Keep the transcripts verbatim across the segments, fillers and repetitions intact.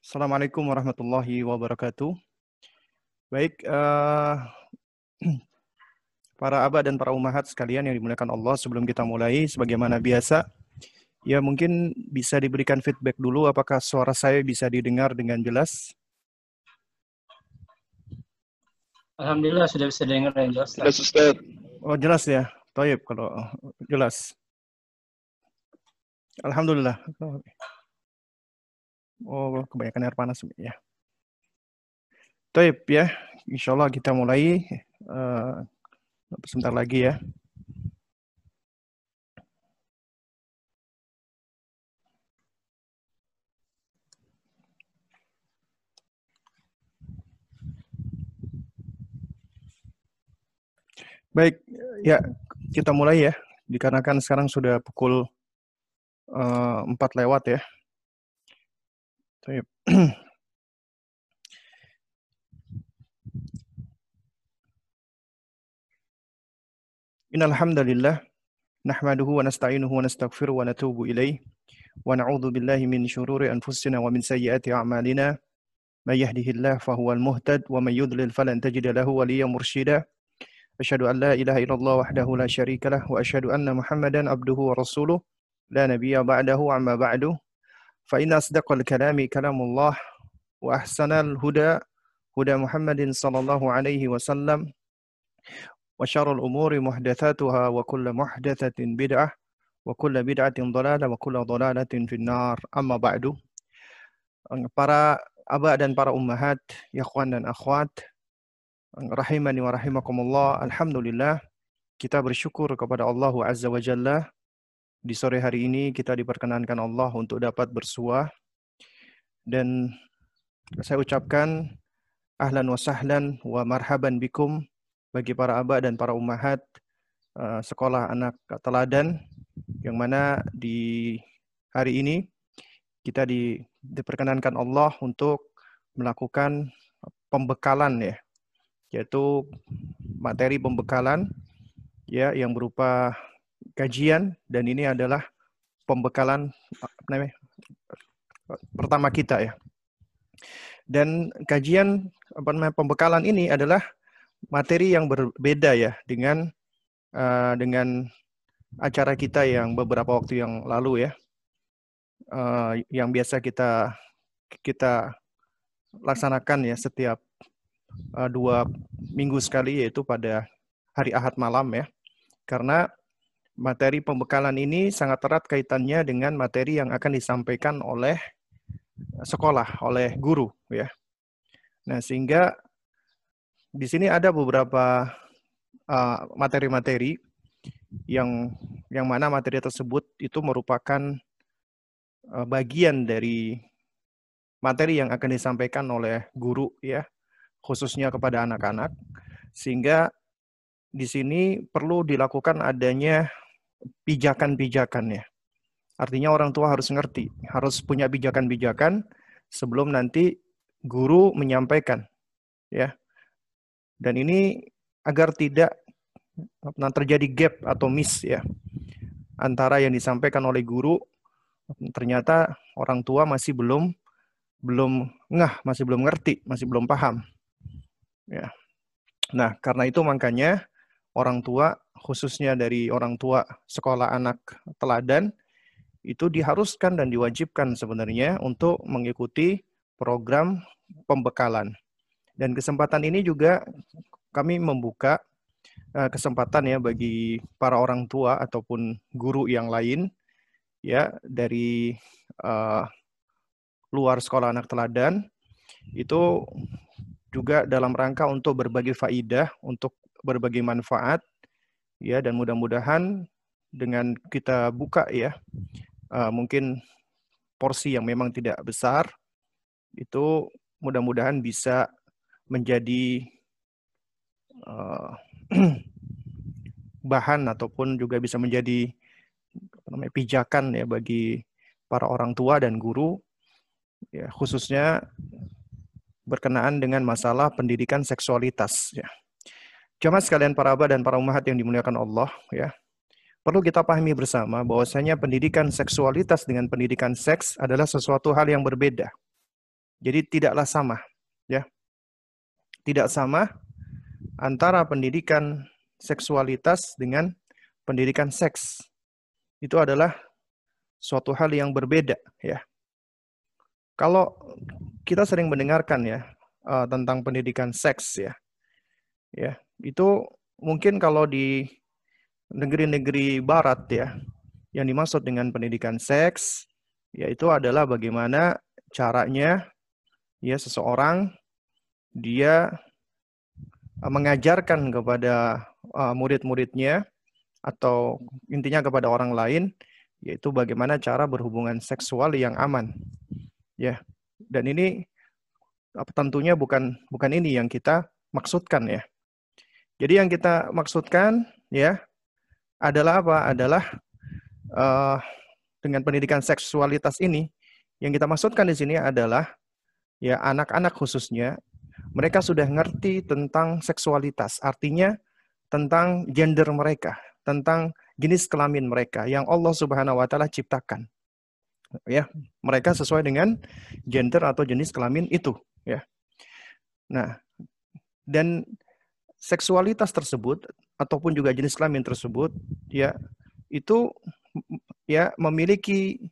Assalamualaikum warahmatullahi wabarakatuh. Baik, eh, para abah dan para ummahat sekalian yang dimuliakan Allah, sebelum kita mulai, sebagaimana biasa, ya mungkin bisa diberikan feedback dulu apakah suara saya bisa didengar dengan jelas. Alhamdulillah sudah bisa dengar dengan jelas. Jelas Ustaz. Oh jelas ya, Thayyib kalau jelas. Alhamdulillah. Oh kebanyakan air panas ya. Thayyib ya, insya Allah kita mulai uh, sebentar lagi ya. Baik, ya kita mulai ya, dikarenakan sekarang sudah pukul uh, empat lewat ya. Innal hamdalillah nahmaduhu wa nasta'inuhu wa nastaghfiruhu wa natubu ilaih wa na'udzu billahi min syururi anfusina wa min sayyiati a'malina may yahdihillahu fahuwal muhtad wa may yudlil falan tajida lahu waliyyan mursyida. Asyhadu an la ilaha illallah wahdahu la syarikalah wa asyhadu anna Muhammadan abduhu wa rasuluh la nabiyya ba'dahu amma ba'du. Fa inna asdaqal kalami kalamullah wa ahsanal huda huda Muhammadin sallallahu alaihi wasallam wa syarrul umuri muhdatsatuha wa kullu muhdatsatin bid'ah wa kullu bid'atin dhalalah wa kullu dhalalatin finnar. Amma ba'du. Para abah dan para ummahat, ikhwan dan akhwat, rahimani wa rahimakumullah, alhamdulillah kita bersyukur kepada Allah Azza wa Jalla. Di sore hari ini kita diperkenankan Allah untuk dapat bersuah, dan saya ucapkan ahlan wa sahlan wa marhaban bikum bagi para abah dan para ummahat uh, sekolah anak teladan, yang mana di hari ini kita di, diperkenankan Allah untuk melakukan pembekalan ya, yaitu materi pembekalan ya yang berupa kajian, dan ini adalah pembekalan apa namanya, pertama kita ya. Dan kajian apa namanya, pembekalan ini adalah materi yang berbeda ya dengan uh, dengan acara kita yang beberapa waktu yang lalu ya, uh, yang biasa kita kita laksanakan ya setiap uh, dua minggu sekali, yaitu pada hari Ahad malam ya. Karena materi pembekalan ini sangat erat kaitannya dengan materi yang akan disampaikan oleh sekolah, oleh guru ya. Nah, sehingga di sini ada beberapa materi-materi uh, yang yang mana materi tersebut itu merupakan uh, bagian dari materi yang akan disampaikan oleh guru ya, khususnya kepada anak-anak, sehingga di sini perlu dilakukan adanya pijakan-pijakan ya. Artinya orang tua harus ngerti, harus punya pijakan-pijakan sebelum nanti guru menyampaikan ya. Dan ini agar tidak terjadi gap atau miss ya antara yang disampaikan oleh guru, ternyata orang tua masih belum belum ngah, masih belum ngerti, masih belum paham ya. Nah, karena itu makanya orang tua, khususnya dari orang tua sekolah anak teladan, itu diharuskan dan diwajibkan sebenarnya untuk mengikuti program pembekalan. Dan kesempatan ini juga kami membuka uh, kesempatan ya bagi para orang tua ataupun guru yang lain ya dari uh, luar sekolah anak teladan, itu juga dalam rangka untuk berbagi faidah, untuk berbagi manfaat ya, dan mudah-mudahan dengan kita buka ya uh, mungkin porsi yang memang tidak besar, itu mudah-mudahan bisa menjadi uh, bahan ataupun juga bisa menjadi apa namanya, pijakan ya bagi para orang tua dan guru ya, khususnya berkenaan dengan masalah pendidikan seksualitas ya. Jamaah sekalian para abah dan para ummahat yang dimuliakan Allah ya, perlu kita pahami bersama bahwasanya pendidikan seksualitas dengan pendidikan seks adalah sesuatu hal yang berbeda. Jadi tidaklah sama, ya. Tidak sama antara pendidikan seksualitas dengan pendidikan seks. Itu adalah suatu hal yang berbeda, ya. Kalau kita sering mendengarkan ya uh, tentang pendidikan seks ya, ya itu mungkin kalau di negeri-negeri Barat ya, yang dimaksud dengan pendidikan seks, yaitu adalah bagaimana caranya ya seseorang dia uh, mengajarkan kepada uh, murid-muridnya atau intinya kepada orang lain, yaitu bagaimana cara berhubungan seksual yang aman. Ya, dan ini tentunya bukan bukan ini yang kita maksudkan ya. Jadi yang kita maksudkan ya adalah apa? Adalah uh, dengan pendidikan seksualitas ini yang kita maksudkan di sini adalah ya anak-anak khususnya mereka sudah ngerti tentang seksualitas, artinya tentang gender mereka, tentang jenis kelamin mereka yang Allah Subhanahu wa taala ciptakan. Ya, mereka sesuai dengan gender atau jenis kelamin itu, ya. Nah, dan seksualitas tersebut ataupun juga jenis kelamin tersebut, ya, itu ya memiliki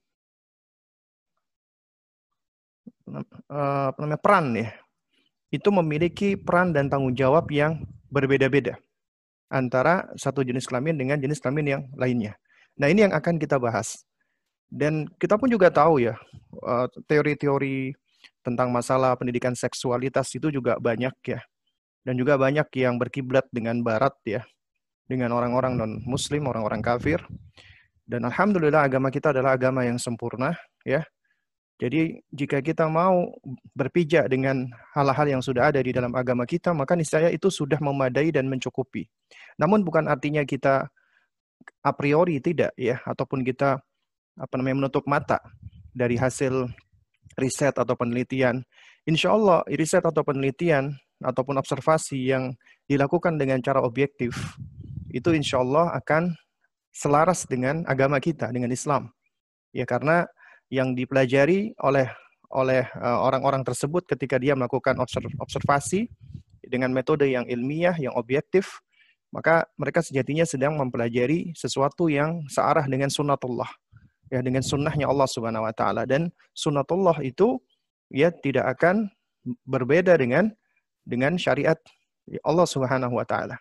uh, apa namanya peran ya. Itu memiliki peran dan tanggung jawab yang berbeda-beda antara satu jenis kelamin dengan jenis kelamin yang lainnya. Nah, ini yang akan kita bahas. Dan kita pun juga tahu ya, teori-teori tentang masalah pendidikan seksualitas itu juga banyak ya. Dan juga banyak yang berkiblat dengan barat ya. Dengan orang-orang non-muslim, orang-orang kafir. Dan alhamdulillah agama kita adalah agama yang sempurna ya. Jadi jika kita mau berpijak dengan hal-hal yang sudah ada di dalam agama kita, maka niscaya itu sudah memadai dan mencukupi. Namun bukan artinya kita a priori tidak ya, ataupun kita apa namanya menutup mata dari hasil riset atau penelitian. Insya Allah riset atau penelitian ataupun observasi yang dilakukan dengan cara objektif itu insya Allah akan selaras dengan agama kita, dengan Islam. Ya karena yang dipelajari oleh oleh orang-orang tersebut ketika dia melakukan observasi dengan metode yang ilmiah, yang objektif, maka mereka sejatinya sedang mempelajari sesuatu yang searah dengan sunnatullah. Ya dengan sunnahnya Allah Subhanahu wa taala, dan sunnatullah itu ya tidak akan berbeda dengan dengan syariat Allah Subhanahu wa taala.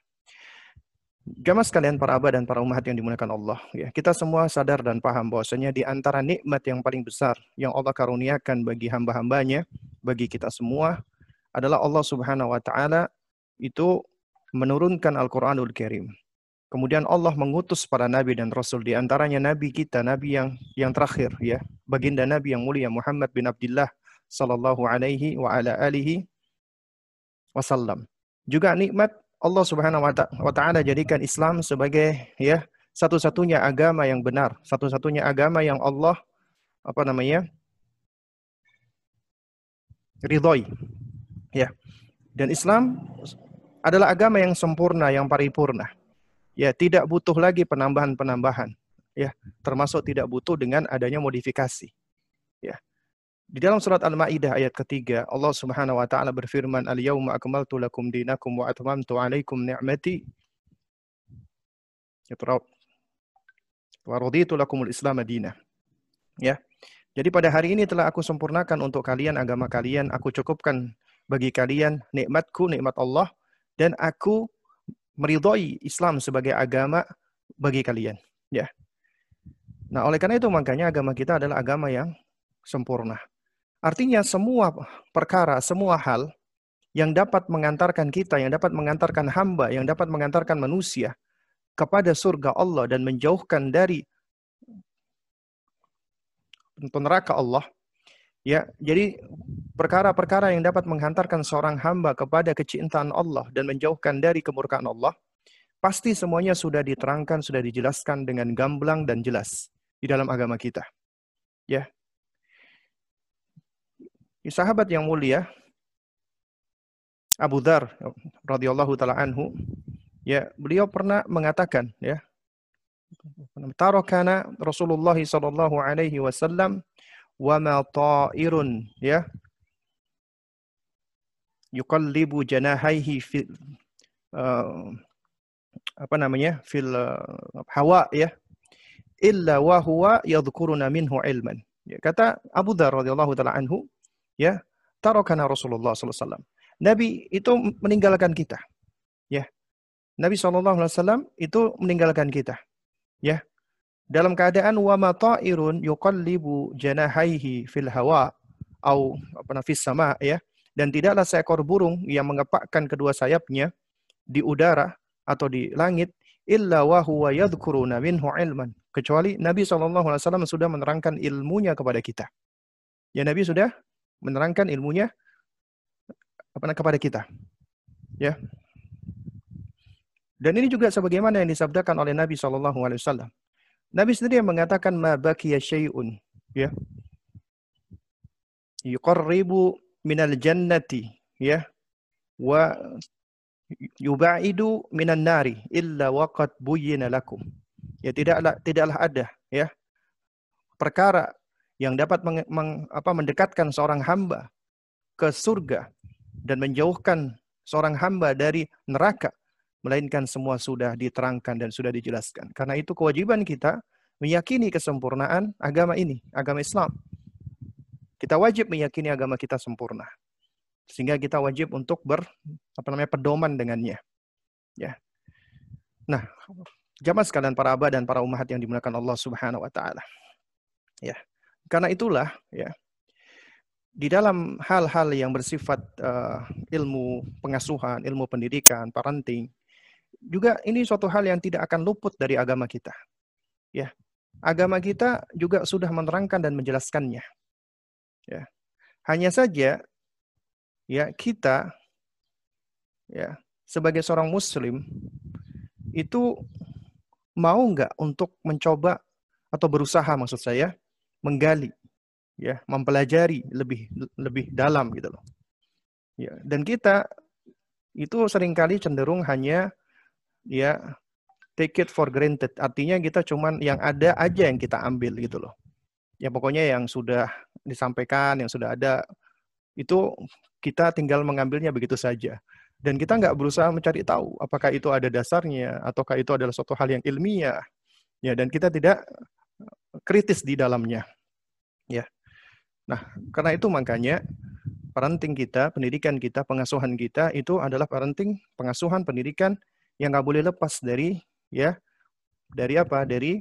Jamaah sekalian para abah dan para ummahat yang dimuliakan Allah, ya kita semua sadar dan paham bahwasanya di antara nikmat yang paling besar yang Allah karuniakan bagi hamba-hambanya, bagi kita semua adalah Allah Subhanahu wa taala itu menurunkan Al-Qur'anul Karim. Kemudian Allah mengutus para nabi dan rasul, di antaranya nabi kita, nabi yang yang terakhir ya, baginda Nabi yang mulia Muhammad bin Abdullah sallallahu alaihi wa ala alihi wasallam. Juga nikmat Allah Subhanahu wa taala jadikan Islam sebagai ya satu-satunya agama yang benar, satu-satunya agama yang Allah apa namanya? ridhoi. Ya. Dan Islam adalah agama yang sempurna, yang paripurna. Ya, tidak butuh lagi penambahan-penambahan. Ya, termasuk tidak butuh dengan adanya modifikasi. Ya. Di dalam surat Al-Maidah ayat ketiga, Allah Subhanahu wa taala berfirman, "Al-yauma akmaltu lakum dinakum wa atmamtu 'alaikum ni'mati wa raditu lakumul Islam madinah." Ya. Jadi pada hari ini telah aku sempurnakan untuk kalian agama kalian, aku cukupkan bagi kalian nikmatku, nikmat Allah, dan aku meridhoi Islam sebagai agama bagi kalian, ya. Nah, oleh karena itu makanya agama kita adalah agama yang sempurna. Artinya semua perkara, semua hal yang dapat mengantarkan kita, yang dapat mengantarkan hamba, yang dapat mengantarkan manusia kepada surga Allah dan menjauhkan dari neraka Allah, ya. Jadi perkara-perkara yang dapat menghantarkan seorang hamba kepada kecintaan Allah dan menjauhkan dari kemurkaan Allah, pasti semuanya sudah diterangkan, sudah dijelaskan dengan gamblang dan jelas di dalam agama kita. Ya. Sahabat yang mulia Abu Dzar radhiyallahu taala anhu, ya, beliau pernah mengatakan, ya, tarakana Rasulullah sallallahu alaihi wasallam wa ma ta'irun, ya, yuqallibu janahaihi fil uh, apa namanya? fil uh, hawa ya. Illa wa huwa yadhkuruna minhu ilman. Ya, kata Abu Dzar radhiyallahu taala anhu, ya, tarakana Rasulullah sallallahu alaihi wasallam. Nabi itu meninggalkan kita. Ya. Nabi sallallahu alaihi wasallam itu meninggalkan kita. Ya. Dalam keadaan wa ma ta'irun yuqallibu janahaihi fil hawa au apa fis sama ya. Dan tidaklah seekor burung yang mengepakkan kedua sayapnya di udara atau di langit illa wa huwa yadhkuruna minhu ilman, kecuali Nabi sallallahu alaihi wasallam sudah menerangkan ilmunya kepada kita. Ya, Nabi sudah menerangkan ilmunya apa kepada kita. Ya. Dan ini juga sebagaimana yang disabdakan oleh Nabi sallallahu alaihi wasallam. Nabi sendiri yang mengatakan ma baqiya syai'un ya. Yuqarribu minal jannati ya wa yubaidu minan nari illa waqad buyyina lakum. Ya, tidaklah tidaklah ada ya perkara yang dapat meng, meng, apa, mendekatkan seorang hamba ke surga dan menjauhkan seorang hamba dari neraka, melainkan semua sudah diterangkan dan sudah dijelaskan. Karena itu kewajiban kita meyakini kesempurnaan agama ini, agama Islam. Kita wajib meyakini agama kita sempurna. Sehingga kita wajib untuk ber apa namanya pedoman dengannya. Ya. Nah, jamaah sekalian para abah dan para ummahat yang dimuliakan Allah Subhanahu wa taala. Ya. Karena itulah ya, di dalam hal-hal yang bersifat uh, ilmu pengasuhan, ilmu pendidikan, parenting, juga ini suatu hal yang tidak akan luput dari agama kita. Ya. Agama kita juga sudah menerangkan dan menjelaskannya. Ya. Hanya saja ya kita ya sebagai seorang muslim itu mau nggak untuk mencoba atau berusaha maksud saya menggali ya, mempelajari lebih lebih dalam gitu loh. Ya, dan kita itu seringkali cenderung hanya ya take it for granted. Artinya kita cuman yang ada aja yang kita ambil gitu loh. Ya pokoknya yang sudah disampaikan, yang sudah ada itu kita tinggal mengambilnya begitu saja. Dan kita nggak berusaha mencari tahu apakah itu ada dasarnya, ataukah itu adalah suatu hal yang ilmiah. Ya, dan kita tidak kritis di dalamnya. Ya. Nah, karena itu makanya parenting kita, pendidikan kita, pengasuhan kita itu adalah parenting, pengasuhan, pendidikan yang nggak boleh lepas dari ya dari apa? Dari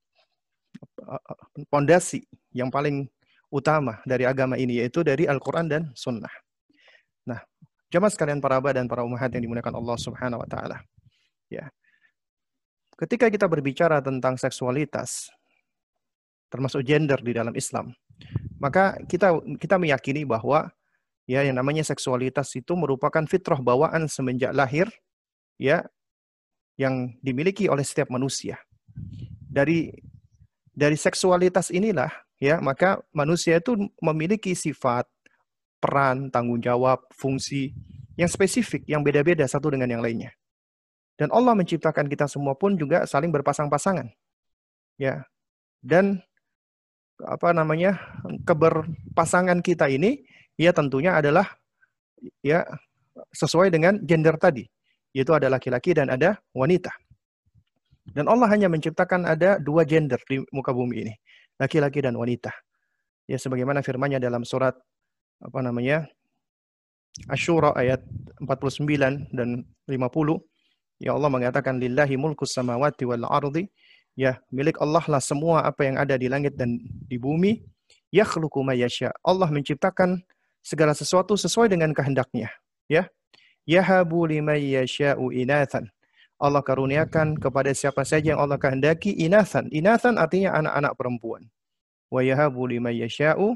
pondasi yang paling utama dari agama ini, yaitu dari Al-Quran dan Sunnah. Nah, jamaah sekalian para abah dan para ummahat yang dimuliakan Allah Subhanahu wa taala. Ya. Ketika kita berbicara tentang seksualitas, termasuk gender di dalam Islam, maka kita kita meyakini bahwa ya yang namanya seksualitas itu merupakan fitrah bawaan semenjak lahir ya yang dimiliki oleh setiap manusia. Dari dari seksualitas inilah ya maka manusia itu memiliki sifat, peran, tanggung jawab, fungsi yang spesifik, yang beda-beda satu dengan yang lainnya. Dan Allah menciptakan kita semua pun juga saling berpasang-pasangan. Ya. Dan apa namanya? keberpasangan kita ini ya tentunya adalah ya sesuai dengan gender tadi, yaitu ada laki-laki dan ada wanita. Dan Allah hanya menciptakan ada dua gender di muka bumi ini, laki-laki dan wanita. Ya sebagaimana firman-Nya dalam surat apa namanya? Asy-Syura ayat empat puluh sembilan dan lima puluh. Ya Allah mengatakan lillahi mulkus samawati wal ardi. Ya, milik Allah lah semua apa yang ada di langit dan di bumi. Yakhluqu ma yasha. Allah menciptakan segala sesuatu sesuai dengan kehendaknya, ya. Yahabu liman yasha'u inathan. Allah karuniakan kepada siapa saja yang Allah kehendaki inathan. Inathan artinya anak-anak perempuan. Wa yahabu liman yasha'u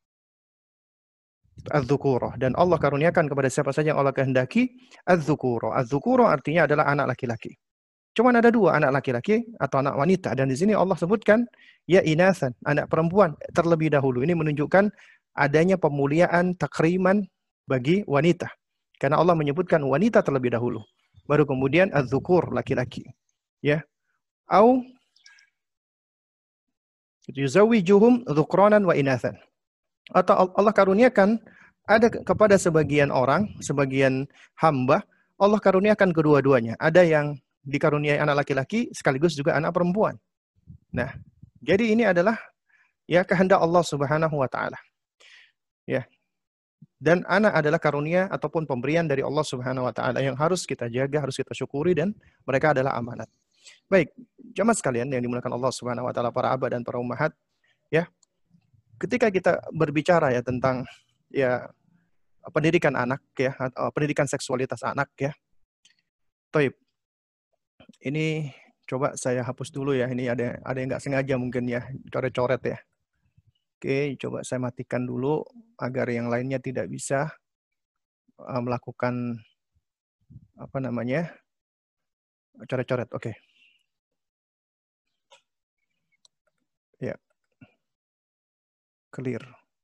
az-dzukura, dan Allah karuniakan kepada siapa saja yang Allah kehendaki az-dzukura. Az-dzukura artinya adalah anak laki-laki. Cuman ada dua, anak laki-laki atau anak wanita, dan di sini Allah sebutkan ya inatsan, anak perempuan terlebih dahulu. Ini menunjukkan adanya pemuliaan takriman bagi wanita. Karena Allah menyebutkan wanita terlebih dahulu, baru kemudian az-dzukur, laki-laki. Ya. Au yuzawwijuhum dzukranan wa inatsan. Atau Allah karuniakan ada kepada sebagian orang, sebagian hamba, Allah karuniakan kedua-duanya. Ada yang dikaruniai anak laki-laki sekaligus juga anak perempuan. Nah, jadi ini adalah ya kehendak Allah Subhanahu wa taala. Ya. Dan anak adalah karunia ataupun pemberian dari Allah Subhanahu wa taala yang harus kita jaga, harus kita syukuri, dan mereka adalah amanat. Baik, jamaah sekalian yang dimuliakan Allah Subhanahu wa taala, para abah dan para ummahat, ya. Ketika kita berbicara ya tentang ya pendidikan anak ya, pendidikan seksualitas anak ya. Toib. Ini coba saya hapus dulu ya. Ini ada ada yang nggak sengaja mungkin ya, coret-coret ya. Oke, coba saya matikan dulu agar yang lainnya tidak bisa uh, melakukan apa namanya coret-coret. Oke. Ya. Clear.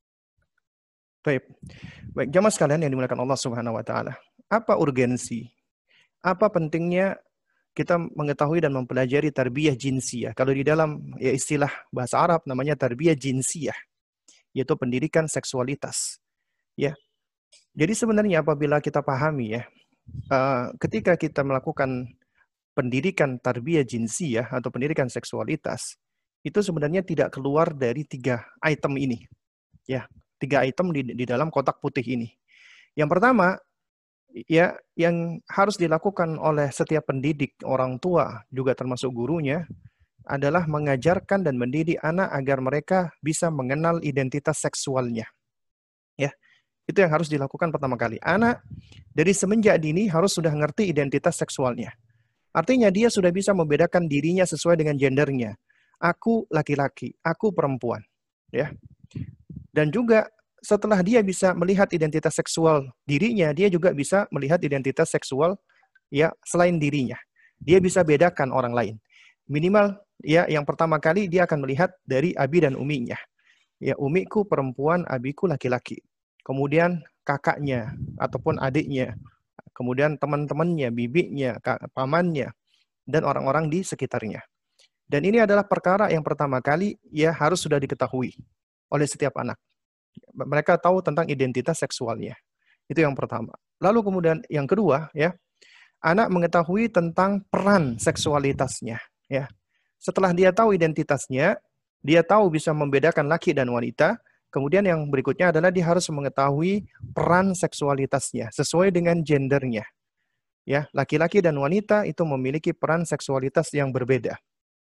Baik. Baik, jamaah sekalian yang dimuliakan Allah Subhanahu wa taala. Apa urgensi? Apa pentingnya kita mengetahui dan mempelajari tarbiyah jinsiyah? Kalau di dalam ya istilah bahasa Arab namanya tarbiyah jinsiyah, yaitu pendidikan seksualitas. Ya. Jadi sebenarnya apabila kita pahami ya, uh, ketika kita melakukan pendidikan tarbiyah jinsiyah atau pendidikan seksualitas, itu sebenarnya tidak keluar dari tiga item ini. Ya, tiga item di, di dalam kotak putih ini. Yang pertama, ya, yang harus dilakukan oleh setiap pendidik, orang tua, juga termasuk gurunya, adalah mengajarkan dan mendidik anak agar mereka bisa mengenal identitas seksualnya. Ya, itu yang harus dilakukan pertama kali. Anak dari semenjak dini harus sudah ngerti identitas seksualnya. Artinya dia sudah bisa membedakan dirinya sesuai dengan gendernya. Aku laki-laki, aku perempuan. Ya. Dan juga setelah dia bisa melihat identitas seksual dirinya, dia juga bisa melihat identitas seksual ya selain dirinya. Dia bisa bedakan orang lain. Minimal ya yang pertama kali dia akan melihat dari abi dan uminya. Ya, umiku perempuan, abiku laki-laki. Kemudian kakaknya ataupun adiknya. Kemudian teman-temannya, bibinya, pamannya, dan orang-orang di sekitarnya. Dan ini adalah perkara yang pertama kali ya harus sudah diketahui oleh setiap anak. Mereka tahu tentang identitas seksualnya. Itu yang pertama. Lalu kemudian yang kedua ya, anak mengetahui tentang peran seksualitasnya ya. Setelah dia tahu identitasnya, dia tahu bisa membedakan laki dan wanita. Kemudian yang berikutnya adalah dia harus mengetahui peran seksualitasnya sesuai dengan gendernya. Ya, laki-laki dan wanita itu memiliki peran seksualitas yang berbeda.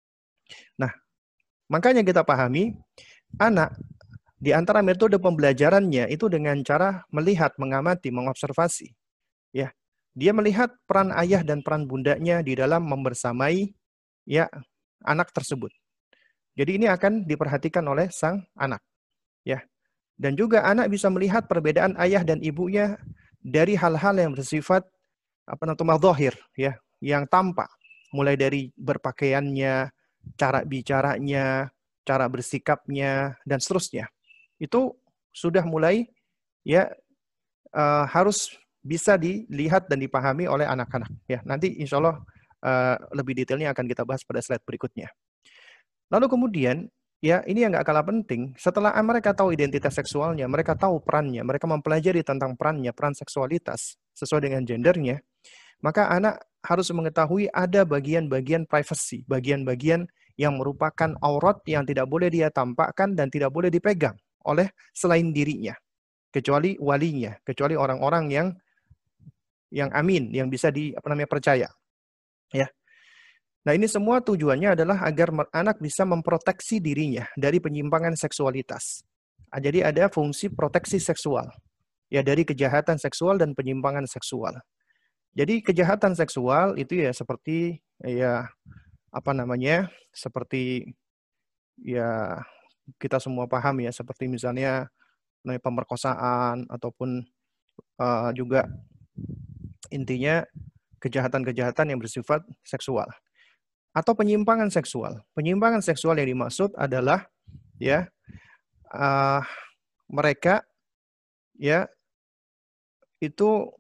Nah, makanya kita pahami anak di antara metode pembelajarannya itu dengan cara melihat, mengamati, mengobservasi. Ya, dia melihat peran ayah dan peran bundanya di dalam membersamai ya anak tersebut. Jadi ini akan diperhatikan oleh sang anak. Ya. Dan juga anak bisa melihat perbedaan ayah dan ibunya dari hal-hal yang bersifat apa namanya zahir ya, yang tampak, mulai dari berpakaiannya, cara bicaranya, cara bersikapnya dan seterusnya. Itu sudah mulai ya uh, harus bisa dilihat dan dipahami oleh anak-anak ya. Nanti insya Allah uh, lebih detailnya akan kita bahas pada slide berikutnya. Lalu kemudian ya ini yang nggak kalah penting, setelah mereka tahu identitas seksualnya, mereka tahu perannya, mereka mempelajari tentang perannya, peran seksualitas sesuai dengan gendernya, maka anak harus mengetahui ada bagian-bagian privacy, bagian-bagian yang merupakan aurat yang tidak boleh dia tampakkan dan tidak boleh dipegang oleh selain dirinya, kecuali walinya, kecuali orang-orang yang yang amin, yang bisa di apa namanya percaya. Ya. Nah, ini semua tujuannya adalah agar anak bisa memproteksi dirinya dari penyimpangan seksualitas. Jadi ada fungsi proteksi seksual. Ya, dari kejahatan seksual dan penyimpangan seksual. Jadi kejahatan seksual itu ya seperti ya apa namanya? Seperti ya kita semua paham ya, seperti misalnya pemerkosaan ataupun uh, juga intinya kejahatan-kejahatan yang bersifat seksual atau penyimpangan seksual. Penyimpangan seksual yang dimaksud adalah ya uh, mereka ya itu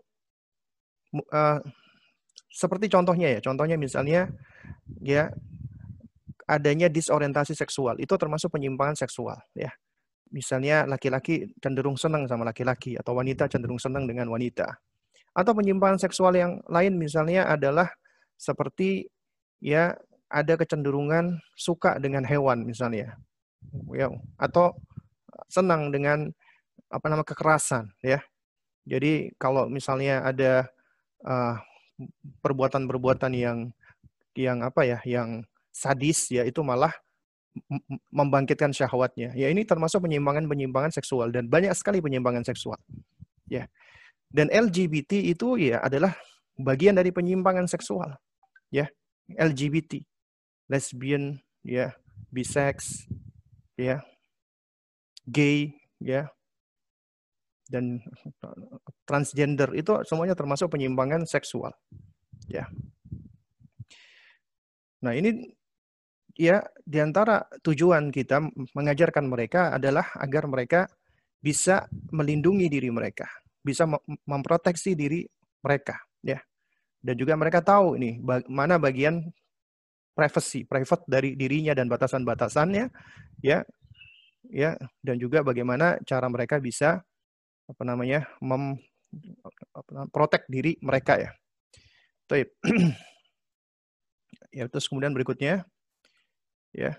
uh, seperti contohnya ya, contohnya misalnya ya adanya disorientasi seksual, itu termasuk penyimpangan seksual ya. misalnya laki-laki cenderung senang sama laki-laki atau wanita cenderung senang dengan wanita. Atau penyimpangan seksual yang lain misalnya adalah seperti ya ada kecenderungan suka dengan hewan misalnya. Ya, atau senang dengan apa nama kekerasan ya. Jadi kalau misalnya ada uh, perbuatan-perbuatan yang yang apa ya, yang sadis ya itu malah membangkitkan syahwatnya. Ya ini termasuk penyimpangan-penyimpangan seksual dan banyak sekali penyimpangan seksual. Ya. Dan L G B T itu ya adalah bagian dari penyimpangan seksual. Ya. L G B T, lesbian, ya, bisex, ya, gay, ya. Dan transgender itu semuanya termasuk penyimpangan seksual. Ya. Nah, ini ya diantara tujuan kita mengajarkan mereka adalah agar mereka bisa melindungi diri mereka, bisa memproteksi diri mereka, ya. Dan juga mereka tahu ini mana bagian privacy, private dari dirinya dan batasan-batasannya, ya, ya, dan juga bagaimana cara mereka bisa apa namanya mem protect diri mereka ya. Baik. Ya, terus kemudian berikutnya ya.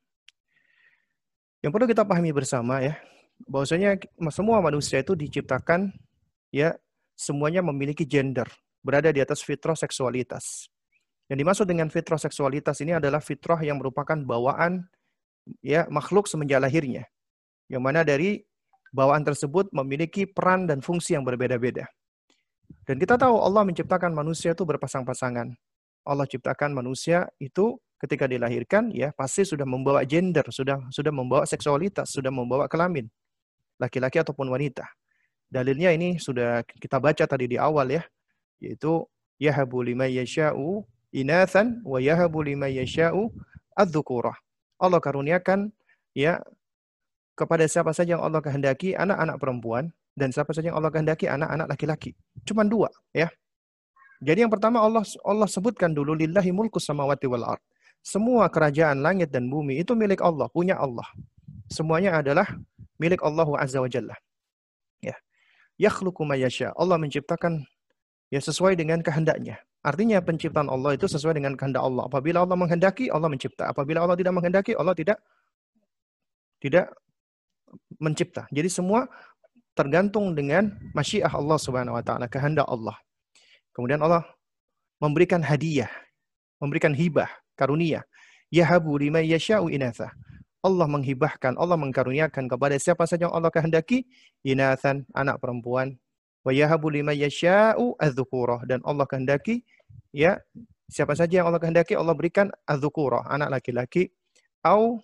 Yang perlu kita pahami bersama ya, bahwasanya semua manusia itu diciptakan ya semuanya memiliki gender, berada di atas fitrah seksualitas. Yang dimaksud dengan fitrah seksualitas ini adalah fitrah yang merupakan bawaan ya makhluk semenjak lahirnya. Yang mana dari bawaan tersebut memiliki peran dan fungsi yang berbeda-beda. Dan kita tahu Allah menciptakan manusia itu berpasang-pasangan. Allah ciptakan manusia itu ketika dilahirkan ya pasti sudah membawa gender, sudah sudah membawa seksualitas, sudah membawa kelamin, laki-laki ataupun wanita. Dalilnya ini sudah kita baca tadi di awal ya, yaitu yahabu liman yasha'u inathan wa yahabu liman yasha'u adz-dzukurah. Allah karuniakan ya kepada siapa saja yang Allah kehendaki anak-anak perempuan dan siapa saja yang Allah kehendaki anak-anak laki-laki. Cuma dua ya. Jadi yang pertama Allah Allah sebutkan dulu lillahi mulkus samawati wal ard. Semua kerajaan langit dan bumi itu milik Allah, punya Allah. Semuanya adalah milik Allah Azza wa Jalla. Ya. Yakhluqu ma yasha. Allah menciptakan ya sesuai dengan kehendaknya. Artinya penciptaan Allah itu sesuai dengan kehendak Allah. Apabila Allah menghendaki, Allah mencipta. Apabila Allah tidak menghendaki, Allah tidak tidak mencipta. Jadi semua tergantung dengan masyiah Allah Subhanahu wa taala, kehendak Allah. Kemudian Allah memberikan hadiah, memberikan hibah, karunia. Yahabu liman yasha'u inatha. Allah menghibahkan, Allah mengkaruniakan kepada siapa saja yang Allah kehendaki inathan, anak perempuan. Wa yahabu liman yasha'u adz-dzukurah, dan Allah kehendaki ya siapa saja yang Allah kehendaki Allah berikan adz-dzukurah, anak laki-laki. Au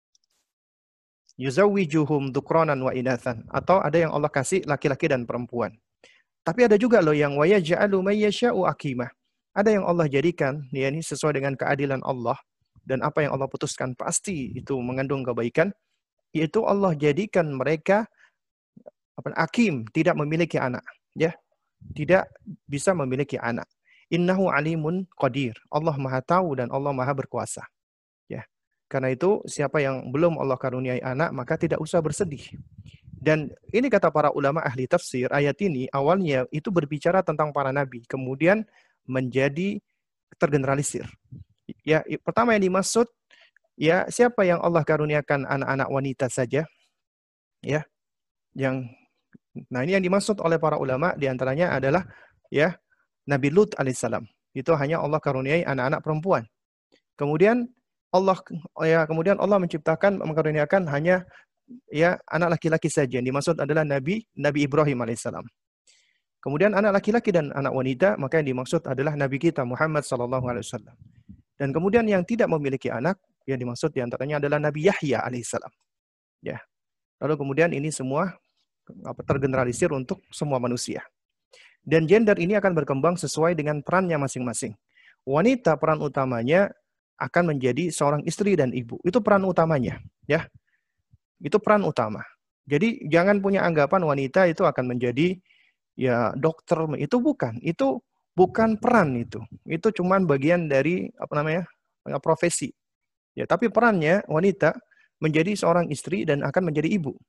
yuzawwijuhum dzukranan wa inathan, atau ada yang Allah kasih laki-laki dan perempuan. Tapi ada juga loh yang wa yaj'alu may yasha'u aqimah. Ada yang Allah jadikan ya ini sesuai dengan keadilan Allah dan apa yang Allah putuskan pasti itu mengandung kebaikan, yaitu Allah jadikan mereka apa akim, tidak memiliki anak, ya. Tidak bisa memiliki anak. Innahu alimun qadir. Allah Maha tahu dan Allah Maha berkuasa. Ya. Karena itu siapa yang belum Allah karuniai anak maka tidak usah bersedih. Dan ini kata para ulama ahli tafsir, ayat ini awalnya itu berbicara tentang para nabi, kemudian menjadi tergeneralisir. Ya, pertama yang dimaksud ya siapa yang Allah karuniakan anak-anak wanita saja, ya, yang nah ini yang dimaksud oleh para ulama diantaranya adalah ya Nabi Lut alaihissalam. Itu hanya Allah karuniai anak-anak perempuan. Kemudian Allah ya kemudian Allah menciptakan mengkaruniakan hanya ya anak laki-laki saja. Yang dimaksud adalah Nabi Nabi Ibrahim alaihissalam. Kemudian anak laki-laki dan anak wanita, maka yang dimaksud adalah Nabi kita Muhammad sallallahu alaihi wasallam. Dan kemudian yang tidak memiliki anak, yang dimaksud diantaranya adalah Nabi Yahya alaihissalam. Ya. Lalu kemudian ini semua apa, tergeneralisir untuk semua manusia. Dan gender ini akan berkembang sesuai dengan perannya masing-masing. Wanita peran utamanya akan menjadi seorang istri dan ibu. Itu peran utamanya, ya. Itu peran utama. Jadi jangan punya anggapan wanita itu akan menjadi ya dokter, itu bukan. Itu bukan peran itu. Itu cuman bagian dari apa namanya? profesi. Ya, tapi perannya wanita menjadi seorang istri dan akan menjadi ibu.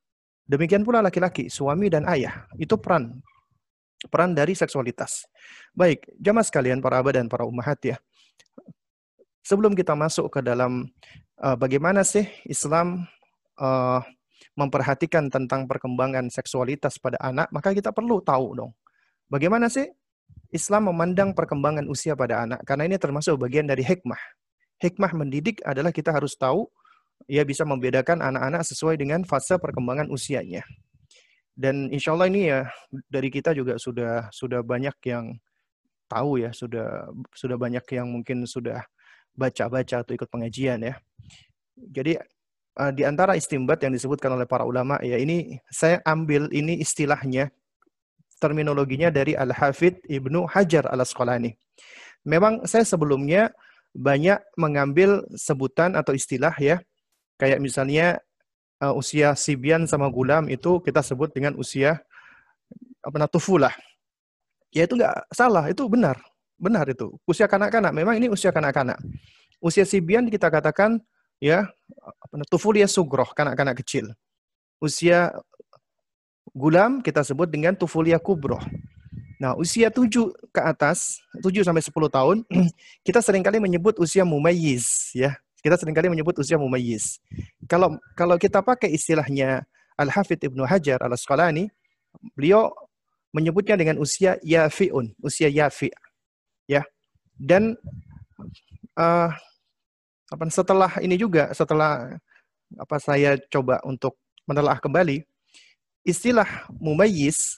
Demikian pula laki-laki, suami dan ayah. Itu peran peran dari seksualitas. Baik, jamaah sekalian, para abah dan para ummahat ya. Sebelum kita masuk ke dalam uh, bagaimana sih Islam uh, memperhatikan tentang perkembangan seksualitas pada anak, maka kita perlu tahu dong, bagaimana sih Islam memandang perkembangan usia pada anak. Karena ini termasuk bagian dari hikmah. Hikmah mendidik adalah kita harus tahu, ya, bisa membedakan anak-anak sesuai dengan fase perkembangan usianya. Dan insya Allah ini ya dari kita juga sudah sudah banyak yang tahu ya, sudah sudah banyak yang mungkin sudah baca-baca atau ikut pengajian ya. Jadi uh, di antara istimbat yang disebutkan oleh para ulama ya, ini saya ambil ini istilahnya, terminologinya dari Al-Hafidh Ibnu Hajar Al-Asqalani. Memang saya sebelumnya banyak mengambil sebutan atau istilah ya, kayak misalnya uh, usia sibyan sama gulam itu kita sebut dengan usia apa namanya tufulah. Ya itu nggak salah, itu benar. Benar itu. Usia kanak-kanak, memang ini usia kanak-kanak. Usia sibyan kita katakan ya apa namanya tufulia sugroh, kanak-kanak kecil. Usia gulam kita sebut dengan tufulia kubroh. Nah, usia tujuh ke atas, tujuh sampai sepuluh tahun, kita seringkali menyebut usia mumayyiz ya. Kita seringkali menyebut usia mumayyiz. Kalau kalau kita pakai istilahnya Al-Hafidh Ibnu Hajar Al-Asqalani, beliau menyebutnya dengan usia yafi'un, usia yafi'. Ya. Dan uh, apa setelah ini juga, setelah apa saya coba untuk menelaah kembali, istilah mumayyiz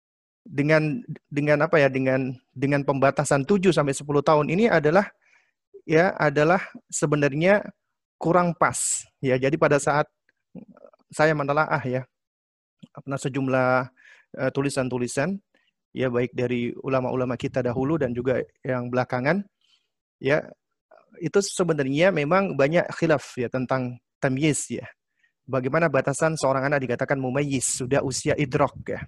dengan dengan apa ya, dengan dengan pembatasan tujuh sampai sepuluh tahun ini adalah ya adalah sebenarnya kurang pas ya. Jadi pada saat saya menelaah ya apa sejumlah uh, tulisan-tulisan ya, baik dari ulama-ulama kita dahulu dan juga yang belakangan ya, itu sebenarnya memang banyak khilaf ya tentang tamyiz ya. Bagaimana batasan seorang anak dikatakan mumayyiz, sudah usia idrak ya.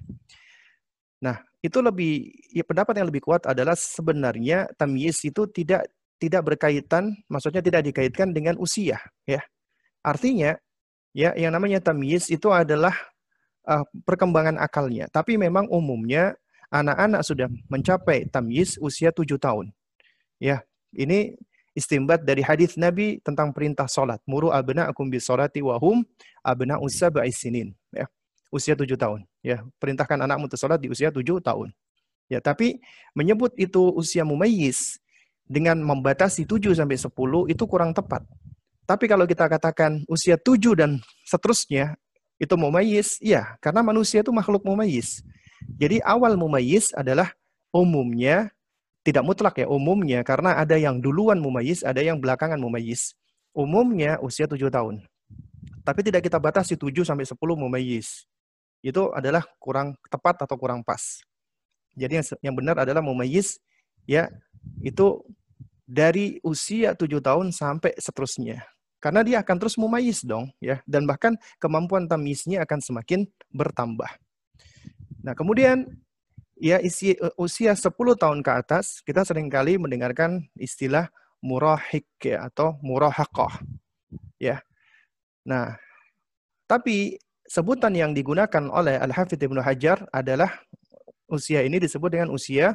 Nah, itu lebih ya, pendapat yang lebih kuat adalah sebenarnya tamyiz itu tidak tidak berkaitan, maksudnya tidak dikaitkan dengan usia ya. Artinya ya yang namanya tamyiz itu adalah uh, perkembangan akalnya. Tapi memang umumnya anak-anak sudah mencapai tamyiz usia tujuh tahun. Ya, ini istimbat dari hadis Nabi tentang perintah salat. Muru abna'akum bis salati wa hum abna'u sab'i sinin. Ya, usia tujuh tahun. Ya, perintahkan anakmu untuk salat di usia tujuh tahun. Ya, tapi menyebut itu usia mumayyiz dengan membatasi tujuh sampai sepuluh itu kurang tepat. Tapi kalau kita katakan usia tujuh dan seterusnya itu mumayyiz, iya, karena manusia itu makhluk mumayyiz. Jadi awal mumayyiz adalah umumnya, tidak mutlak ya, umumnya karena ada yang duluan mumayyiz, ada yang belakangan mumayyiz. Umumnya usia tujuh tahun. Tapi tidak kita batasi tujuh sampai sepuluh mumayyiz. Itu adalah kurang tepat atau kurang pas. Jadi yang, yang benar adalah mumayyiz ya, itu dari usia tujuh tahun sampai seterusnya. Karena dia akan terus mumayyiz dong ya, dan bahkan kemampuan tamyiznya akan semakin bertambah. Nah, kemudian ya isi, usia sepuluh tahun ke atas kita seringkali mendengarkan istilah murahik ya, atau murahaqah ya. Nah, tapi sebutan yang digunakan oleh Al-Hafidh Ibnu Hajar adalah usia ini disebut dengan usia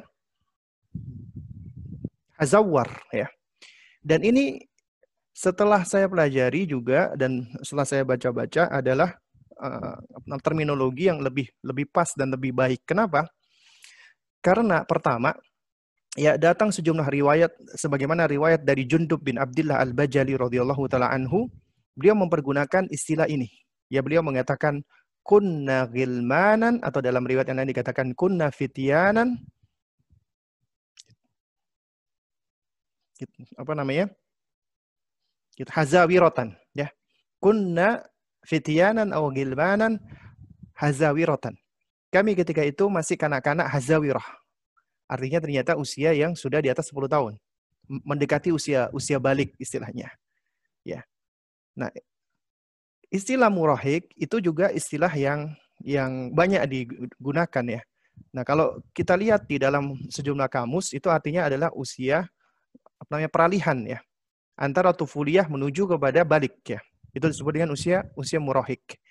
hazawar ya. Dan ini setelah saya pelajari juga dan setelah saya baca-baca adalah uh, terminologi yang lebih lebih pas dan lebih baik. Kenapa? Karena pertama, ya datang sejumlah riwayat sebagaimana riwayat dari Jundub bin Abdillah Al-Bajali radhiyallahu taala anhu, beliau mempergunakan istilah ini. Ya, beliau mengatakan kunna ghilmanan, atau dalam riwayat yang lain dikatakan kunna fityanan. Apa namanya? Hazawiratan ya. Kunna fityanan aw ghilmanan hazawiratan. Kami ketika itu masih kanak-kanak hazawirah. Artinya ternyata usia yang sudah di atas sepuluh tahun. Mendekati usia usia balik istilahnya. Ya. Nah, istilah murahik itu juga istilah yang yang banyak digunakan ya. Nah, kalau kita lihat di dalam sejumlah kamus itu artinya adalah usia apa namanya peralihan ya, antara tufuliyah menuju kepada balik ya. Itu disebut dengan usia usia murahik.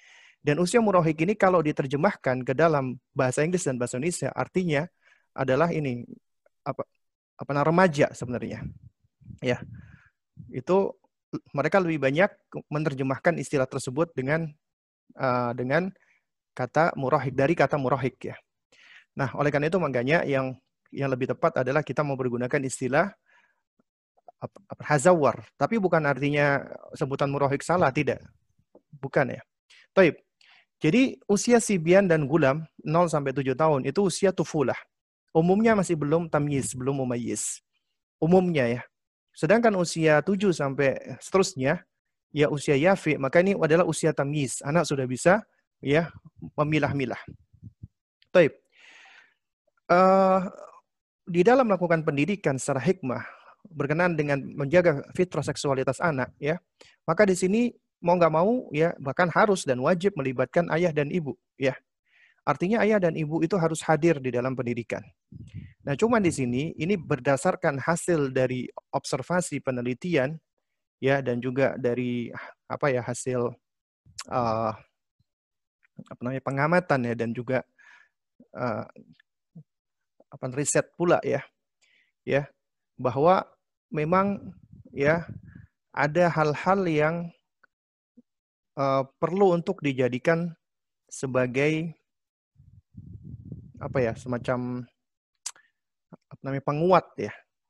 Dan usia murahiq ini kalau diterjemahkan ke dalam bahasa Inggris dan bahasa Indonesia artinya adalah ini apa apa namanya remaja sebenarnya. Ya. Itu mereka lebih banyak menerjemahkan istilah tersebut dengan uh, dengan kata murahiq, dari kata murahiq ya. Nah, oleh karena itu makanya yang yang lebih tepat adalah kita mau menggunakan istilah hazawar, tapi bukan artinya sebutan murahiq salah, tidak. Bukan ya. Taib. Jadi usia sibyan dan gulam nol sampai tujuh tahun itu usia tufulah. Umumnya masih belum tamyiz, belum mumayyiz. Umumnya ya. Sedangkan usia tujuh sampai seterusnya ya usia yafi, maka ini adalah usia tamyiz. Anak sudah bisa ya memilah-milah. Taib. Uh, di dalam melakukan pendidikan secara hikmah berkenaan dengan menjaga fitrah seksualitas anak ya, maka di sini mau nggak mau ya bahkan harus dan wajib melibatkan ayah dan ibu ya. Artinya ayah dan ibu itu harus hadir di dalam pendidikan. Nah, cuman di sini ini berdasarkan hasil dari observasi penelitian ya dan juga dari apa ya hasil uh, apa namanya pengamatan ya dan juga uh, apa riset pula ya. Ya, bahwa memang ya ada hal-hal yang Uh, perlu untuk dijadikan sebagai apa ya semacam apa namanya penguat ya.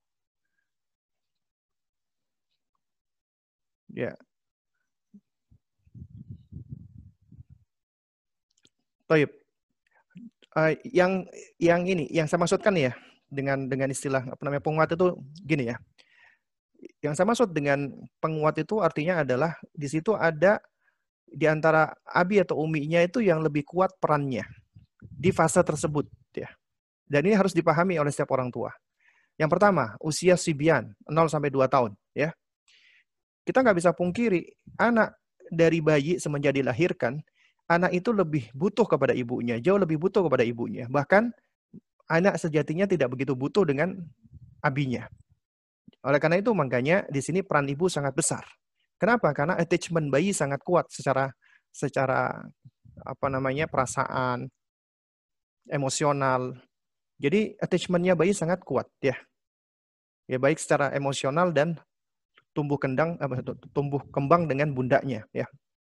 Ya. Taib. Uh, yang yang ini yang saya maksudkan ya dengan dengan istilah apa namanya penguat itu gini ya. Yang saya maksud dengan penguat itu artinya adalah di situ ada di antara abi atau uminya itu yang lebih kuat perannya di fase tersebut ya. Dan ini harus dipahami oleh setiap orang tua. Yang pertama, usia sibyan nol sampai dua tahun ya. Kita nggak bisa pungkiri anak dari bayi semenjak dilahirkan, anak itu lebih butuh kepada ibunya, jauh lebih butuh kepada ibunya. Bahkan anak sejatinya tidak begitu butuh dengan abinya. Oleh karena itu makanya di sini peran ibu sangat besar. Kenapa? Karena attachment bayi sangat kuat secara secara apa namanya perasaan, emosional. Jadi attachment-nya bayi sangat kuat ya. Ya baik secara emosional dan tumbuh kendang apa tumbuh kembang dengan bundanya ya.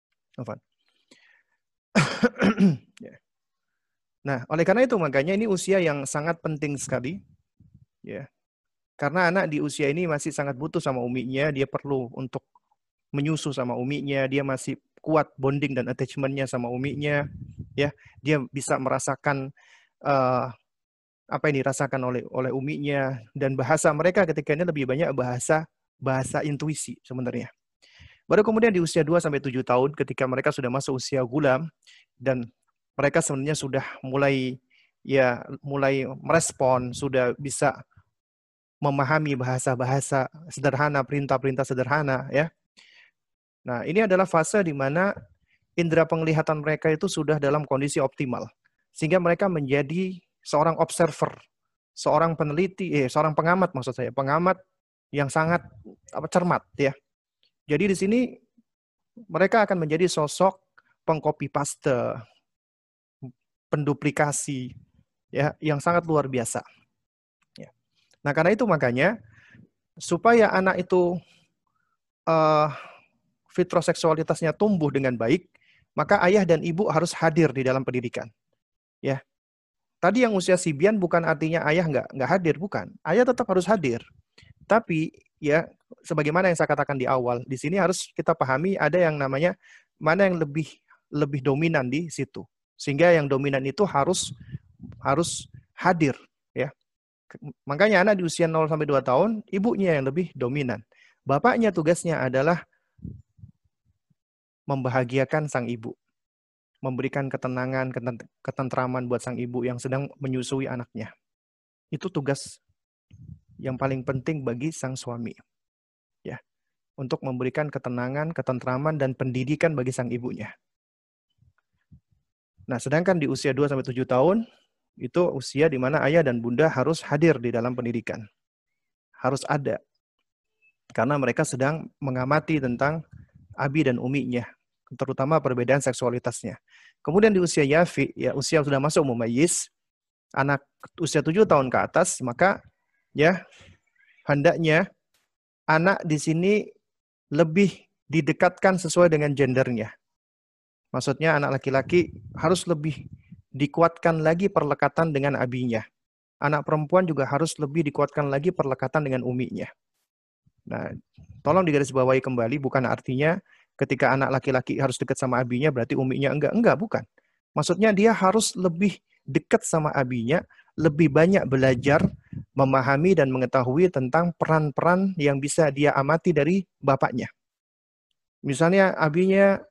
Nah, oleh karena itu makanya ini usia yang sangat penting sekali ya. Karena anak di usia ini masih sangat butuh sama uminya, dia perlu untuk menyusu sama uminya, dia masih kuat bonding dan attachment-nya sama uminya, ya, dia bisa merasakan uh, apa yang dirasakan oleh oleh uminya dan bahasa mereka ketika ini lebih banyak bahasa bahasa intuisi sebenarnya. Baru kemudian di usia dua sampai tujuh tahun ketika mereka sudah masuk usia gulam dan mereka sebenarnya sudah mulai ya mulai merespon, sudah bisa memahami bahasa-bahasa sederhana, perintah-perintah sederhana ya. Nah, ini adalah fase di mana indera penglihatan mereka itu sudah dalam kondisi optimal. Sehingga mereka menjadi seorang observer, seorang peneliti, eh, seorang pengamat maksud saya, pengamat yang sangat apa, cermat ya. Jadi di sini mereka akan menjadi sosok pengcopy paste, penduplikasi ya, yang sangat luar biasa. Ya. Nah, karena itu makanya supaya anak itu uh, fitrah seksualitasnya tumbuh dengan baik, maka ayah dan ibu harus hadir di dalam pendidikan. Ya, tadi yang usia sibyan bukan artinya ayah nggak nggak hadir, bukan. Ayah tetap harus hadir. Tapi ya, sebagaimana yang saya katakan di awal, di sini harus kita pahami ada yang namanya mana yang lebih lebih dominan di situ. Sehingga yang dominan itu harus harus hadir. Ya, makanya anak di usia nol sampai dua tahun, ibunya yang lebih dominan. Bapaknya tugasnya adalah membahagiakan sang ibu, memberikan ketenangan, ketentraman buat sang ibu yang sedang menyusui anaknya. Itu tugas yang paling penting bagi sang suami. Ya, untuk memberikan ketenangan, ketentraman dan pendidikan bagi sang ibunya. Nah, sedangkan di usia dua sampai tujuh tahun itu usia di mana ayah dan bunda harus hadir di dalam pendidikan. Harus ada. Karena mereka sedang mengamati tentang abi dan uminya. terutama perbedaan seksualitasnya. Kemudian di usia yafi, ya usia sudah masuk mumayyiz, anak usia tujuh tahun ke atas, maka ya hendaknya anak di sini lebih didekatkan sesuai dengan gendernya. Maksudnya anak laki-laki harus lebih dikuatkan lagi perlekatan dengan abinya. Anak perempuan juga harus lebih dikuatkan lagi perlekatan dengan uminya. Nah, tolong digarisbawahi kembali, bukan artinya ketika anak laki-laki harus dekat sama abinya berarti uminya enggak. Enggak, bukan. Maksudnya dia harus lebih dekat sama abinya, lebih banyak belajar, memahami dan mengetahui tentang peran-peran yang bisa dia amati dari bapaknya. Misalnya abinya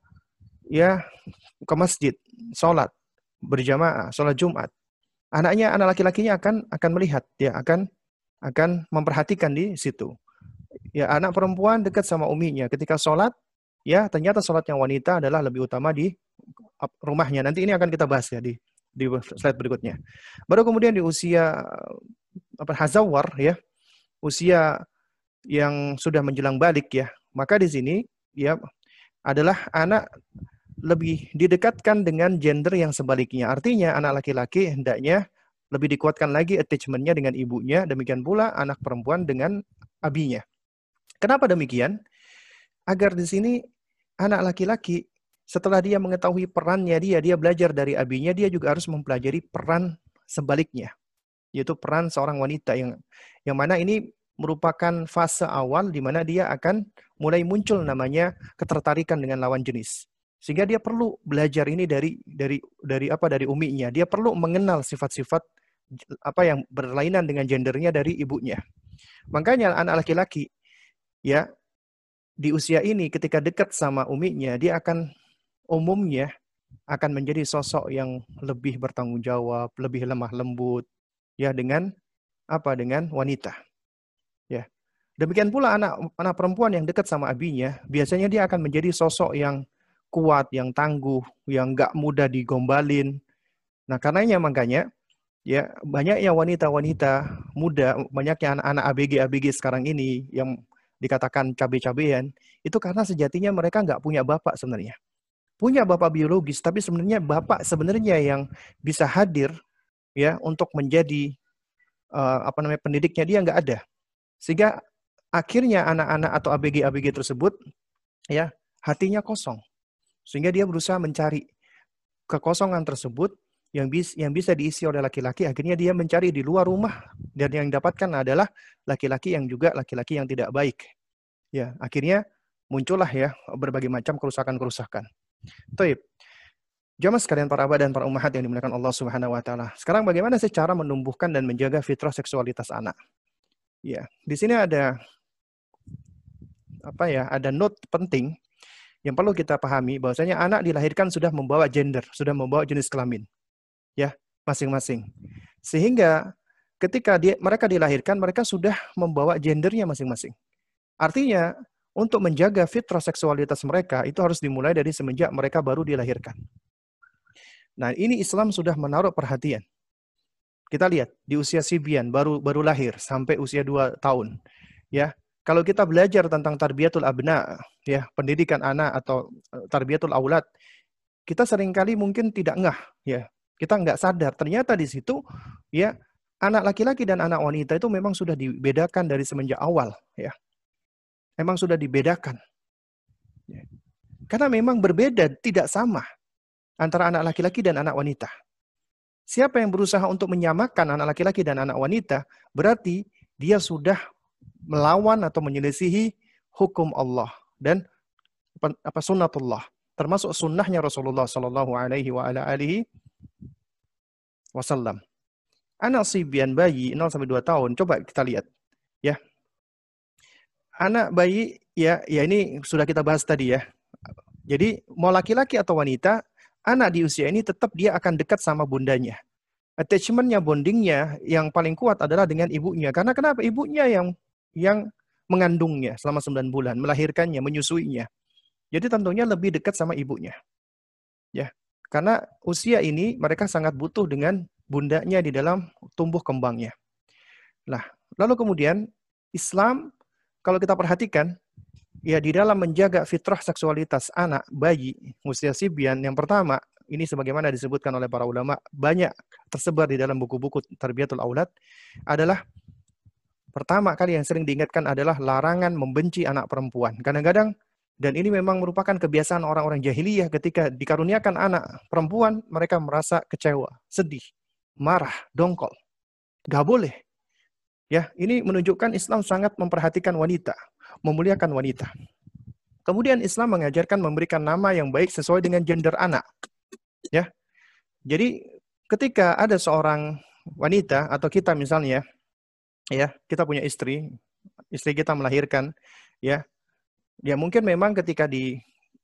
ya ke masjid, sholat berjamaah, sholat Jumat. Anaknya, anak laki-lakinya akan akan melihat, ya akan akan memperhatikan di situ. Ya, anak perempuan dekat sama uminya ketika sholat, ya ternyata sholatnya wanita adalah lebih utama di rumahnya. Nanti ini akan kita bahas ya di di slide berikutnya. Baru kemudian di usia apa hazawar, ya usia yang sudah menjelang balik, ya maka di sini ya adalah anak lebih didekatkan dengan gender yang sebaliknya. Artinya anak laki-laki hendaknya lebih dikuatkan lagi attachment-nya dengan ibunya, demikian pula anak perempuan dengan abinya. Kenapa demikian? Agar di sini anak laki-laki setelah dia mengetahui perannya dia, dia belajar dari abinya, dia juga harus mempelajari peran sebaliknya, yaitu peran seorang wanita yang yang mana ini merupakan fase awal di mana dia akan mulai muncul namanya ketertarikan dengan lawan jenis. Sehingga dia perlu belajar ini dari dari dari apa dari uminya. Dia perlu mengenal sifat-sifat apa yang berlainan dengan gendernya dari ibunya. Makanya anak laki-laki ya di usia ini ketika dekat sama uminya, dia akan umumnya akan menjadi sosok yang lebih bertanggung jawab, lebih lemah lembut ya dengan apa dengan wanita. Ya. Demikian pula anak anak perempuan yang dekat sama abinya, biasanya dia akan menjadi sosok yang kuat, yang tangguh, yang nggak mudah digombalin. Nah, karenanya makanya ya banyaknya wanita-wanita muda, banyaknya anak-anak A B G-A B G sekarang ini yang dikatakan cabe-cabean, itu karena sejatinya mereka nggak punya bapak sebenarnya. Punya bapak biologis, tapi sebenarnya bapak sebenarnya yang bisa hadir ya untuk menjadi uh, apa namanya pendidiknya dia nggak ada. Sehingga akhirnya anak-anak atau A B G-A B G tersebut ya hatinya kosong. Sehingga dia berusaha mencari kekosongan tersebut yang bisa, yang bisa diisi oleh laki-laki. Akhirnya dia mencari di luar rumah. Dan yang didapatkan adalah laki-laki yang juga laki-laki yang tidak baik. Ya, akhirnya muncullah ya berbagai macam kerusakan-kerusakan. Taib. Jamaah sekalian para abah dan para ummahat yang dimuliakan Allah Subhanahu wa taala. Sekarang bagaimana sih cara menumbuhkan dan menjaga fitrah seksualitas anak? Ya, di sini ada apa ya? Ada note penting yang perlu kita pahami bahwasanya anak dilahirkan sudah membawa gender, sudah membawa jenis kelamin. Ya, masing-masing. Sehingga ketika dia, mereka dilahirkan, mereka sudah membawa gendernya masing-masing. Artinya, untuk menjaga fitrah seksualitas mereka, itu harus dimulai dari semenjak mereka baru dilahirkan. Nah, ini Islam sudah menaruh perhatian. Kita lihat, di usia sibyan, baru baru lahir, sampai usia dua tahun. Ya, kalau kita belajar tentang tarbiyatul abna, ya, pendidikan anak atau tarbiyatul aulad, kita seringkali mungkin tidak ngeh, ya. Kita nggak sadar, ternyata di situ, ya, anak laki-laki dan anak wanita itu memang sudah dibedakan dari semenjak awal, ya. Memang sudah dibedakan. Ya. Karena memang berbeda, tidak sama antara anak laki-laki dan anak wanita. Siapa yang berusaha untuk menyamakan anak laki-laki dan anak wanita, berarti dia sudah melawan atau menyelisihi hukum Allah dan apa sunnatullah, termasuk sunnahnya Rasulullah Sallallahu Alaihi Wasallam. Anak sibyan bayi nol sampai dua tahun, coba kita lihat, ya. Anak bayi, ya, ya ini sudah kita bahas tadi ya. Jadi mau laki-laki atau wanita, anak di usia ini tetap dia akan dekat sama bundanya. Attachment-nya, bonding-nya yang paling kuat adalah dengan ibunya. Karena kenapa? Ibunya yang yang mengandungnya selama sembilan bulan, melahirkannya, menyusuinya. Jadi tentunya lebih dekat sama ibunya. Ya. Karena usia ini mereka sangat butuh dengan bundanya di dalam tumbuh kembangnya. Nah, lalu kemudian Islam kalau kita perhatikan ya di dalam menjaga fitrah seksualitas anak, bayi, usia sibyan, yang pertama, ini sebagaimana disebutkan oleh para ulama, banyak tersebar di dalam buku-buku Tarbiyatul Aulad, adalah pertama kali yang sering diingatkan adalah larangan membenci anak perempuan. Kadang-kadang, dan ini memang merupakan kebiasaan orang-orang jahiliyah, ketika dikaruniakan anak perempuan, mereka merasa kecewa, sedih, marah, dongkol. Gak boleh. Ya, ini menunjukkan Islam sangat memperhatikan wanita, memuliakan wanita. Kemudian Islam mengajarkan memberikan nama yang baik sesuai dengan gender anak. Ya. Jadi ketika ada seorang wanita atau kita misalnya, ya, kita punya istri, istri kita melahirkan, ya. Ya mungkin memang ketika di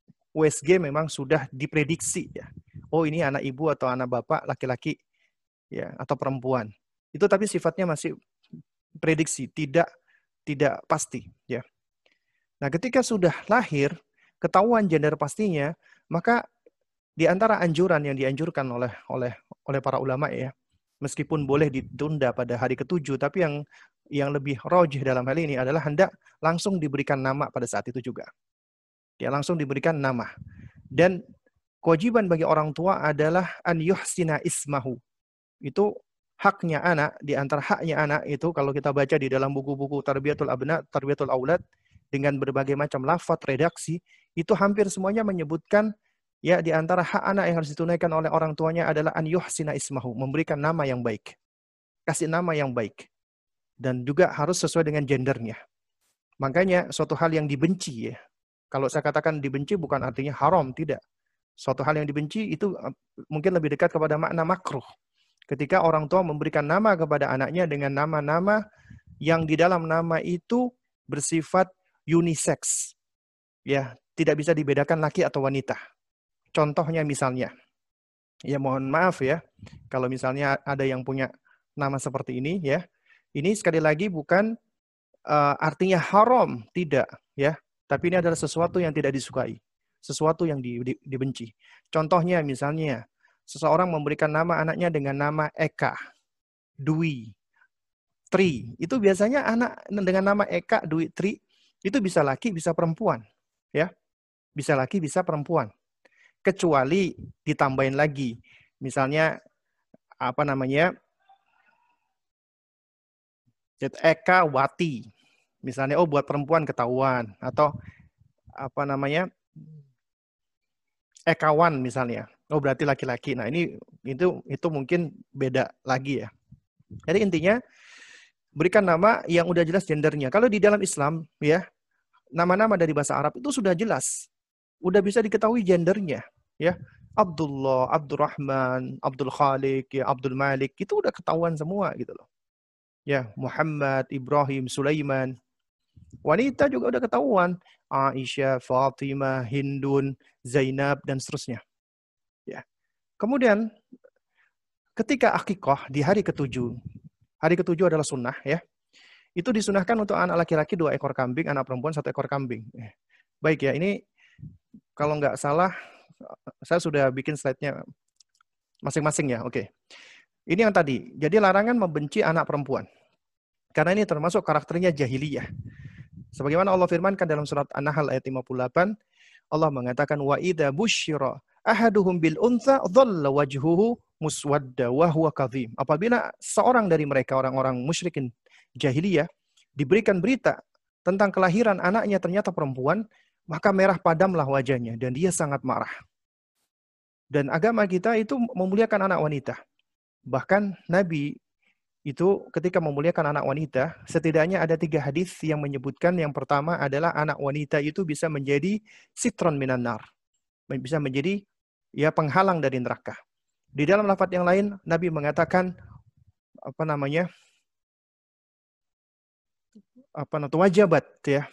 U S G memang sudah diprediksi, ya. Oh, ini anak ibu atau anak bapak laki-laki, ya, atau perempuan. Itu tapi sifatnya masih prediksi, tidak tidak pasti, ya. Nah, ketika sudah lahir, ketahuan gender pastinya, maka di antara anjuran yang dianjurkan oleh oleh oleh para ulama, ya, meskipun boleh ditunda pada hari ketujuh, tapi yang yang lebih rajih dalam hal ini adalah hendak langsung diberikan nama pada saat itu juga. Ya, langsung diberikan nama. Dan kewajiban bagi orang tua adalah an yuhsina ismahu. Itu haknya anak, di antara haknya anak itu kalau kita baca di dalam buku-buku Tarbiyatul Abna, Tarbiyatul Aulad dengan berbagai macam lafaz redaksi, itu hampir semuanya menyebutkan, ya, di antara hak anak yang harus ditunaikan oleh orang tuanya adalah an yuhsina ismahu, memberikan nama yang baik. Kasih nama yang baik. Dan juga harus sesuai dengan gendernya. Makanya suatu hal yang dibenci, ya. Kalau saya katakan dibenci bukan artinya haram, tidak. Suatu hal yang dibenci itu mungkin lebih dekat kepada makna makruh. Ketika orang tua memberikan nama kepada anaknya dengan nama-nama yang di dalam nama itu bersifat unisex. Ya, tidak bisa dibedakan laki atau wanita. Contohnya misalnya, ya mohon maaf ya, kalau misalnya ada yang punya nama seperti ini, ya, ini sekali lagi bukan uh, artinya haram, tidak, ya, tapi ini adalah sesuatu yang tidak disukai, sesuatu yang di, di, dibenci. Contohnya misalnya, seseorang memberikan nama anaknya dengan nama Eka, Dwi, Tri. Itu biasanya anak dengan nama Eka, Dwi, Tri, itu bisa laki, bisa perempuan, ya, bisa laki, bisa perempuan. Kecuali ditambahin lagi, misalnya apa namanya, Eka Wati, misalnya, oh buat perempuan ketahuan, atau apa namanya, Ekawan misalnya, oh berarti laki-laki. Nah ini itu itu mungkin beda lagi, ya. Jadi intinya berikan nama yang udah jelas gendernya. Kalau di dalam Islam, ya, nama-nama dari bahasa Arab itu sudah jelas, udah bisa diketahui gendernya, ya. Abdullah, Abdurrahman, Abdul Khalik, ya, Abdul Malik, itu udah ketahuan semua gitu loh. Ya, Muhammad, Ibrahim, Sulaiman. Wanita juga udah ketahuan, Aisyah, Fatimah, Hindun, Zainab, dan seterusnya. Ya. Kemudian ketika akikah di hari ketujuh, hari ketujuh adalah sunnah, ya. Itu disunahkan untuk anak laki-laki dua ekor kambing, anak perempuan satu ekor kambing. Baik ya, ini kalau nggak salah saya sudah bikin slide-nya masing-masing ya. Oke. Ini yang tadi. Jadi larangan membenci anak perempuan. Karena ini termasuk karakternya jahiliyah. Sebagaimana Allah firmankan dalam surat An-Nahl ayat lima puluh delapan, Allah mengatakan wa idza busyira ahaduhum bil untha dhalla wajhuhu muswadda wa huwa kadhim. Apabila seorang dari mereka orang-orang musyrikin jahiliyah diberikan berita tentang kelahiran anaknya ternyata perempuan, maka merah padamlah wajahnya dan dia sangat marah. Dan agama kita itu memuliakan anak wanita. Bahkan Nabi itu ketika memuliakan anak wanita, setidaknya ada tiga hadis yang menyebutkan yang pertama adalah anak wanita itu bisa menjadi sitron minan nar. Bisa menjadi, ya, penghalang dari neraka. Di dalam lafaz yang lain, Nabi mengatakan, apa namanya, apa namanya, wajabat, ya.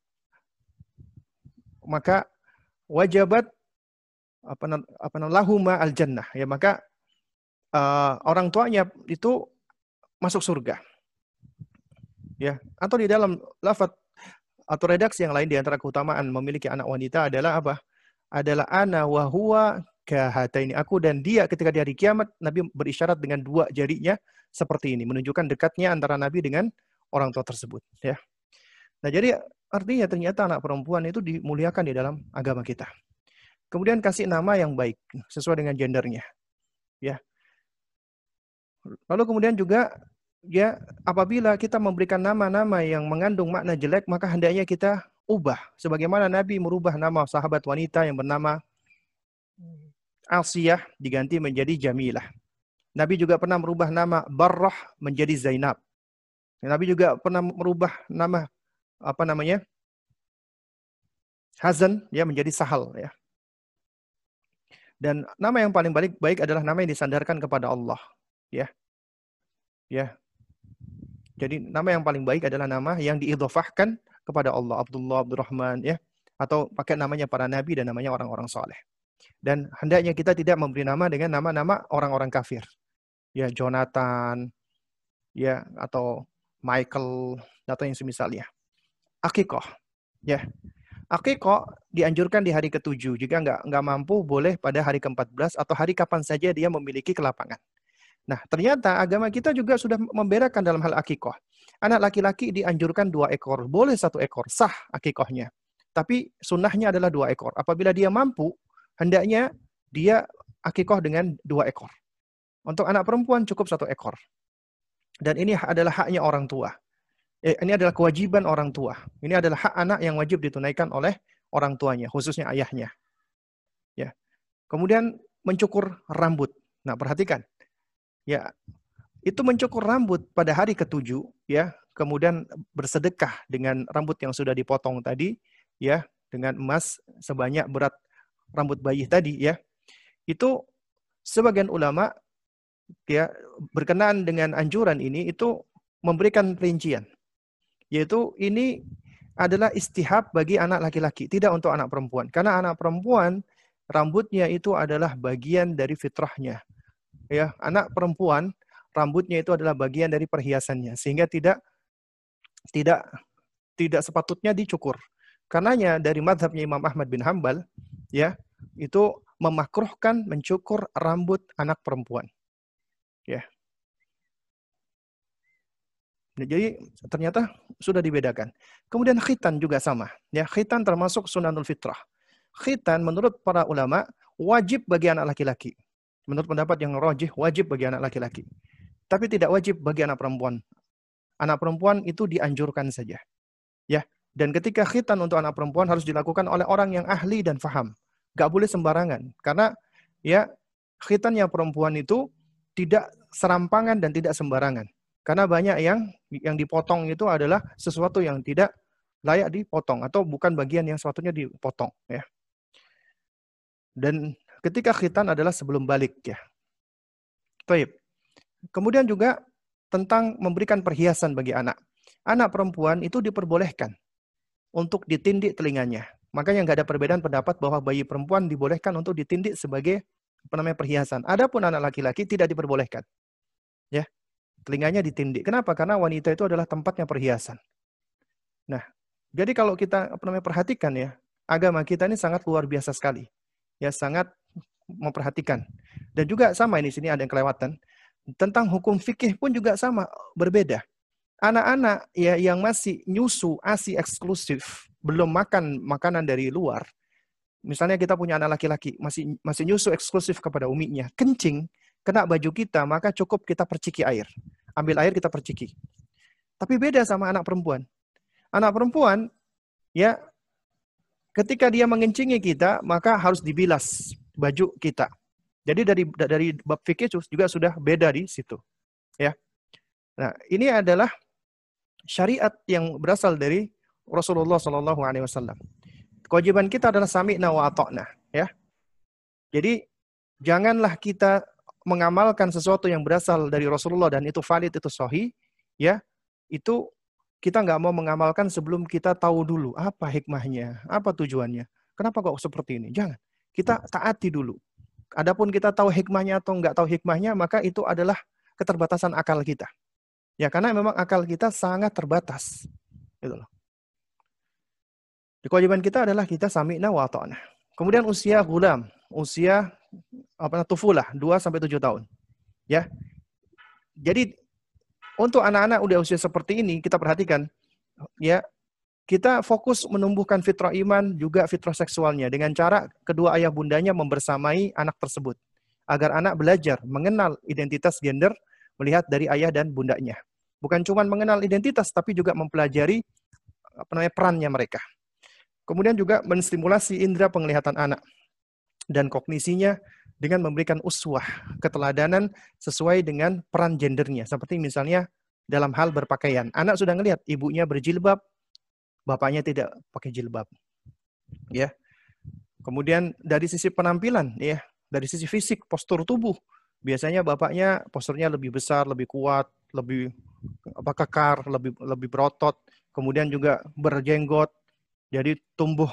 Maka wajabat, apa apa lahuma al jannah, ya, maka uh, orang tuanya itu masuk surga, ya. Atau di dalam lafaz atau redaksi yang lain di antara keutamaan memiliki anak wanita adalah apa? Adalah ana wa huwa kahataini, aku dan dia ketika di hari kiamat. Nabi berisyarat dengan dua jarinya seperti ini, menunjukkan dekatnya antara Nabi dengan orang tua tersebut, ya. Nah, jadi artinya ternyata anak perempuan itu dimuliakan di dalam agama kita. Kemudian kasih nama yang baik sesuai dengan gendernya. Ya. Lalu kemudian juga ya apabila kita memberikan nama-nama yang mengandung makna jelek, maka hendaknya kita ubah. Sebagaimana Nabi merubah nama sahabat wanita yang bernama Asiyah diganti menjadi Jamilah. Nabi juga pernah merubah nama Barrah menjadi Zainab. Nabi juga pernah merubah nama apa namanya? Hazan ya menjadi Sahal ya. Dan nama yang paling baik baik adalah nama yang disandarkan kepada Allah, ya. Ya. Jadi nama yang paling baik adalah nama yang diidhofahkan kepada Allah, Abdullah, Abdurrahman ya, atau pakai namanya para nabi dan namanya orang-orang saleh. Dan hendaknya kita tidak memberi nama dengan nama-nama orang-orang kafir. Ya, Jonathan ya atau Michael atau yang semisalnya. Akikoh ya. Akikoh dianjurkan di hari ketujuh. Jika nggak nggak mampu, boleh pada hari keempat belas atau hari kapan saja dia memiliki kelapangan. Nah, ternyata agama kita juga sudah membedakan dalam hal akikoh. Anak laki-laki dianjurkan dua ekor, boleh satu ekor, sah akikohnya. Tapi sunnahnya adalah dua ekor. Apabila dia mampu, hendaknya dia akikoh dengan dua ekor. Untuk anak perempuan cukup satu ekor. Dan ini adalah haknya orang tua. Eh, ini adalah kewajiban orang tua. Ini adalah hak anak yang wajib ditunaikan oleh orang tuanya, khususnya ayahnya. Ya. Kemudian mencukur rambut. Nah, perhatikan. Ya, itu mencukur rambut pada hari ketujuh, ya. Kemudian bersedekah dengan rambut yang sudah dipotong tadi, ya, dengan emas sebanyak berat rambut bayi tadi, ya. Itu sebagian ulama, ya, berkenaan dengan anjuran ini itu memberikan perincian. Yaitu ini adalah istihab bagi anak laki-laki, tidak untuk anak perempuan. Karena anak perempuan, rambutnya itu adalah bagian dari fitrahnya. Ya, anak perempuan, rambutnya itu adalah bagian dari perhiasannya. Sehingga tidak tidak tidak sepatutnya dicukur. Karenanya dari mazhabnya Imam Ahmad bin Hambal, ya, itu memakruhkan mencukur rambut anak perempuan. Ya. Nah, jadi ternyata sudah dibedakan. Kemudian khitan juga sama. Ya, khitan termasuk sunanul fitrah. Khitan menurut para ulama wajib bagi anak laki-laki. Menurut pendapat yang rajih wajib bagi anak laki-laki. Tapi tidak wajib bagi anak perempuan. Anak perempuan itu dianjurkan saja. Ya, dan ketika khitan untuk anak perempuan harus dilakukan oleh orang yang ahli dan faham. Gak boleh sembarangan. Karena ya khitan yang perempuan itu tidak serampangan dan tidak sembarangan. Karena banyak yang yang dipotong itu adalah sesuatu yang tidak layak dipotong atau bukan bagian yang sepatutnya dipotong, ya. Dan ketika khitan adalah sebelum balik, ya. Baik. Kemudian juga tentang memberikan perhiasan bagi anak. Anak perempuan itu diperbolehkan untuk ditindik telinganya. Makanya nggak ada perbedaan pendapat bahwa bayi perempuan dibolehkan untuk ditindik sebagai apa namanya perhiasan. Adapun anak laki-laki tidak diperbolehkan. Ya. Telinganya ditindik. Kenapa? Karena wanita itu adalah tempatnya perhiasan. Nah, jadi kalau kita apa namanya perhatikan ya, agama kita ini sangat luar biasa sekali. Ya, sangat memperhatikan. Dan juga sama ini sini ada yang kelewatan. Tentang hukum fikih pun juga sama, berbeda. Anak-anak ya yang masih nyusu ASI eksklusif, belum makan makanan dari luar. Misalnya kita punya anak laki-laki masih masih nyusu eksklusif kepada uminya, kencing kena baju kita, maka cukup kita perciki air. Ambil air, kita perciki. Tapi beda sama anak perempuan. Anak perempuan, ya, ketika dia mengencingi kita, maka harus dibilas baju kita. Jadi dari dari bab fikih juga sudah beda di situ. Ya. Nah, ini adalah syariat yang berasal dari Rasulullah Shallallahu Alaihi Wasallam. Kewajiban kita adalah sami'na wa ata'na. Ya. Jadi, janganlah kita mengamalkan sesuatu yang berasal dari Rasulullah dan itu valid, itu sahih, ya, itu kita nggak mau mengamalkan sebelum kita tahu dulu apa hikmahnya, apa tujuannya, kenapa kok seperti ini. Jangan, kita taati dulu. Adapun kita tahu hikmahnya atau nggak tahu hikmahnya, maka itu adalah keterbatasan akal kita. Ya, karena memang akal kita sangat terbatas. Gitu loh. Kewajiban kita adalah kita sami'na wa ata'na. Kemudian usia gulam, usia apa tufulah dua sampai tujuh tahun. Ya. Jadi untuk anak-anak udah usia seperti ini kita perhatikan ya, kita fokus menumbuhkan fitrah iman, juga fitrah seksualnya, dengan cara kedua ayah bundanya membersamai anak tersebut. Agar anak belajar mengenal identitas gender, melihat dari ayah dan bundanya. Bukan cuma mengenal identitas, tapi juga mempelajari apa namanya, perannya mereka. Kemudian juga menstimulasi indera penglihatan anak dan kognisinya dengan memberikan uswah, keteladanan sesuai dengan peran gendernya. Seperti misalnya dalam hal berpakaian. Anak sudah ngelihat ibunya berjilbab, bapaknya tidak pakai jilbab. Ya. Kemudian dari sisi penampilan, ya, dari sisi fisik, postur tubuh, biasanya bapaknya posturnya lebih besar, lebih kuat, lebih apa kekar, lebih lebih berotot, kemudian juga berjenggot. Jadi tumbuh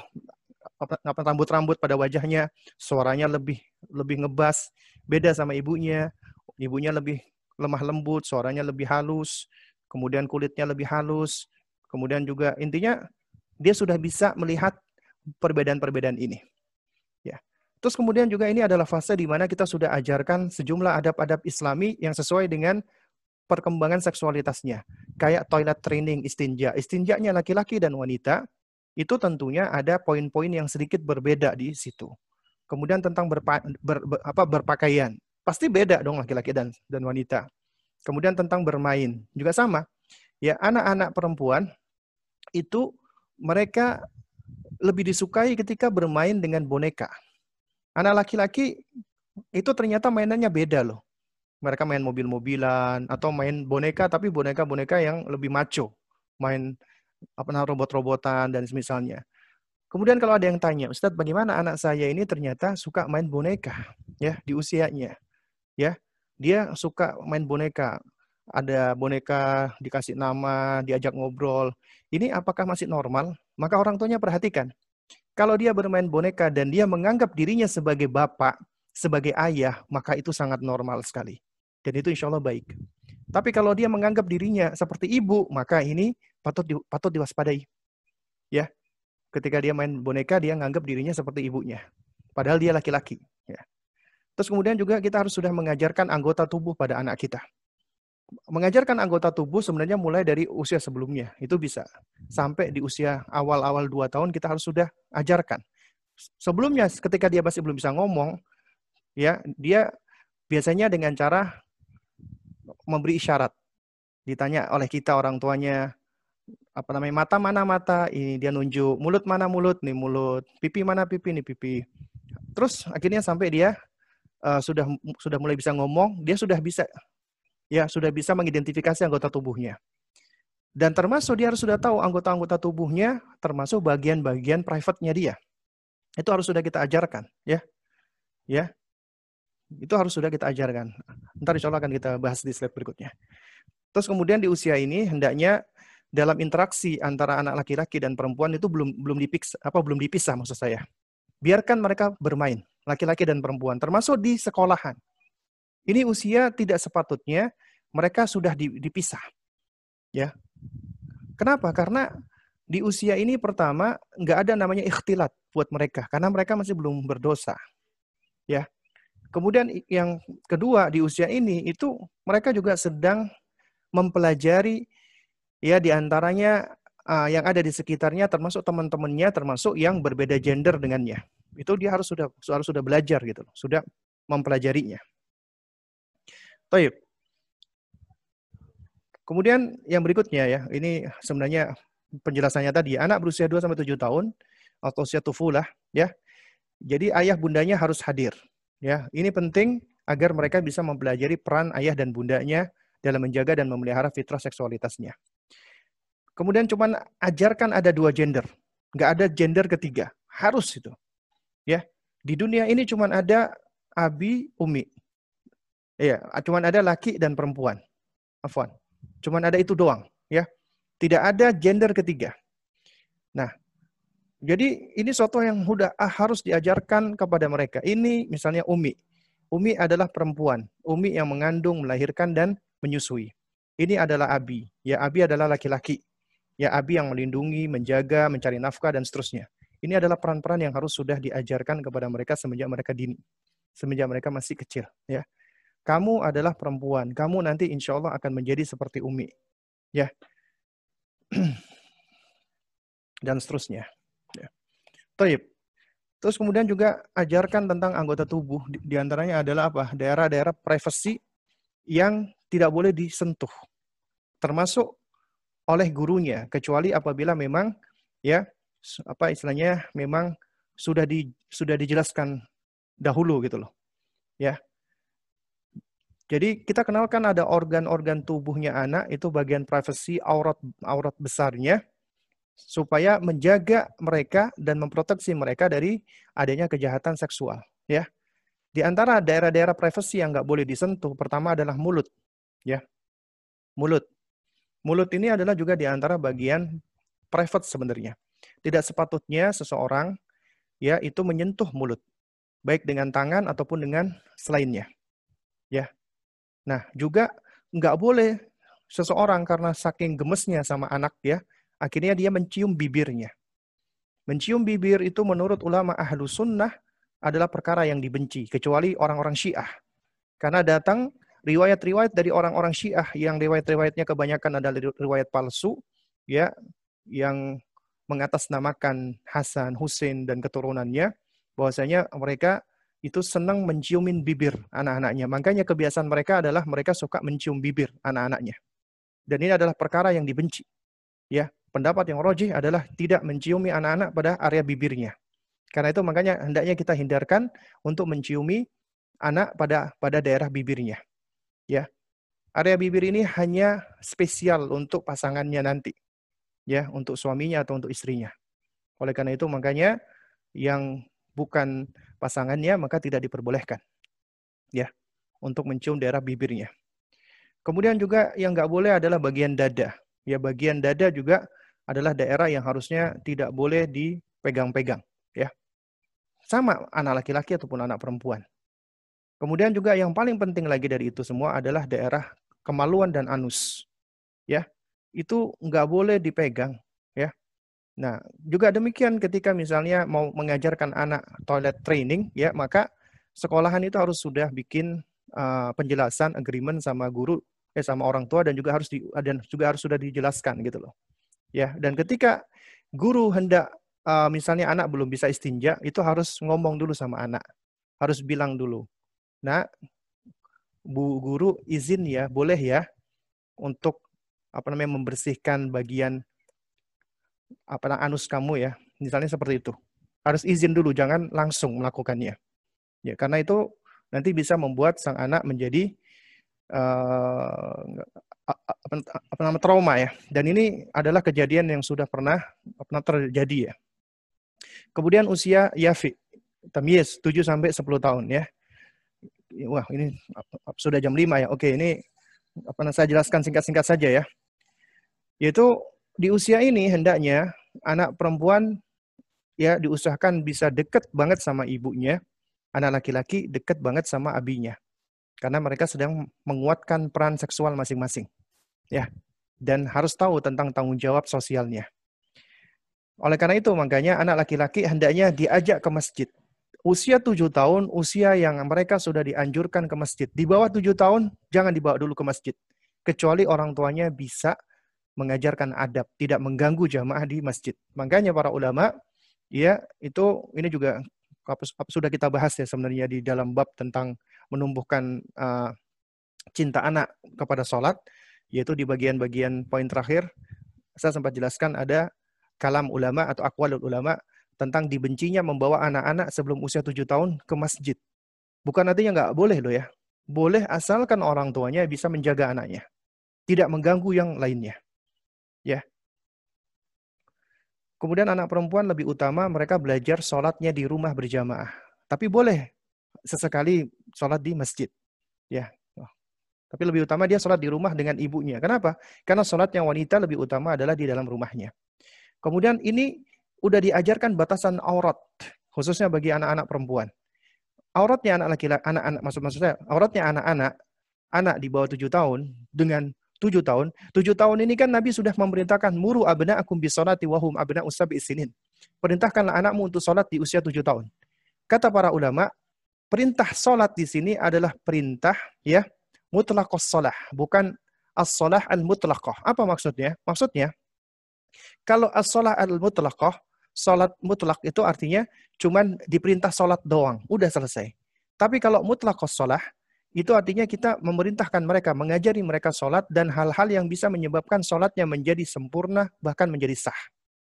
apa rambut-rambut pada wajahnya, suaranya lebih lebih ngebas, beda sama ibunya. Ibunya lebih lemah lembut, suaranya lebih halus, kemudian kulitnya lebih halus. Kemudian juga intinya dia sudah bisa melihat perbedaan-perbedaan ini. Ya. Terus kemudian juga ini adalah fase di mana kita sudah ajarkan sejumlah adab-adab Islami yang sesuai dengan perkembangan seksualitasnya. Kayak toilet training istinja. Istinjanya laki-laki dan wanita, itu tentunya ada poin-poin yang sedikit berbeda di situ. Kemudian tentang berpa, ber, ber, apa, berpakaian. Pasti beda dong laki-laki dan, dan wanita. Kemudian tentang bermain. Juga sama. Ya, anak-anak perempuan itu mereka lebih disukai ketika bermain dengan boneka. Anak laki-laki itu ternyata mainannya beda loh. Mereka main mobil-mobilan atau main boneka, tapi boneka-boneka yang lebih macho. Main apa namanya robot-robotan dan semisalnya. Kemudian kalau ada yang tanya, Ustadz, bagaimana anak saya ini ternyata suka main boneka ya di usianya. Ya. Dia suka main boneka. Ada boneka dikasih nama, diajak ngobrol. Ini apakah masih normal? Maka orang tuanya perhatikan. Kalau dia bermain boneka dan dia menganggap dirinya sebagai bapak, sebagai ayah, maka itu sangat normal sekali. Dan itu insya Allah baik. Tapi kalau dia menganggap dirinya seperti ibu, maka ini patut di, patut diwaspadai. Ya, ketika dia main boneka, dia menganggap dirinya seperti ibunya. Padahal dia laki-laki. Ya. Terus kemudian juga kita harus sudah mengajarkan anggota tubuh pada anak kita. Mengajarkan anggota tubuh sebenarnya mulai dari usia sebelumnya. Itu bisa. Sampai di usia awal-awal dua tahun kita harus sudah ajarkan. Sebelumnya ketika dia masih belum bisa ngomong, ya dia biasanya dengan cara memberi isyarat. Ditanya oleh kita orang tuanya, apa namanya, mata mana mata, ini dia nunjuk, mulut mana mulut, nih mulut, pipi mana pipi, nih pipi. Terus akhirnya sampai dia uh, sudah sudah mulai bisa ngomong, dia sudah bisa ya sudah bisa mengidentifikasi anggota tubuhnya. Dan termasuk dia harus sudah tahu anggota-anggota tubuhnya, termasuk bagian-bagian private-nya dia. Itu harus sudah kita ajarkan, ya. Ya. Itu harus sudah kita ajarkan. Ntar insya Allah akan kita bahas di slide berikutnya. Terus kemudian di usia ini hendaknya dalam interaksi antara anak laki-laki dan perempuan itu belum belum dipisah, apa belum dipisah maksud saya. Biarkan mereka bermain, laki-laki dan perempuan, termasuk di sekolahan. Ini usia tidak sepatutnya mereka sudah dipisah. Ya. Kenapa? Karena di usia ini pertama nggak ada namanya ikhtilat buat mereka karena mereka masih belum berdosa. Ya. Kemudian yang kedua di usia ini itu mereka juga sedang mempelajari ya di antaranya uh, yang ada di sekitarnya termasuk teman-temannya termasuk yang berbeda gender dengannya. Itu dia harus sudah harus sudah belajar gitu, sudah mempelajarinya. Baik. Kemudian yang berikutnya ya, ini sebenarnya penjelasannya tadi, anak berusia dua sampai tujuh tahun atau usia tufulah ya. Jadi ayah bundanya harus hadir. Ya, ini penting agar mereka bisa mempelajari peran ayah dan bundanya dalam menjaga dan memelihara fitrah seksualitasnya. Kemudian cuman ajarkan ada dua gender. Nggak ada gender ketiga. Harus itu. Ya, di dunia ini cuman ada abi, umi. Ya, cuman ada laki dan perempuan. Afwan. Cuman ada itu doang, ya. Tidak ada gender ketiga. Nah, jadi ini suatu yang sudah ah, harus diajarkan kepada mereka. Ini misalnya umi. Umi adalah perempuan. Umi yang mengandung, melahirkan dan menyusui. Ini adalah abi. Ya, abi adalah laki-laki. Ya, abi yang melindungi, menjaga, mencari nafkah dan seterusnya. Ini adalah peran-peran yang harus sudah diajarkan kepada mereka semenjak mereka dini. Semenjak mereka masih kecil, ya. Kamu adalah perempuan. Kamu nanti insya Allah akan menjadi seperti umi. Ya. dan seterusnya. Ya. Taib. Terus kemudian juga ajarkan tentang anggota tubuh. Di, di antaranya adalah apa? Daerah-daerah privasi yang tidak boleh disentuh. Termasuk oleh gurunya, kecuali apabila memang ya apa istilahnya memang sudah di sudah dijelaskan dahulu gitu loh. Ya. Jadi kita kenalkan ada organ-organ tubuhnya anak, itu bagian privasi aurat aurat besarnya, supaya menjaga mereka dan memproteksi mereka dari adanya kejahatan seksual. Ya, di antara daerah-daerah privasi yang nggak boleh disentuh, pertama adalah mulut. Ya, mulut. Mulut ini adalah juga di antara bagian private sebenarnya. Tidak sepatutnya seseorang ya itu menyentuh mulut, baik dengan tangan ataupun dengan selainnya. Ya. Nah, juga nggak boleh seseorang karena saking gemesnya sama anak ya, akhirnya dia mencium bibirnya. Mencium bibir itu menurut ulama ahlu sunnah adalah perkara yang dibenci, kecuali orang-orang Syiah. Karena datang riwayat-riwayat dari orang-orang Syiah yang riwayat-riwayatnya kebanyakan adalah riwayat palsu, ya, yang mengatasnamakan Hasan, Husain, dan keturunannya, bahwasanya mereka itu senang menciumin bibir anak-anaknya. Makanya kebiasaan mereka adalah mereka suka mencium bibir anak-anaknya. Dan ini adalah perkara yang dibenci. Ya, pendapat yang rajih adalah tidak menciumi anak-anak pada area bibirnya. Karena itu makanya hendaknya kita hindarkan untuk menciumi anak pada pada daerah bibirnya. Ya. Area bibir ini hanya spesial untuk pasangannya nanti. Ya, untuk suaminya atau untuk istrinya. Oleh karena itu makanya yang bukan pasangannya maka tidak diperbolehkan. Ya, untuk mencium daerah bibirnya. Kemudian juga yang nggak boleh adalah bagian dada. Ya, bagian dada juga adalah daerah yang harusnya tidak boleh dipegang-pegang. Ya, sama anak laki-laki ataupun anak perempuan. Kemudian juga yang paling penting lagi dari itu semua adalah daerah kemaluan dan anus. Ya, itu nggak boleh dipegang. Ya. Nah, juga demikian ketika misalnya mau mengajarkan anak toilet training, ya maka sekolahan itu harus sudah bikin uh, penjelasan agreement sama guru, eh sama orang tua dan juga harus di, dan juga harus sudah dijelaskan gitu loh. Ya, dan ketika guru hendak uh, misalnya anak belum bisa istinja, itu harus ngomong dulu sama anak. Harus bilang dulu. Nah, Bu guru izin ya, boleh ya untuk apa namanya membersihkan bagian apa anus kamu ya, misalnya seperti itu. Harus izin dulu, jangan langsung melakukannya. Ya, karena itu nanti bisa membuat sang anak menjadi uh, apa, apa nama trauma ya. Dan ini adalah kejadian yang sudah pernah pernah terjadi ya. Kemudian usia yafi, tamyiz tujuh sampai sepuluh tahun ya. Wah, ini sudah jam lima ya. Oke, ini apa saya jelaskan singkat-singkat saja ya. Yaitu di usia ini hendaknya anak perempuan ya diusahakan bisa dekat banget sama ibunya, anak laki-laki dekat banget sama abinya. Karena mereka sedang menguatkan peran seksual masing-masing. Ya. Dan harus tahu tentang tanggung jawab sosialnya. Oleh karena itu makanya anak laki-laki hendaknya diajak ke masjid. Usia tujuh tahun, usia yang mereka sudah dianjurkan ke masjid. Di bawah tujuh tahun jangan dibawa dulu ke masjid. Kecuali orang tuanya bisa mengajarkan adab, tidak mengganggu jamaah di masjid. Makanya para ulama, ya itu ini juga sudah kita bahas ya sebenarnya di dalam bab tentang menumbuhkan uh, cinta anak kepada sholat, yaitu di bagian-bagian poin terakhir, saya sempat jelaskan ada kalam ulama atau aqwalul ulama tentang dibencinya membawa anak-anak sebelum usia tujuh tahun ke masjid. Bukan artinya nggak boleh loh ya. Boleh asalkan orang tuanya bisa menjaga anaknya. Tidak mengganggu yang lainnya. Ya. Kemudian anak perempuan lebih utama mereka belajar sholatnya di rumah berjamaah. Tapi boleh sesekali sholat di masjid. Ya. Tapi lebih utama dia sholat di rumah dengan ibunya. Kenapa? Karena sholat yang wanita lebih utama adalah di dalam rumahnya. Kemudian ini udah diajarkan batasan aurat, khususnya bagi anak-anak perempuan. Auratnya anak laki-laki, anak-anak maksud maksud saya, auratnya anak-anak, anak di bawah tujuh tahun dengan tujuh tahun. Tujuh tahun ini kan Nabi sudah memerintahkan muru abna'akum bis-sholati wa hum abna'u sab'i sinin. Perintahkanlah anakmu untuk sholat di usia tujuh tahun. Kata para ulama, perintah sholat di sini adalah perintah ya mutlaqos sholah, bukan as-sholah al-mutlaqah. Apa maksudnya? Maksudnya Kalau as-shalah al-mutlaqah, salat mutlak itu artinya cuman diperintah salat doang, udah selesai. Tapi kalau mutlaqas shalah, itu artinya kita memerintahkan mereka, mengajari mereka salat dan hal-hal yang bisa menyebabkan salatnya menjadi sempurna, bahkan menjadi sah.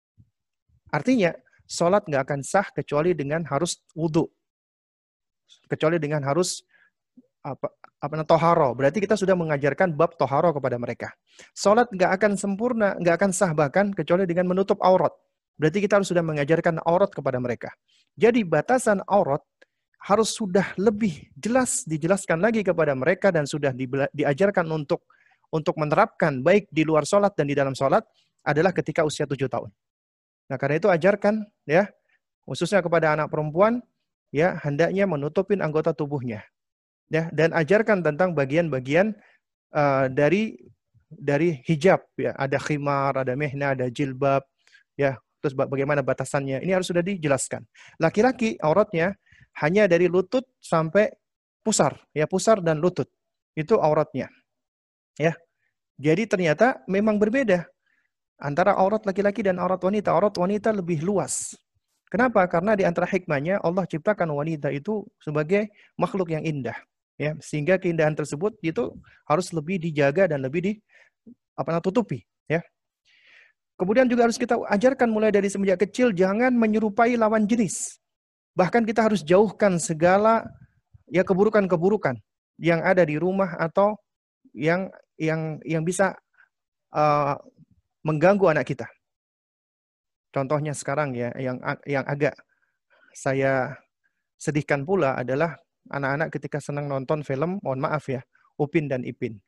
Artinya, salat nggak akan sah kecuali dengan harus wudhu. Kecuali dengan harus apa apa toharo. Berarti kita sudah mengajarkan bab toharo kepada mereka. Salat nggak akan sempurna, nggak akan sah bahkan kecuali dengan menutup aurat. Berarti kita harus sudah mengajarkan aurat kepada mereka. Jadi batasan aurat harus sudah lebih jelas dijelaskan lagi kepada mereka dan sudah di, diajarkan untuk untuk menerapkan baik di luar salat dan di dalam salat adalah ketika usia tujuh tahun. Nah, karena itu ajarkan ya, khususnya kepada anak perempuan ya, hendaknya menutupin anggota tubuhnya. Ya, dan ajarkan tentang bagian-bagian uh, dari dari hijab ya, ada khimar, ada mehna, ada jilbab ya, terus bagaimana batasannya. Ini harus sudah dijelaskan. Laki-laki auratnya hanya dari lutut sampai pusar, ya, pusar dan lutut. Itu auratnya. Ya. Jadi ternyata memang berbeda antara aurat laki-laki dan aurat wanita. Aurat wanita lebih luas. Kenapa? Karena di antara hikmahnya Allah ciptakan wanita itu sebagai makhluk yang indah. Ya, sehingga keindahan tersebut itu harus lebih dijaga dan lebih di apa namanya tutupi, ya. Kemudian juga harus kita ajarkan mulai dari semenjak kecil jangan menyerupai lawan jenis. Bahkan kita harus jauhkan segala ya keburukan-keburukan yang ada di rumah atau yang yang yang bisa uh, mengganggu anak kita. Contohnya sekarang ya yang yang agak saya sedihkan pula adalah anak-anak ketika senang nonton film, mohon maaf ya, Upin dan Ipin.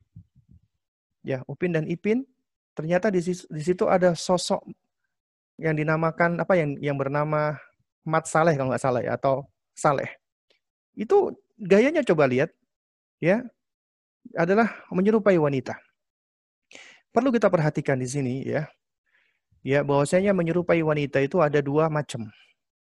Ya, Upin dan Ipin, ternyata di situ, di situ ada sosok yang dinamakan apa yang yang bernama Mat Saleh kalau nggak salah ya, atau Saleh. Itu gayanya coba lihat, ya, adalah menyerupai wanita. Perlu kita perhatikan di sini ya, ya bahwasanya menyerupai wanita itu ada dua macam.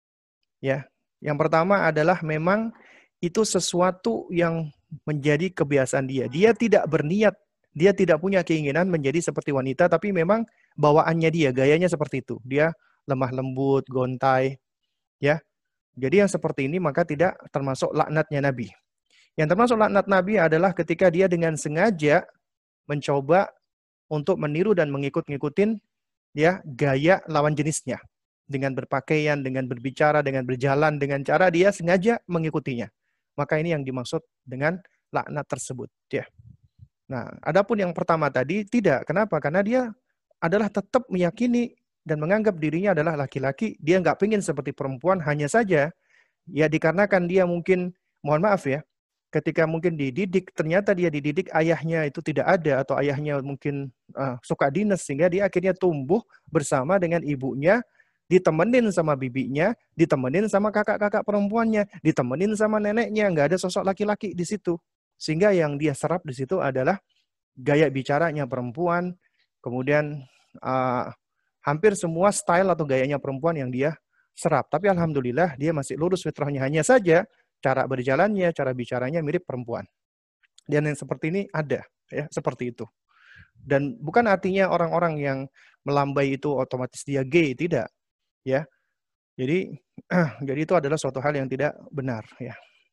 Ya, yang pertama adalah memang itu sesuatu yang menjadi kebiasaan dia. Dia tidak berniat, dia tidak punya keinginan menjadi seperti wanita, tapi memang bawaannya dia, gayanya seperti itu. Dia lemah lembut, gontai, ya. Jadi yang seperti ini maka tidak termasuk laknatnya Nabi. Yang termasuk laknat Nabi adalah ketika dia dengan sengaja mencoba untuk meniru dan mengikut-ngikutin ya gaya lawan jenisnya. Dengan berpakaian, dengan berbicara, dengan berjalan, dengan cara dia sengaja mengikutinya. Maka ini yang dimaksud dengan laknat tersebut. Ya. Nah, adapun yang pertama tadi tidak. Kenapa? Karena dia adalah tetap meyakini dan menganggap dirinya adalah laki-laki. Dia nggak pengen seperti perempuan. Hanya saja, ya dikarenakan dia mungkin, mohon maaf ya, ketika mungkin dididik, ternyata dia dididik ayahnya itu tidak ada. Atau ayahnya mungkin uh, suka dinas. Sehingga dia akhirnya tumbuh bersama dengan ibunya, ditemenin sama bibinya, ditemenin sama kakak-kakak perempuannya, ditemenin sama neneknya, nggak ada sosok laki-laki di situ. Sehingga yang dia serap di situ adalah gaya bicaranya perempuan, kemudian uh, hampir semua style atau gayanya perempuan yang dia serap. Tapi alhamdulillah dia masih lurus fitrahnya, hanya saja cara berjalannya, cara bicaranya mirip perempuan. Dan yang seperti ini ada, ya seperti itu. Dan bukan artinya orang-orang yang melambai itu otomatis dia gay, tidak. Ya, jadi, jadi itu adalah suatu hal yang tidak benar. Ya.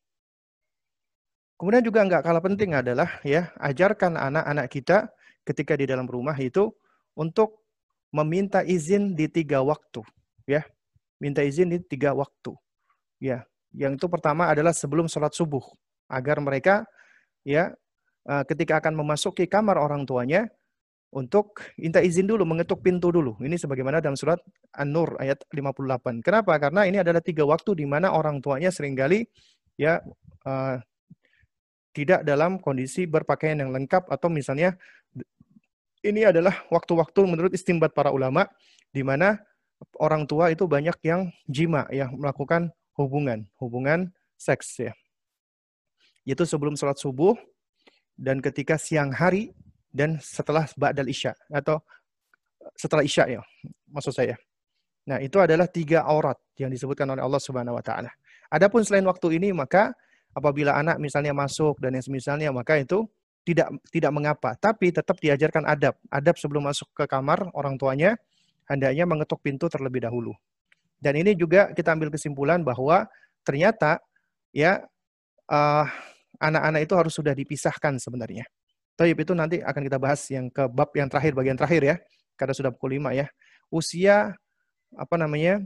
Kemudian juga nggak kalah penting adalah ya ajarkan anak-anak kita ketika di dalam rumah itu untuk meminta izin di tiga waktu. Ya, minta izin di tiga waktu. Ya, yang itu pertama adalah sebelum sholat subuh agar mereka ya ketika akan memasuki kamar orang tuanya untuk minta izin dulu, mengetuk pintu dulu. Ini sebagaimana dalam surat An-Nur ayat lima puluh delapan. Kenapa? Karena ini adalah tiga waktu di mana orang tuanya seringkali ya uh, tidak dalam kondisi berpakaian yang lengkap, atau misalnya ini adalah waktu-waktu menurut istimbat para ulama di mana orang tua itu banyak yang jima, ya melakukan hubungan, hubungan seks ya. Yaitu sebelum sholat subuh dan ketika siang hari dan setelah ba'dal isya atau setelah isya ya, maksud saya. Nah, itu adalah tiga aurat yang disebutkan oleh Allah Subhanahu wa taala. Adapun selain waktu ini maka apabila anak misalnya masuk dan yang semisalnya maka itu tidak tidak mengapa, tapi tetap diajarkan adab. Adab sebelum masuk ke kamar orang tuanya hendaknya mengetuk pintu terlebih dahulu. Dan ini juga kita ambil kesimpulan bahwa ternyata ya uh, anak-anak itu harus sudah dipisahkan sebenarnya. Tapi itu nanti akan kita bahas yang ke bab yang terakhir, bagian terakhir ya. Karena sudah pukul lima ya. Usia apa namanya?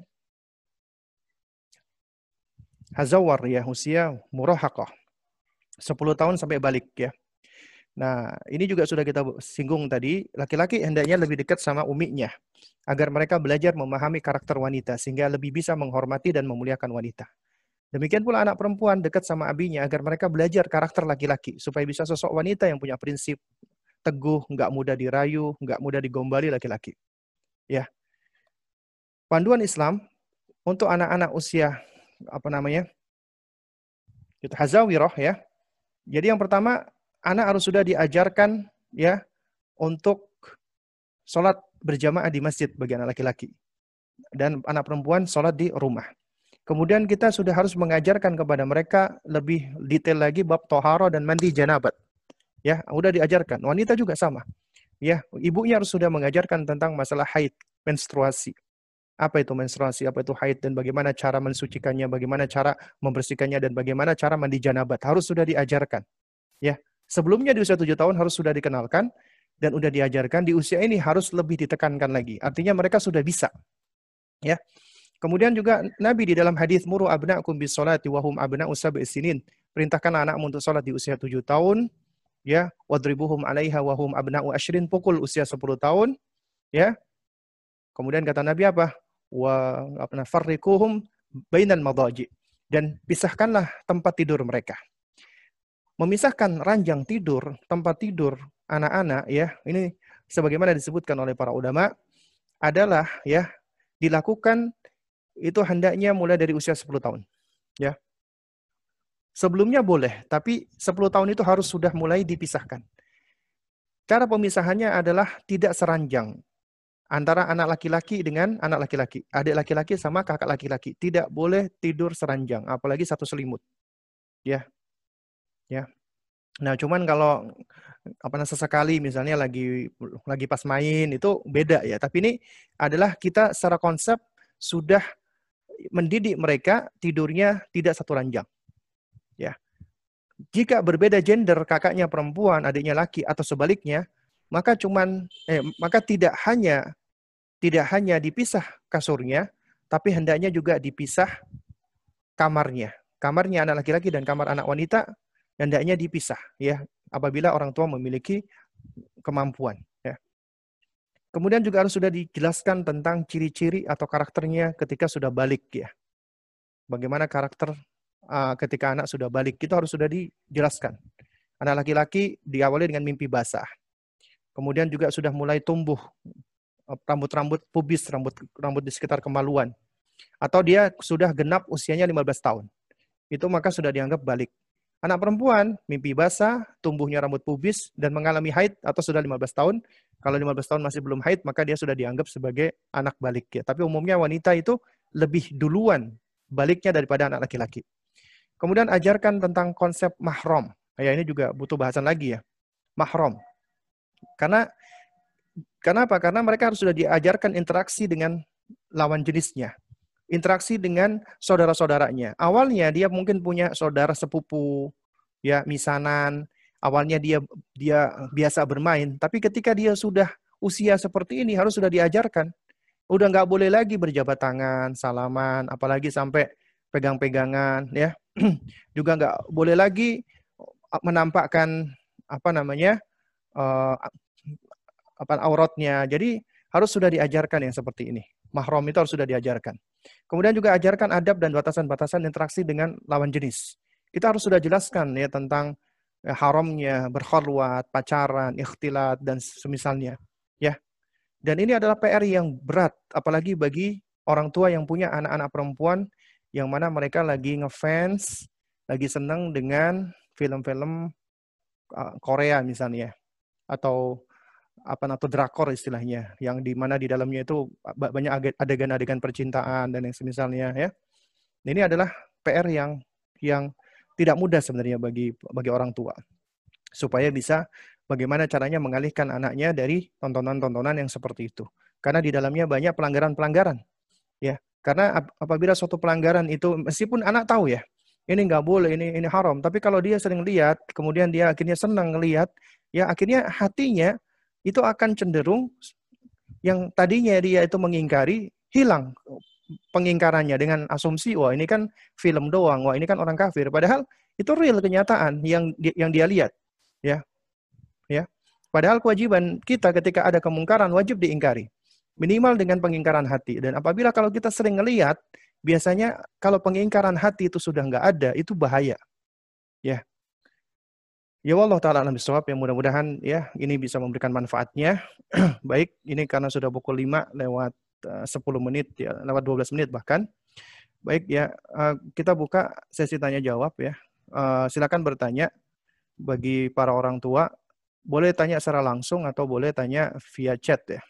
Hazawar ya, usia murahaqah. sepuluh tahun sampai balik ya. Nah, ini juga sudah kita singgung tadi, laki-laki hendaknya lebih dekat sama uminya agar mereka belajar memahami karakter wanita sehingga lebih bisa menghormati dan memuliakan wanita. Demikian pula anak perempuan dekat sama abinya agar mereka belajar karakter laki-laki supaya bisa sosok wanita yang punya prinsip teguh, nggak mudah dirayu, nggak mudah digombali laki-laki. Ya. Panduan Islam untuk anak-anak usia apa namanya? Itu hazawirah ya. Jadi yang pertama, anak harus sudah diajarkan ya untuk sholat berjamaah di masjid bagi anak laki-laki. Dan anak perempuan sholat di rumah. Kemudian kita sudah harus mengajarkan kepada mereka lebih detail lagi bab toharo dan mandi janabat. Ya, udah diajarkan. Wanita juga sama. Ya, ibunya harus sudah mengajarkan tentang masalah haid, menstruasi. Apa itu menstruasi, apa itu haid, dan bagaimana cara mensucikannya, bagaimana cara membersihkannya, dan bagaimana cara mandi janabat. Harus sudah diajarkan. Ya, sebelumnya di usia tujuh tahun harus sudah dikenalkan, dan sudah diajarkan. Di usia ini harus lebih ditekankan lagi. Artinya mereka sudah bisa. Ya. Kemudian juga Nabi di dalam hadis muru abna'akum bis sholati wa hum abna'u sab'i sinin. Perintahkan anakmu untuk sholat di usia tujuh tahun, ya, wadribuhum 'alaiha wa hum abna'u ashrin, pukul usia sepuluh tahun, ya. Kemudian kata Nabi apa? Wa apna farriquhum bainal madaji, dan pisahkanlah tempat tidur mereka. Memisahkan ranjang tidur, tempat tidur anak-anak ya, ini sebagaimana disebutkan oleh para ulama adalah ya dilakukan itu hendaknya mulai dari usia sepuluh tahun. Ya. Sebelumnya boleh, tapi sepuluh tahun itu harus sudah mulai dipisahkan. Cara pemisahannya adalah tidak seranjang antara anak laki-laki dengan anak laki-laki. Adik laki-laki sama kakak laki-laki. Tidak boleh tidur seranjang, apalagi satu selimut. Ya. Ya. Nah, cuman kalau apa sesekali misalnya lagi lagi pas main itu beda ya. Tapi ini adalah kita secara konsep sudah mendidik mereka tidurnya tidak satu ranjang. Ya. Jika berbeda gender, kakaknya perempuan, adiknya laki atau sebaliknya, maka cuman eh, maka tidak hanya tidak hanya dipisah kasurnya, tapi hendaknya juga dipisah kamarnya. Kamarnya anak laki-laki dan kamar anak wanita hendaknya dipisah ya, apabila orang tua memiliki kemampuan ya. Kemudian juga harus sudah dijelaskan tentang ciri-ciri atau karakternya ketika sudah balik ya. Bagaimana karakter uh, ketika anak sudah balik, itu harus sudah dijelaskan. Anak laki-laki diawali dengan mimpi basah. Kemudian juga sudah mulai tumbuh rambut-rambut pubis, rambut rambut di sekitar kemaluan. Atau dia sudah genap usianya lima belas tahun. Itu maka sudah dianggap balik. Anak perempuan, mimpi basah, tumbuhnya rambut pubis, dan mengalami haid atau sudah lima belas tahun. Kalau lima belas tahun masih belum haid, maka dia sudah dianggap sebagai anak balik. Ya. Tapi umumnya wanita itu lebih duluan baliknya daripada anak laki-laki. Kemudian ajarkan tentang konsep mahram. Ya, ini juga butuh bahasan lagi ya. Mahram. Karena, kenapa? Karena mereka harus sudah diajarkan interaksi dengan lawan jenisnya. Interaksi dengan saudara-saudaranya. Awalnya dia mungkin punya saudara sepupu, ya misanan. Awalnya dia dia biasa bermain, tapi ketika dia sudah usia seperti ini harus sudah diajarkan. Udah nggak boleh lagi berjabat tangan, salaman, apalagi sampai pegang-pegangan, ya. Juga nggak boleh lagi menampakkan apa namanya uh, apa auratnya. Jadi harus sudah diajarkan yang seperti ini. Mahram itu harus sudah diajarkan. Kemudian juga ajarkan adab dan batasan-batasan interaksi dengan lawan jenis. Kita harus sudah jelaskan ya tentang ya, haramnya berkhalwat, pacaran, ikhtilat dan semisalnya. Ya. Dan ini adalah P R yang berat, apalagi bagi orang tua yang punya anak-anak perempuan yang mana mereka lagi ngefans, lagi senang dengan film-film uh, Korea misalnya, atau apa atau drakor istilahnya, yang di mana di dalamnya itu banyak adegan-adegan percintaan dan yang semisalnya ya. Ini adalah P R yang yang tidak mudah sebenarnya bagi bagi orang tua, supaya bisa bagaimana caranya mengalihkan anaknya dari tontonan-tontonan yang seperti itu. Karena di dalamnya banyak pelanggaran-pelanggaran. Ya, karena ap apabila suatu pelanggaran itu meskipun anak tahu ya, ini nggak boleh, ini ini haram, tapi kalau dia sering lihat, kemudian dia akhirnya senang ngelihat, ya akhirnya hatinya itu akan cenderung yang tadinya dia itu mengingkari, hilang pengingkarannya dengan asumsi, wah ini kan film doang, wah ini kan orang kafir. Padahal itu real kenyataan yang di, yang dia lihat, ya, ya. Padahal kewajiban kita ketika ada kemungkaran wajib diingkari, minimal dengan pengingkaran hati. Dan apabila kalau kita sering ngelihat, biasanya kalau pengingkaran hati itu sudah nggak ada, itu bahaya, ya. Ya Allah taala alam bisawab, yang mudah-mudahan ya ini bisa memberikan manfaatnya. Baik, ini karena sudah pukul lima lewat uh, sepuluh menit ya, lewat dua belas menit bahkan. Baik ya, uh, kita buka sesi tanya jawab ya. Uh, silakan bertanya bagi para orang tua, boleh tanya secara langsung atau boleh tanya via chat ya.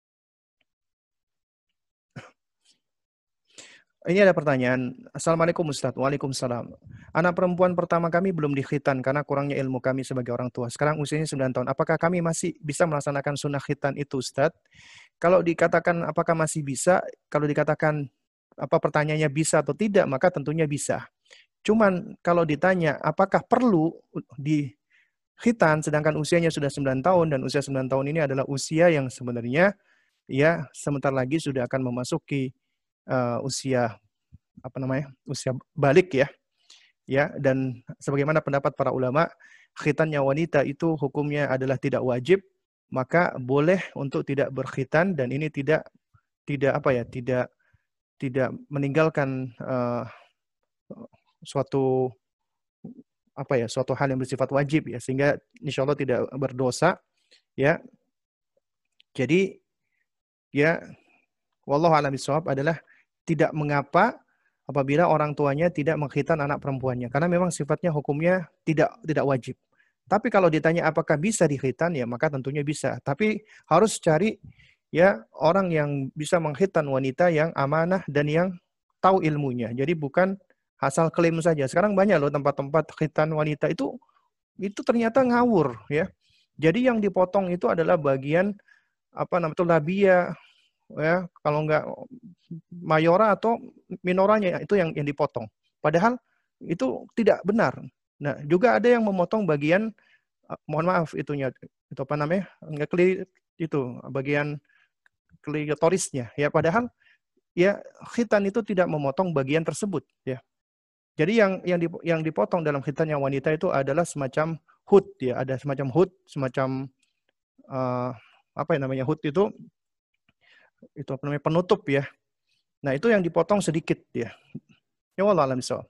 Ini ada pertanyaan. Assalamualaikum Ustaz. Waalaikumsalam. Anak perempuan pertama kami belum dikhitan karena kurangnya ilmu kami sebagai orang tua. Sekarang usianya sembilan tahun. Apakah kami masih bisa melaksanakan sunnah khitan itu Ustaz? Kalau dikatakan apakah masih bisa, kalau dikatakan apa pertanyaannya bisa atau tidak, maka tentunya bisa. Cuman kalau ditanya apakah perlu di khitan sedangkan usianya sudah sembilan tahun, dan usia sembilan tahun ini adalah usia yang sebenarnya ya sebentar lagi sudah akan memasuki Uh, usia apa namanya usia balik ya ya dan sebagaimana pendapat para ulama, khitannya wanita itu hukumnya adalah tidak wajib, maka boleh untuk tidak berkhitan, dan ini tidak tidak apa ya tidak tidak meninggalkan uh, suatu apa ya suatu hal yang bersifat wajib ya, sehingga insya Allah tidak berdosa ya. Jadi ya wallahu a'lam bishawab adalah tidak mengapa apabila orang tuanya tidak mengkhitan anak perempuannya, karena memang sifatnya hukumnya tidak tidak wajib. Tapi kalau ditanya apakah bisa dikhitan, ya maka tentunya bisa. Tapi harus cari ya orang yang bisa mengkhitan wanita yang amanah dan yang tahu ilmunya. Jadi bukan asal klaim saja. Sekarang banyak loh tempat-tempat khitan wanita itu itu ternyata ngawur ya. Jadi yang dipotong itu adalah bagian apa namanya itu labia ya, kalau enggak mayora atau minoranya itu yang yang dipotong. Padahal itu tidak benar. Nah, juga ada yang memotong bagian mohon maaf itunya itu apa namanya? Enggak kli itu bagian klitorisnya ya, padahal ya khitan itu tidak memotong bagian tersebut ya. Jadi yang yang yang dipotong dalam khitan yang wanita itu adalah semacam hood ya, ada semacam hood, semacam uh, apa yang namanya hood itu itu apa namanya penutup ya. Nah, itu yang dipotong sedikit ya. Ya wallahu a'lam bishawab.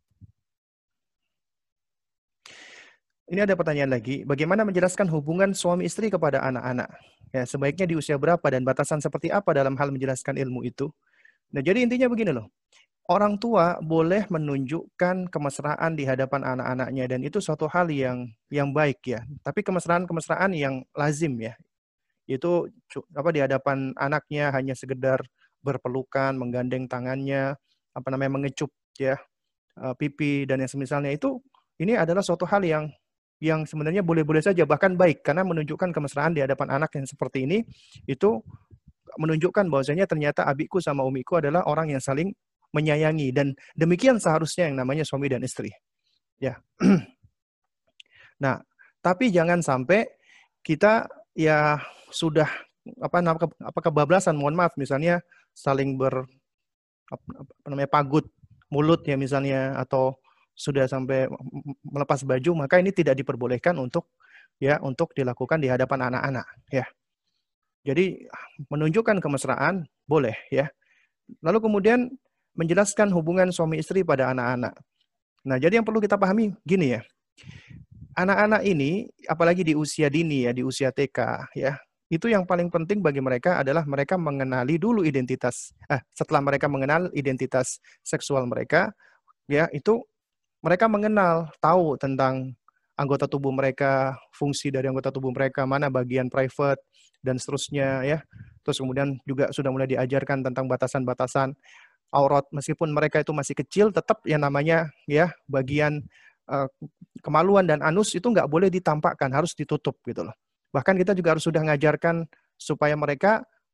Ini ada pertanyaan lagi, bagaimana menjelaskan hubungan suami istri kepada anak-anak? Ya, sebaiknya di usia berapa dan batasan seperti apa dalam hal menjelaskan ilmu itu? Nah, jadi intinya begini loh. Orang tua boleh menunjukkan kemesraan di hadapan anak-anaknya, dan itu suatu hal yang yang baik ya. Tapi kemesraan-kemesraan yang lazim ya. Itu apa di hadapan anaknya hanya sekedar berpelukan, menggandeng tangannya, apa namanya mengecup ya pipi dan yang semisalnya, itu ini adalah suatu hal yang yang sebenarnya boleh-boleh saja, bahkan baik, karena menunjukkan kemesraan di hadapan anak yang seperti ini itu menunjukkan bahwasanya ternyata abiku sama umiku adalah orang yang saling menyayangi, dan demikian seharusnya yang namanya suami dan istri. Ya. Nah, tapi jangan sampai kita ya sudah apa apa kebablasan, mohon maaf, misalnya saling ber apa namanya pagut mulut ya misalnya, atau sudah sampai melepas baju, maka ini tidak diperbolehkan untuk ya untuk dilakukan di hadapan anak-anak ya. Jadi menunjukkan kemesraan boleh ya. Lalu kemudian menjelaskan hubungan suami istri pada anak-anak. Nah, jadi yang perlu kita pahami gini ya. Anak-anak ini apalagi di usia dini ya, di usia T K ya, itu yang paling penting bagi mereka adalah mereka mengenali dulu identitas. Eh, setelah mereka mengenal identitas seksual mereka, ya itu mereka mengenal, tahu tentang anggota tubuh mereka, fungsi dari anggota tubuh mereka, mana bagian private dan seterusnya ya. Terus kemudian juga sudah mulai diajarkan tentang batasan-batasan aurat, meskipun mereka itu masih kecil, tetap yang namanya ya bagian uh, kemaluan dan anus itu nggak boleh ditampakkan, harus ditutup gitu loh. Bahkan kita juga harus sudah mengajarkan supaya mereka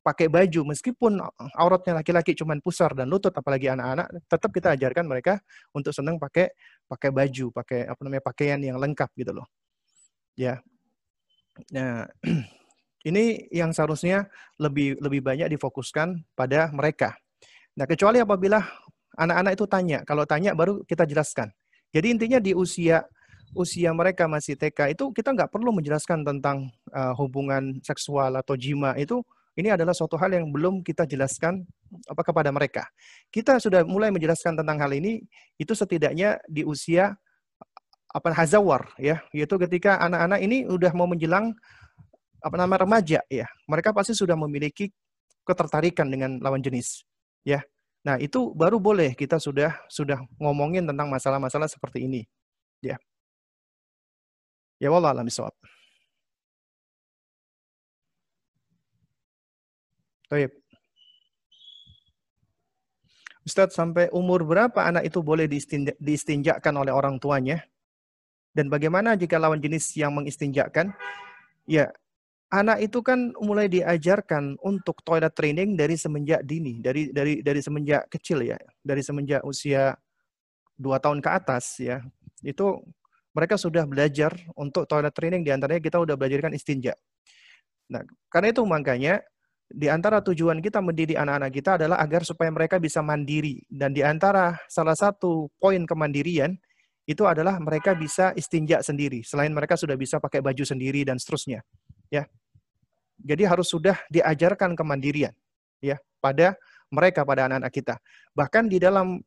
pakai baju, meskipun auratnya laki-laki cuman pusar dan lutut, apalagi anak-anak, tetap kita ajarkan mereka untuk senang pakai pakai baju, pakai apa namanya pakaian yang lengkap gitu loh. Ya. Nah, ini yang seharusnya lebih lebih banyak difokuskan pada mereka. Nah, kecuali apabila anak-anak itu tanya, kalau tanya baru kita jelaskan. Jadi intinya di usia usia mereka masih T K itu kita nggak perlu menjelaskan tentang uh, hubungan seksual atau jima itu. Ini adalah suatu hal yang belum kita jelaskan apa kepada mereka. Kita sudah mulai menjelaskan tentang hal ini itu setidaknya di usia apa hazawar ya, yaitu ketika anak-anak ini udah mau menjelang apa nama remaja ya. Mereka pasti sudah memiliki ketertarikan dengan lawan jenis ya. Nah, itu baru boleh kita sudah sudah ngomongin tentang masalah-masalah seperti ini ya. Ya wallah alam bisawab. Baik. Ustadz, sampai umur berapa anak itu boleh diistinjakan oleh orang tuanya? Dan bagaimana jika lawan jenis yang mengistinjakan? Ya, anak itu kan mulai diajarkan untuk toilet training dari semenjak dini, dari dari dari semenjak kecil ya, dari semenjak usia dua tahun ke atas ya. Itu mereka sudah belajar untuk toilet training, diantaranya kita udah belajarkan istinja. Nah, karena itu makanya di antara tujuan kita mendidik anak-anak kita adalah agar supaya mereka bisa mandiri. Dan di antara salah satu poin kemandirian itu adalah mereka bisa istinja sendiri. Selain mereka sudah bisa pakai baju sendiri dan seterusnya. Ya. Jadi harus sudah diajarkan kemandirian ya pada mereka, pada anak-anak kita. Bahkan di dalam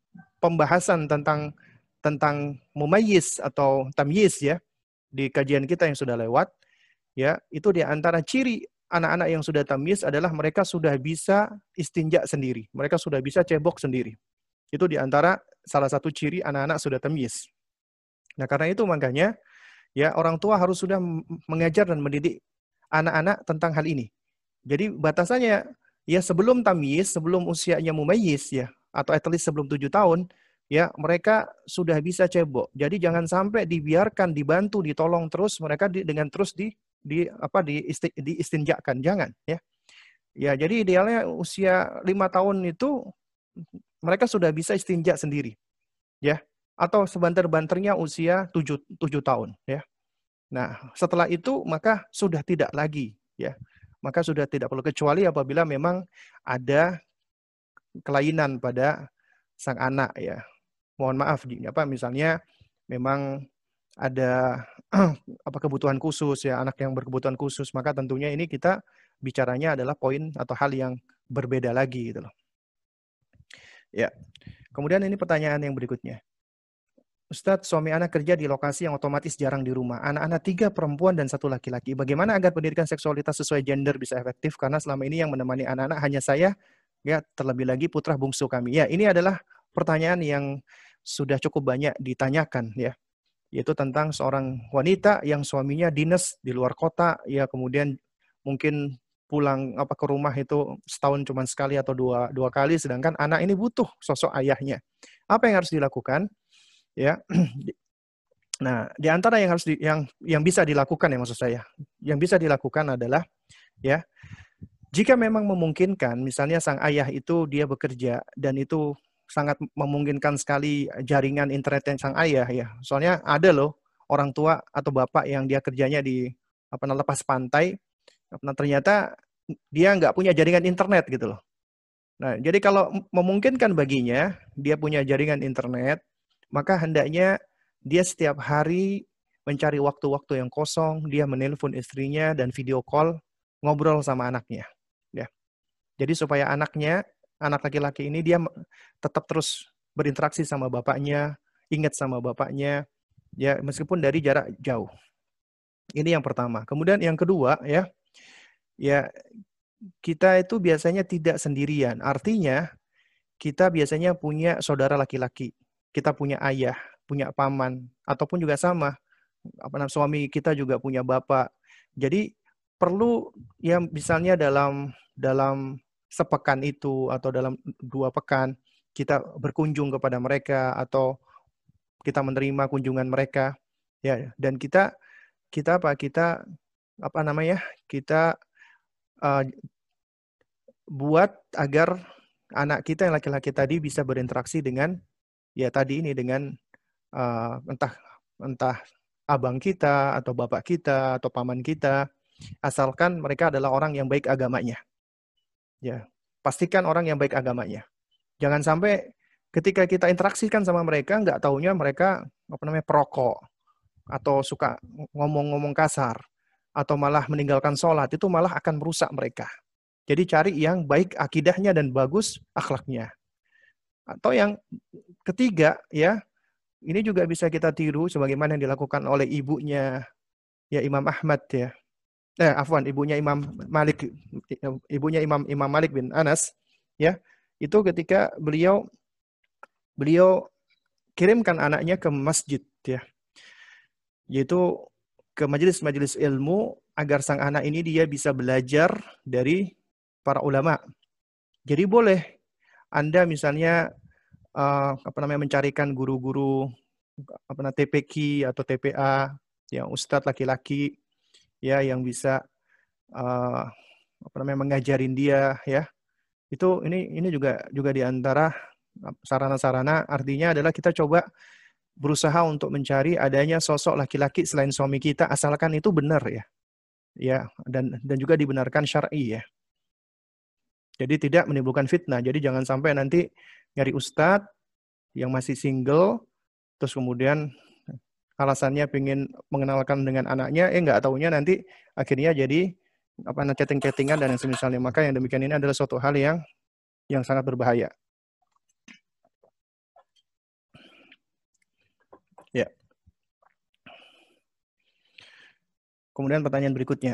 pembahasan tentang tentang mumayyiz atau tamyiz ya di kajian kita yang sudah lewat ya, itu di antara ciri anak-anak yang sudah tamyiz adalah mereka sudah bisa istinja sendiri. Mereka sudah bisa cebok sendiri. Itu di antara salah satu ciri anak-anak sudah tamyiz. Nah, karena itu makanya ya orang tua harus sudah mengajar dan mendidik anak-anak tentang hal ini. Jadi batasannya ya sebelum tamyiz, sebelum usianya mumayyiz ya, atau at least sebelum tujuh tahun, ya mereka sudah bisa cebok. Jadi jangan sampai dibiarkan, dibantu, ditolong terus mereka di, dengan terus di di apa di isti, diistinjakan, jangan ya. Ya, jadi idealnya usia lima tahun itu mereka sudah bisa istinja sendiri. Ya. Atau sebanter-banternya usia tujuh, tujuh tahun ya. Nah, setelah itu maka sudah tidak lagi ya. Maka sudah tidak perlu, kecuali apabila memang ada kelainan pada sang anak ya. Mohon maaf apa misalnya memang ada apa kebutuhan khusus ya, anak yang berkebutuhan khusus, maka tentunya ini kita bicaranya adalah poin atau hal yang berbeda lagi gitu loh. Ya. Kemudian ini pertanyaan yang berikutnya. Ustadz, suami anak kerja di lokasi yang otomatis jarang di rumah. Anak-anak tiga perempuan dan satu laki-laki. Bagaimana agar pendidikan seksualitas sesuai gender bisa efektif? Karena selama ini yang menemani anak-anak hanya saya, ya terlebih lagi putra bungsu kami. Ya, ini adalah pertanyaan yang sudah cukup banyak ditanyakan ya. Yaitu tentang seorang wanita yang suaminya dinas di luar kota, ya kemudian mungkin pulang apa ke rumah itu setahun cuma sekali atau dua dua kali, sedangkan anak ini butuh sosok ayahnya. Apa yang harus dilakukan? Ya, nah di antara yang harus di, yang yang bisa dilakukan ya maksud saya, yang bisa dilakukan adalah ya jika memang memungkinkan, misalnya sang ayah itu dia bekerja dan itu sangat memungkinkan sekali jaringan internet yang sang ayah ya. Soalnya ada loh orang tua atau bapak yang dia kerjanya di apa namanya lepas pantai, nah, ternyata dia nggak punya jaringan internet gitu loh. Nah, jadi kalau memungkinkan baginya dia punya jaringan internet, maka hendaknya dia setiap hari mencari waktu-waktu yang kosong, dia menelpon istrinya dan video call ngobrol sama anaknya. Ya. Jadi supaya anaknya anak laki-laki ini dia tetap terus berinteraksi sama bapaknya, ingat sama bapaknya, ya meskipun dari jarak jauh. Ini yang pertama. Kemudian yang kedua ya, ya kita itu biasanya tidak sendirian. Artinya kita biasanya punya saudara laki-laki, kita punya ayah, punya paman, ataupun juga sama apa namanya suami kita juga punya bapak. Jadi perlu ya misalnya dalam dalam sepekan itu atau dalam dua pekan kita berkunjung kepada mereka atau kita menerima kunjungan mereka ya, dan kita kita apa kita apa namanya kita uh, buat agar anak kita yang laki-laki tadi bisa berinteraksi dengan ya tadi ini dengan uh, entah entah abang kita atau bapak kita atau paman kita, asalkan mereka adalah orang yang baik agamanya. Ya, pastikan orang yang baik agamanya. Jangan sampai ketika kita interaksikan sama mereka nggak taunya mereka apa namanya perokok atau suka ngomong-ngomong kasar atau malah meninggalkan sholat, itu malah akan merusak mereka. Jadi cari yang baik akidahnya dan bagus akhlaknya. Atau yang ketiga, ya, ini juga bisa kita tiru sebagaimana yang dilakukan oleh ibunya ya Imam Ahmad ya. Eh, afwan, ibunya Imam Malik, ibunya Imam Imam Malik bin Anas ya. Itu ketika beliau beliau kirimkan anaknya ke masjid ya. Yaitu ke majelis-majelis ilmu agar sang anak ini dia bisa belajar dari para ulama. Jadi boleh Anda misalnya uh, apa namanya mencarikan guru-guru apa namanya T P Q atau T P A yang ustadz laki-laki ya yang bisa uh, apa namanya mengajarin dia ya. Itu ini ini juga juga di antara sarana-sarana, artinya adalah kita coba berusaha untuk mencari adanya sosok laki-laki selain suami kita asalkan itu benar ya. Ya, dan dan juga dibenarkan syar'i ya. Jadi tidak menimbulkan fitnah. Jadi jangan sampai nanti nyari ustadz yang masih single, terus kemudian alasannya pengen mengenalkan dengan anaknya, eh nggak taunya nanti akhirnya jadi apa chatting-chattingan dan yang semisalnya. Maka yang demikian ini adalah suatu hal yang yang sangat berbahaya. Ya. Kemudian pertanyaan berikutnya.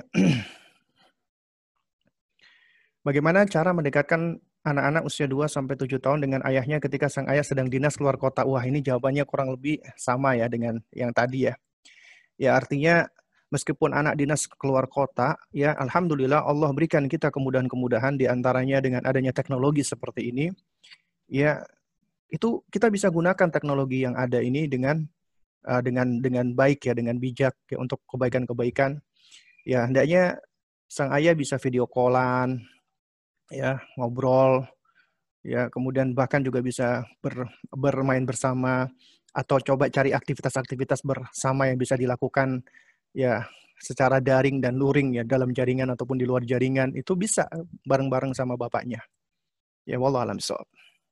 Bagaimana cara mendekatkan anak-anak usia dua sampai tujuh tahun dengan ayahnya ketika sang ayah sedang dinas keluar kota? Wah, ini jawabannya kurang lebih sama ya dengan yang tadi ya. Ya, artinya meskipun anak dinas keluar kota, ya alhamdulillah Allah berikan kita kemudahan-kemudahan di antaranya dengan adanya teknologi seperti ini. Ya, itu kita bisa gunakan teknologi yang ada ini dengan uh, dengan dengan baik ya, dengan bijak ya, untuk kebaikan-kebaikan. Ya, hendaknya sang ayah bisa video call-an, ya ngobrol, ya kemudian bahkan juga bisa ber, bermain bersama atau coba cari aktivitas-aktivitas bersama yang bisa dilakukan ya secara daring dan luring ya dalam jaringan ataupun di luar jaringan, itu bisa bareng-bareng sama bapaknya. Ya wallahu a'lam bishawab.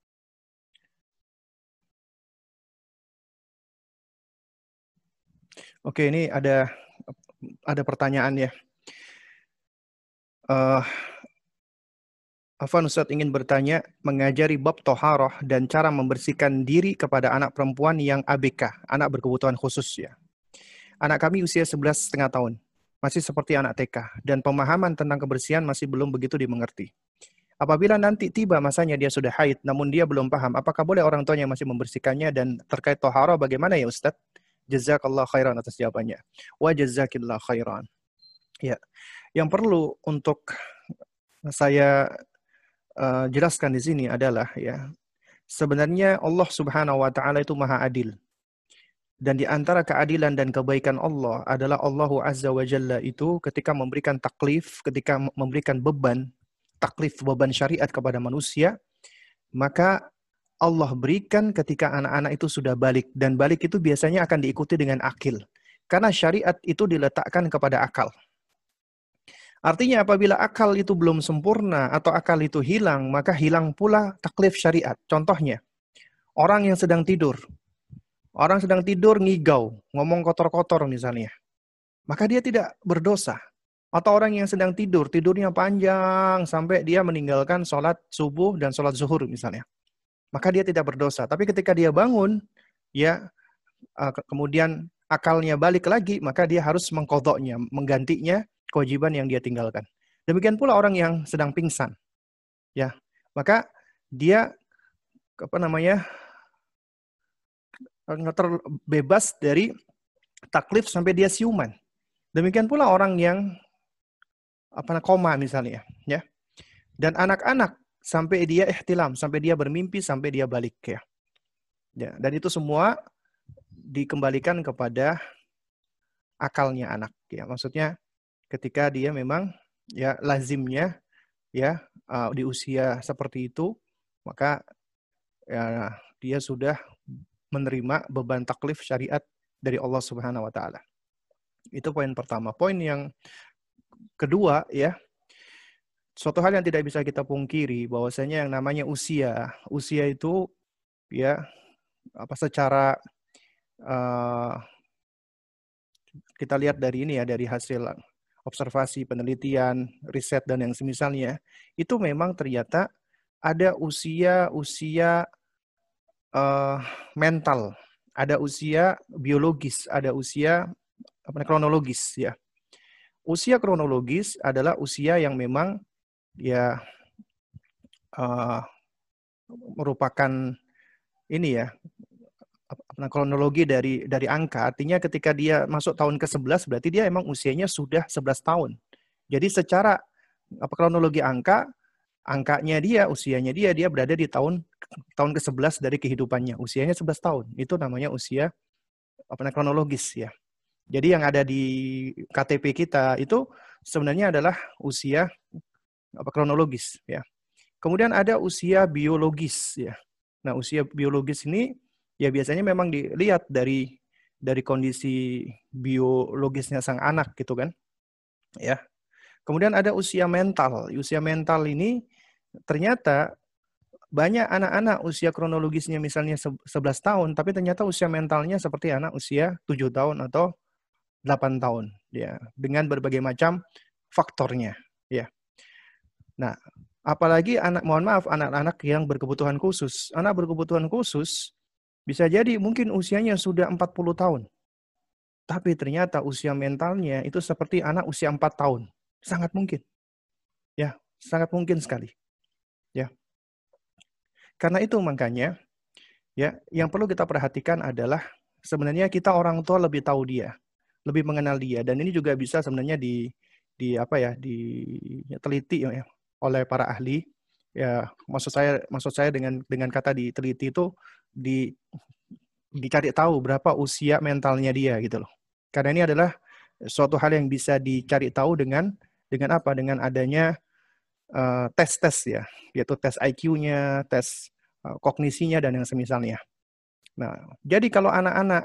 Oke, ini ada ada pertanyaan ya. Uh, Afwan Ustaz ingin bertanya, mengajari bab toharoh dan cara membersihkan diri kepada anak perempuan yang A B K, anak berkebutuhan khusus ya. Anak kami usia sebelas setengah tahun, masih seperti anak T K, dan pemahaman tentang kebersihan masih belum begitu dimengerti. Apabila nanti tiba masanya dia sudah haid, namun dia belum paham, apakah boleh orang tuanya masih membersihkannya? Dan terkait toharoh bagaimana ya Ustaz? Jazakallah khairan atas jawabannya. Wa jazakillah khairan. Ya, yang perlu untuk saya Uh, jelaskan di sini adalah ya sebenarnya Allah Subhanahu wa taala itu Maha Adil. Dan di antara keadilan dan kebaikan Allah adalah Allahu Azza wa Jalla itu ketika memberikan taklif, ketika memberikan beban, taklif beban syariat kepada manusia, maka Allah berikan ketika anak-anak itu sudah balik, dan balik itu biasanya akan diikuti dengan akil. Karena syariat itu diletakkan kepada akal. Artinya apabila akal itu belum sempurna atau akal itu hilang, maka hilang pula taklif syariat. Contohnya, orang yang sedang tidur. Orang sedang tidur ngigau, ngomong kotor-kotor misalnya. Maka dia tidak berdosa. Atau orang yang sedang tidur, tidurnya panjang sampai dia meninggalkan sholat subuh dan sholat zuhur misalnya. Maka dia tidak berdosa. Tapi ketika dia bangun, ya kemudian akalnya balik lagi, maka dia harus mengkodoknya, menggantinya kewajiban yang dia tinggalkan. Demikian pula orang yang sedang pingsan, ya, maka dia apa namanya terbebas dari taklif sampai dia siuman. Demikian pula orang yang apa koma misalnya, ya, dan anak-anak sampai dia ihtilam, sampai dia bermimpi, sampai dia balik ya. Ya, dan itu semua dikembalikan kepada akalnya anak, ya, maksudnya ketika dia memang ya lazimnya ya uh, di usia seperti itu, maka ya, dia sudah menerima beban taklif syariat dari Allah Subhanahu wa taala. Itu poin pertama. Poin yang kedua ya, suatu hal yang tidak bisa kita pungkiri bahwasanya yang namanya usia, usia itu ya apa secara uh, kita lihat dari ini ya, dari hasil observasi, penelitian, riset dan yang semisalnya, itu memang ternyata ada usia-usia uh, mental, ada usia biologis, ada usia apa kronologis ya. Usia kronologis adalah usia yang memang ya uh, merupakan ini ya, nah, kronologi dari dari angka, artinya ketika dia masuk tahun ke sebelas berarti dia emang usianya sudah sebelas tahun. Jadi secara apa kronologi angka, angkanya dia, usianya dia dia berada di tahun tahun ke sebelas dari kehidupannya. Usianya sebelas tahun. Itu namanya usia apa kronologis ya. Jadi yang ada di K T P kita itu sebenarnya adalah usia apa kronologis ya. Kemudian ada usia biologis ya. Nah, usia biologis ini ya biasanya memang dilihat dari dari kondisi biologisnya sang anak gitu kan. Ya. Kemudian ada usia mental. Usia mental ini ternyata banyak anak-anak usia kronologisnya misalnya sebelas tahun, tapi ternyata usia mentalnya seperti anak usia tujuh tahun atau delapan tahun ya, dengan berbagai macam faktornya ya. Nah, apalagi anak mohon maaf anak-anak yang berkebutuhan khusus. Anak berkebutuhan khusus bisa jadi mungkin usianya sudah empat puluh tahun. Tapi ternyata usia mentalnya itu seperti anak usia empat tahun. Sangat mungkin. Ya, sangat mungkin sekali. Ya. Karena itu makanya ya, yang perlu kita perhatikan adalah sebenarnya kita orang tua lebih tahu dia, lebih mengenal dia, dan ini juga bisa sebenarnya di di apa ya, diteliti ya, oleh para ahli. Ya, maksud saya maksud saya dengan dengan kata diteliti itu di dicari tahu berapa usia mentalnya dia gitu loh. Karena ini adalah suatu hal yang bisa dicari tahu dengan dengan apa? Dengan adanya uh, tes-tes ya, yaitu tes I Q-nya, tes uh, kognisinya dan yang semisalnya. Nah, jadi kalau anak-anak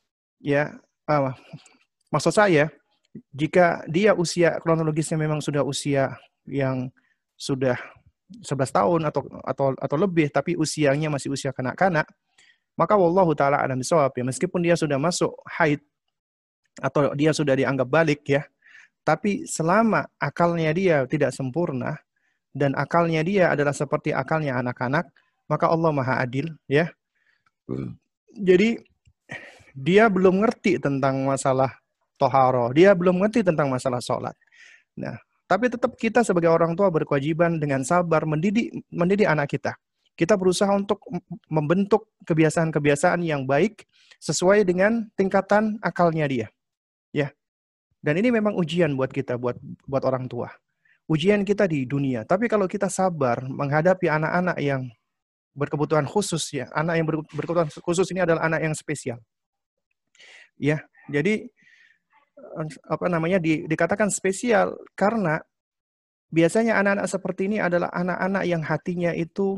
ya uh, maksud saya jika dia usia kronologisnya memang sudah usia yang sudah sebelas tahun atau atau atau lebih tapi usianya masih usia kanak-kanak, maka wallahu taala alam bisawab ya, meskipun dia sudah masuk haid atau dia sudah dianggap balik ya, tapi selama akalnya dia tidak sempurna dan akalnya dia adalah seperti akalnya anak-anak, maka Allah Maha Adil ya. Jadi dia belum ngerti tentang masalah toharoh, dia belum ngerti tentang masalah sholat. Nah, tapi tetap kita sebagai orang tua berkewajiban dengan sabar mendidik mendidik anak kita. Kita berusaha untuk membentuk kebiasaan-kebiasaan yang baik sesuai dengan tingkatan akalnya dia. Ya. Dan ini memang ujian buat kita, buat buat orang tua. Ujian kita di dunia. Tapi kalau kita sabar menghadapi anak-anak yang berkebutuhan khusus ya, anak yang berkebutuhan khusus ini adalah anak yang spesial. Ya, jadi apa namanya di, dikatakan spesial karena biasanya anak-anak seperti ini adalah anak-anak yang hatinya itu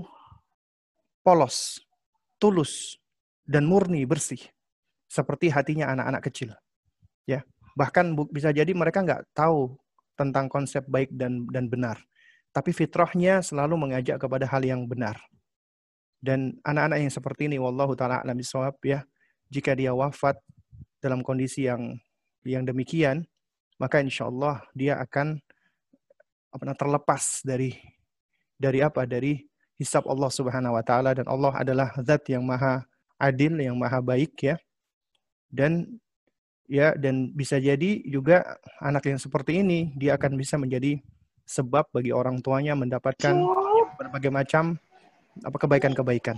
polos, tulus, dan murni, bersih. Seperti hatinya anak-anak kecil. Ya, bahkan bisa jadi mereka nggak tahu tentang konsep baik dan dan benar. Tapi fitrahnya selalu mengajak kepada hal yang benar. Dan anak-anak yang seperti ini, wallahu ta'ala a'lam bishawab ya, jika dia wafat dalam kondisi yang yang demikian, maka insya Allah dia akan apa, terlepas dari dari apa? Dari hisab Allah Subhanahu wa taala, dan Allah adalah zat yang maha adil, yang maha baik ya. Dan ya dan bisa jadi juga anak yang seperti ini dia akan bisa menjadi sebab bagi orang tuanya mendapatkan berbagai macam apa kebaikan-kebaikan.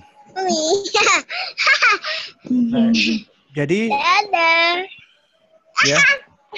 Nah, jadi ya.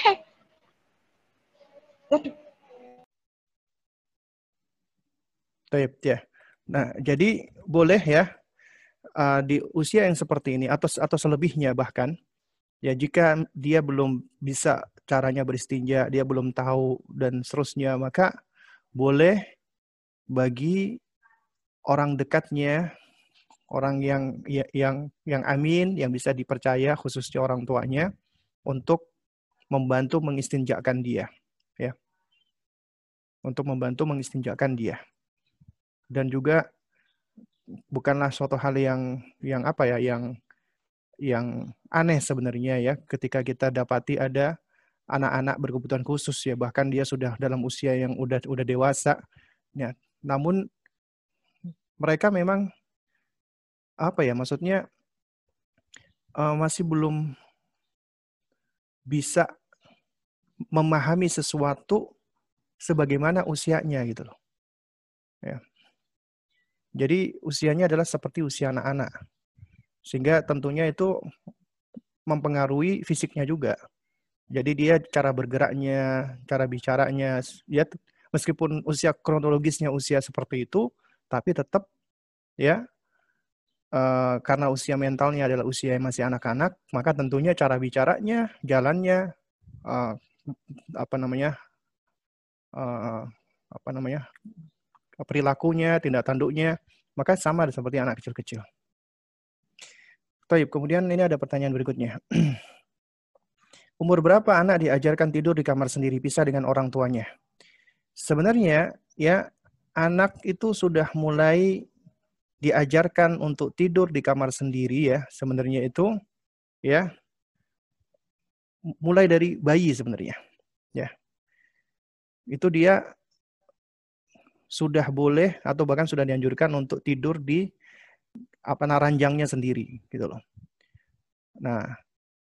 Taib, ya. Nah, jadi boleh ya uh, di usia yang seperti ini atau atau selebihnya bahkan ya, jika dia belum bisa caranya beristinja, dia belum tahu dan seterusnya, maka boleh bagi orang dekatnya, orang yang yang yang amin, yang bisa dipercaya, khususnya orang tuanya, untuk membantu mengistinjakan dia, ya, untuk membantu mengistinjakan dia. Dan juga bukanlah suatu hal yang yang apa ya, yang yang aneh sebenarnya ya, ketika kita dapati ada anak-anak berkebutuhan khusus ya, bahkan dia sudah dalam usia yang udah udah dewasa, ya, namun mereka memang apa ya, maksudnya uh, masih belum bisa memahami sesuatu sebagaimana usianya gitu loh. Ya. Jadi usianya adalah seperti usia anak-anak, sehingga tentunya itu mempengaruhi fisiknya juga. Jadi dia cara bergeraknya, cara bicaranya, ya meskipun usia kronologisnya usia seperti itu, tapi tetap ya uh, karena usia mentalnya adalah usia yang masih anak-anak, maka tentunya cara bicaranya, jalannya, uh, apa namanya, uh, apa namanya, perilakunya, tindak tanduknya, maka sama seperti anak kecil-kecil. Baik, kemudian ini ada pertanyaan berikutnya. Umur berapa anak diajarkan tidur di kamar sendiri pisah dengan orang tuanya? Sebenarnya ya anak itu sudah mulai diajarkan untuk tidur di kamar sendiri ya, sebenarnya itu ya mulai dari bayi sebenarnya. Ya. Itu dia sudah boleh atau bahkan sudah dianjurkan untuk tidur di apa ranjangnya sendiri gitu loh. Nah,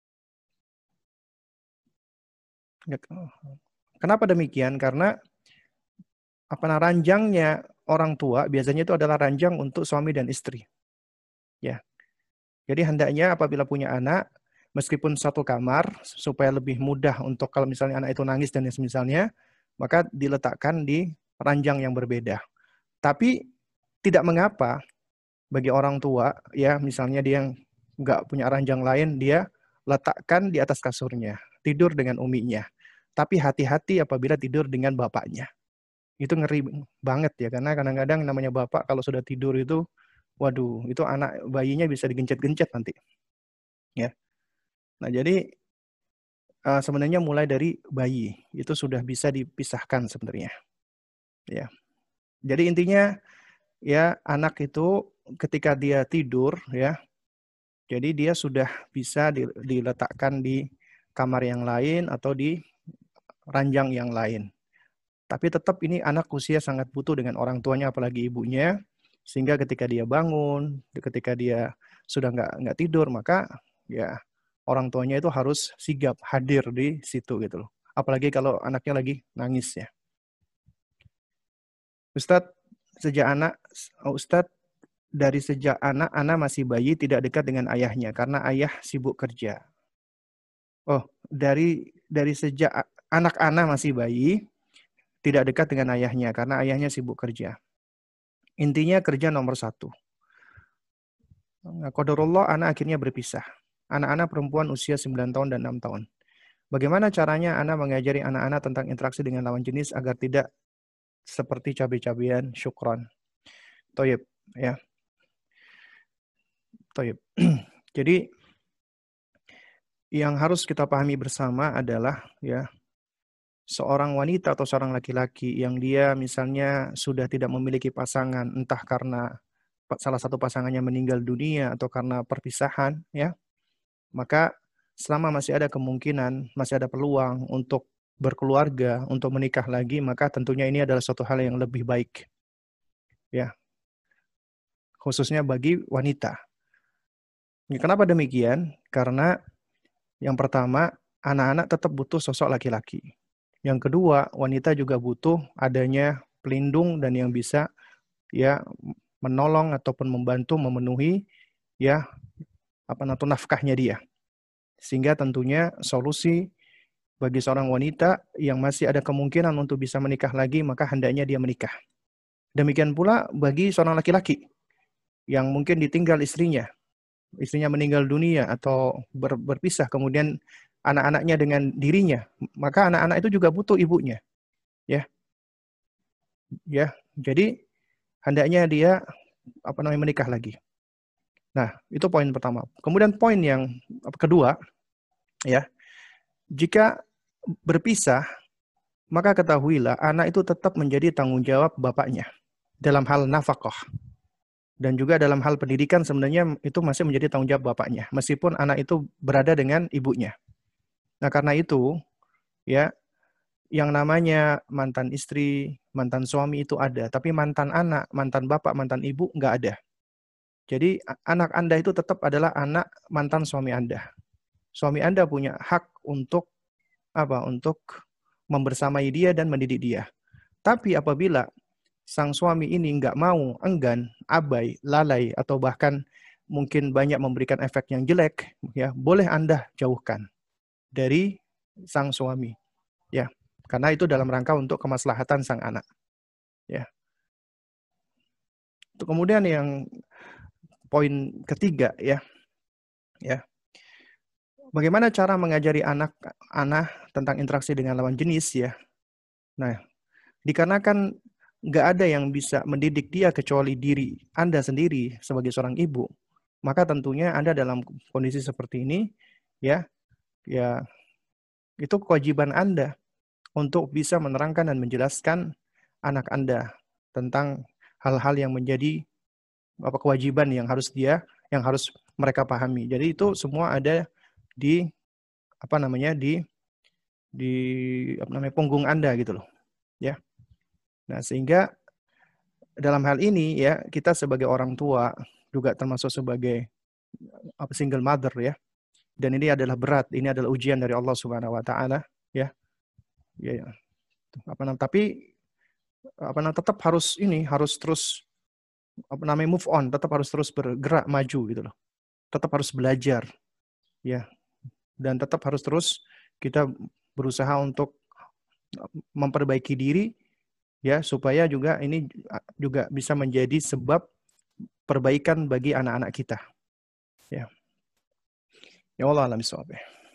kenapa demikian? Karena apa ranjangnya orang tua biasanya itu adalah ranjang untuk suami dan istri. Ya. Jadi hendaknya apabila punya anak, meskipun satu kamar, supaya lebih mudah untuk kalau misalnya anak itu nangis dan semisalnya, maka diletakkan di ranjang yang berbeda. Tapi tidak mengapa bagi orang tua, ya misalnya dia yang nggak punya ranjang lain, dia letakkan di atas kasurnya, tidur dengan uminya. Tapi hati-hati apabila tidur dengan bapaknya. Itu ngeri banget ya, karena kadang-kadang namanya bapak kalau sudah tidur itu, waduh, itu anak bayinya bisa digencet-gencet nanti. Ya. Nah, jadi uh, sebenarnya mulai dari bayi itu sudah bisa dipisahkan sebenarnya. Ya. Jadi intinya ya anak itu ketika dia tidur ya, jadi dia sudah bisa diletakkan di kamar yang lain atau di ranjang yang lain. Tapi tetap ini anak usia sangat butuh dengan orang tuanya, apalagi ibunya, sehingga ketika dia bangun, ketika dia sudah nggak nggak tidur, maka ya orang tuanya itu harus sigap hadir di situ gitu loh. Apalagi kalau anaknya lagi nangis ya. Ustadz, sejak anak, Ustadz dari sejak anak, anak masih bayi tidak dekat dengan ayahnya karena ayah sibuk kerja. Oh, dari dari sejak anak-anak masih bayi tidak dekat dengan ayahnya karena ayahnya sibuk kerja. Intinya kerja nomor satu. Qadarullah anak akhirnya berpisah. Anak-anak perempuan usia sembilan tahun dan enam tahun. Bagaimana caranya anak mengajari anak-anak tentang interaksi dengan lawan jenis agar tidak seperti cabai-cabian? Syukran. Toyib, ya. Toyib. Jadi yang harus kita pahami bersama adalah ya seorang wanita atau seorang laki-laki yang dia misalnya sudah tidak memiliki pasangan, entah karena salah satu pasangannya meninggal dunia atau karena perpisahan, ya, maka selama masih ada kemungkinan, masih ada peluang untuk berkeluarga, untuk menikah lagi, maka tentunya ini adalah suatu hal yang lebih baik, ya, khususnya bagi wanita. Kenapa demikian? Karena yang pertama, anak-anak tetap butuh sosok laki-laki. Yang kedua, wanita juga butuh adanya pelindung dan yang bisa ya menolong ataupun membantu memenuhi ya apa namanya nafkahnya dia. Sehingga tentunya solusi bagi seorang wanita yang masih ada kemungkinan untuk bisa menikah lagi, maka hendaknya dia menikah. Demikian pula bagi seorang laki-laki yang mungkin ditinggal istrinya, istrinya meninggal dunia atau ber, berpisah, kemudian anak-anaknya dengan dirinya, maka anak-anak itu juga butuh ibunya. Ya. Ya, jadi hendaknya dia apa namanya menikah lagi. Nah, itu poin pertama. Kemudian poin yang kedua, ya, jika berpisah, maka ketahuilah anak itu tetap menjadi tanggung jawab bapaknya dalam hal nafkah. Dan juga dalam hal pendidikan sebenarnya itu masih menjadi tanggung jawab bapaknya, meskipun anak itu berada dengan ibunya. Nah, karena itu, ya, yang namanya mantan istri, mantan suami itu ada, tapi mantan anak, mantan bapak, mantan ibu nggak ada. Jadi anak Anda itu tetap adalah anak mantan suami Anda. Suami Anda punya hak untuk apa? Untuk membersamai dia dan mendidik dia. Tapi apabila sang suami ini nggak mau, enggan, abai, lalai, atau bahkan mungkin banyak memberikan efek yang jelek, ya boleh Anda jauhkan dari sang suami, ya, karena itu dalam rangka untuk kemaslahatan sang anak, ya. Kemudian yang poin ketiga, ya, ya, bagaimana cara mengajari anak-anak tentang interaksi dengan lawan jenis, ya. Nah, dikarenakan nggak ada yang bisa mendidik dia kecuali diri Anda sendiri sebagai seorang ibu, maka tentunya Anda dalam kondisi seperti ini, ya, ya, itu kewajiban Anda untuk bisa menerangkan dan menjelaskan anak Anda tentang hal-hal yang menjadi apa kewajiban yang harus dia, yang harus mereka pahami. Jadi itu semua ada di apa namanya di di apa namanya punggung Anda gitu loh, ya. Nah, sehingga dalam hal ini, ya, kita sebagai orang tua juga termasuk sebagai apa single mother, ya. Dan ini adalah berat, ini adalah ujian dari Allah Subhanahu wa taala, ya. Ya, ya. Apa namanya? Tapi apa namanya tetap harus ini harus terus apa namanya move on, tetap harus terus bergerak maju gitu loh. Tetap harus belajar, ya. Dan tetap harus terus kita berusaha untuk memperbaiki diri, ya, supaya juga ini juga bisa menjadi sebab perbaikan bagi anak-anak kita, ya. Ya Allah alam bisawab.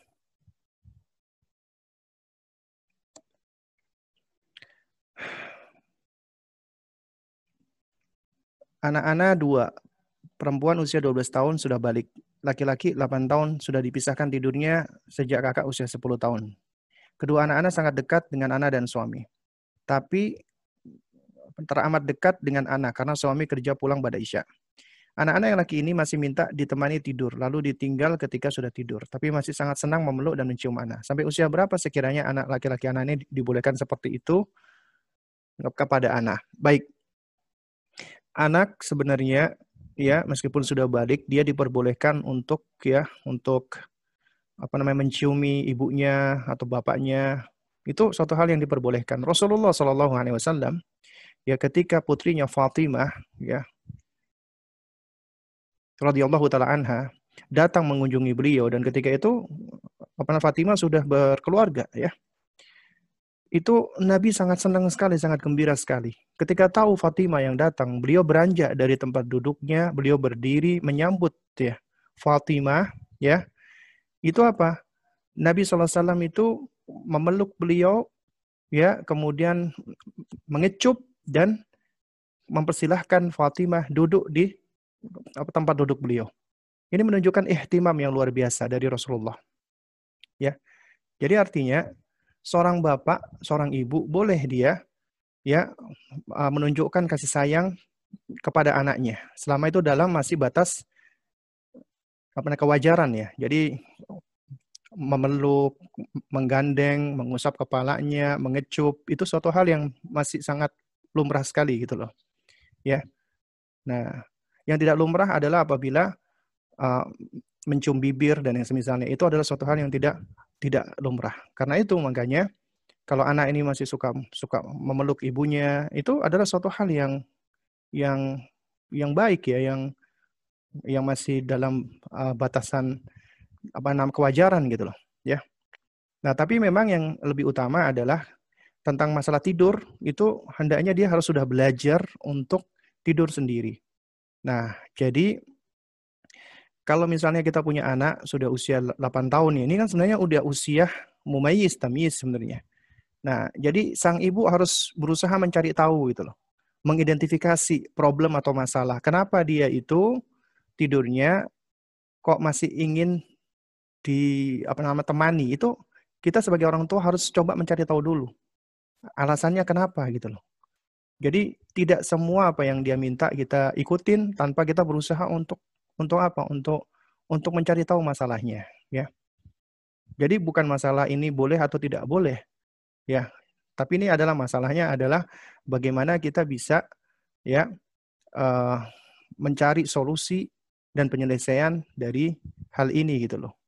Anak-anak dua, perempuan usia dua belas tahun sudah balik, laki-laki delapan tahun sudah dipisahkan tidurnya sejak kakak usia sepuluh tahun. Kedua anak-anak sangat dekat dengan anak dan suami, tapi teramat dekat dengan anak karena suami kerja pulang pada isya. Anak-anak yang laki ini masih minta ditemani tidur, lalu ditinggal ketika sudah tidur, tapi masih sangat senang memeluk dan mencium anak. Sampai usia berapa sekiranya anak laki-laki anak ini dibolehkan seperti itu kepada anak? Baik, anak sebenarnya, ya, meskipun sudah balik, dia diperbolehkan untuk, ya, untuk apa namanya menciumi ibunya atau bapaknya. Itu suatu hal yang diperbolehkan. Rasulullah Shallallahu Alaihi Wasallam, ya, ketika putrinya Fatimah, ya, radhiyallahu taala anha, datang mengunjungi beliau, dan ketika itu apa namanya Fatimah sudah berkeluarga, ya. Itu Nabi sangat senang sekali, sangat gembira sekali. Ketika tahu Fatimah yang datang, beliau beranjak dari tempat duduknya, beliau berdiri menyambut, ya, Fatimah, ya. Itu apa? Nabi shallallahu alaihi wasallam itu memeluk beliau, ya, kemudian mengecup dan mempersilahkan Fatimah duduk di tempat duduk beliau. Ini menunjukkan ihtimam yang luar biasa dari Rasulullah, ya. Jadi artinya seorang bapak, seorang ibu boleh dia, ya, menunjukkan kasih sayang kepada anaknya selama itu dalam masih batas apa namanya kewajaran, ya. Jadi memeluk, menggandeng, mengusap kepalanya, mengecup, itu suatu hal yang masih sangat lumrah sekali gitu loh, ya. Nah, yang tidak lumrah adalah apabila uh, mencium bibir dan yang semisalnya, itu adalah suatu hal yang tidak tidak lumrah. Karena itu makanya kalau anak ini masih suka suka memeluk ibunya, itu adalah suatu hal yang yang yang baik, ya, yang yang masih dalam uh, batasan apa namanya kewajaran gitu loh, ya. Nah, tapi memang yang lebih utama adalah tentang masalah tidur, itu hendaknya dia harus sudah belajar untuk tidur sendiri. Nah, jadi kalau misalnya kita punya anak sudah usia delapan tahun, ya, ini kan sebenarnya udah usia mumayyiz, tamyiz sebenarnya. Nah, jadi sang ibu harus berusaha mencari tahu gitu loh. mengidentifikasi problem atau masalah. Kenapa dia itu tidurnya kok masih ingin di apa namanya temani, itu kita sebagai orang tua harus coba mencari tahu dulu. Alasannya kenapa gitu loh. Jadi tidak semua apa yang dia minta kita ikutin tanpa kita berusaha untuk untuk apa? Untuk untuk mencari tahu masalahnya, ya. Jadi bukan masalah ini boleh atau tidak boleh, ya. Tapi ini adalah masalahnya adalah bagaimana kita bisa ya uh, mencari solusi dan penyelesaian dari hal ini gitu loh.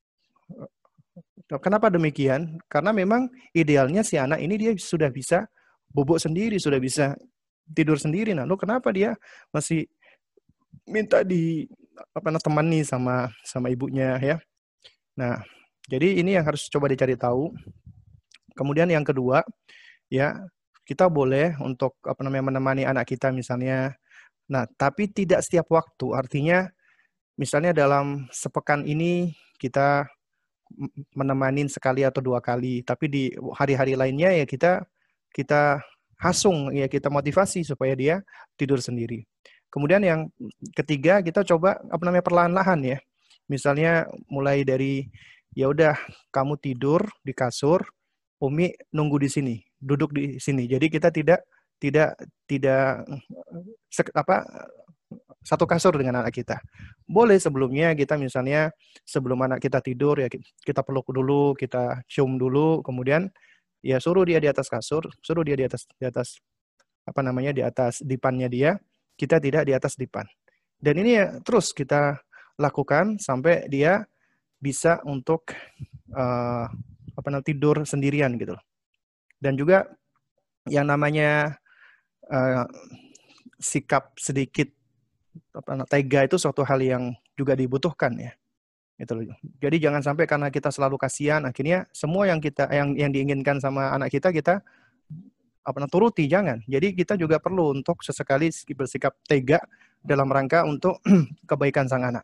Kenapa demikian? Karena memang idealnya si anak ini dia sudah bisa bobok sendiri, sudah bisa tidur sendiri. Nah, lo kenapa dia masih minta di apa namanya temani sama sama ibunya ya? Nah, jadi ini yang harus coba dicari tahu. Kemudian yang kedua, ya, kita boleh untuk apa namanya menemani anak kita misalnya. Nah, tapi tidak setiap waktu. Artinya misalnya dalam sepekan ini kita menemanin sekali atau dua kali, tapi di hari-hari lainnya ya kita kita hasung ya, kita motivasi supaya dia tidur sendiri. Kemudian yang ketiga, kita coba apa namanya perlahan-lahan ya. Misalnya mulai dari ya udah kamu tidur di kasur, Umi nunggu di sini, duduk di sini. Jadi kita tidak tidak tidak apa satu kasur dengan anak kita. Boleh sebelumnya kita misalnya sebelum anak kita tidur ya kita peluk dulu, kita cium dulu, kemudian ya suruh dia di atas kasur, suruh dia di atas di atas apa namanya di atas dipannya dia, kita tidak di atas dipan. Dan ini ya terus kita lakukan sampai dia bisa untuk uh, apa namanya tidur sendirian gitu. Dan juga yang namanya uh, sikap sedikit apa, tega itu suatu hal yang juga dibutuhkan ya. Itu loh. Jadi jangan sampai karena kita selalu kasihan akhirnya semua yang kita yang yang diinginkan sama anak kita kita apa namanya turuti, jangan. Jadi kita juga perlu untuk sesekali bersikap tega dalam rangka untuk kebaikan sang anak.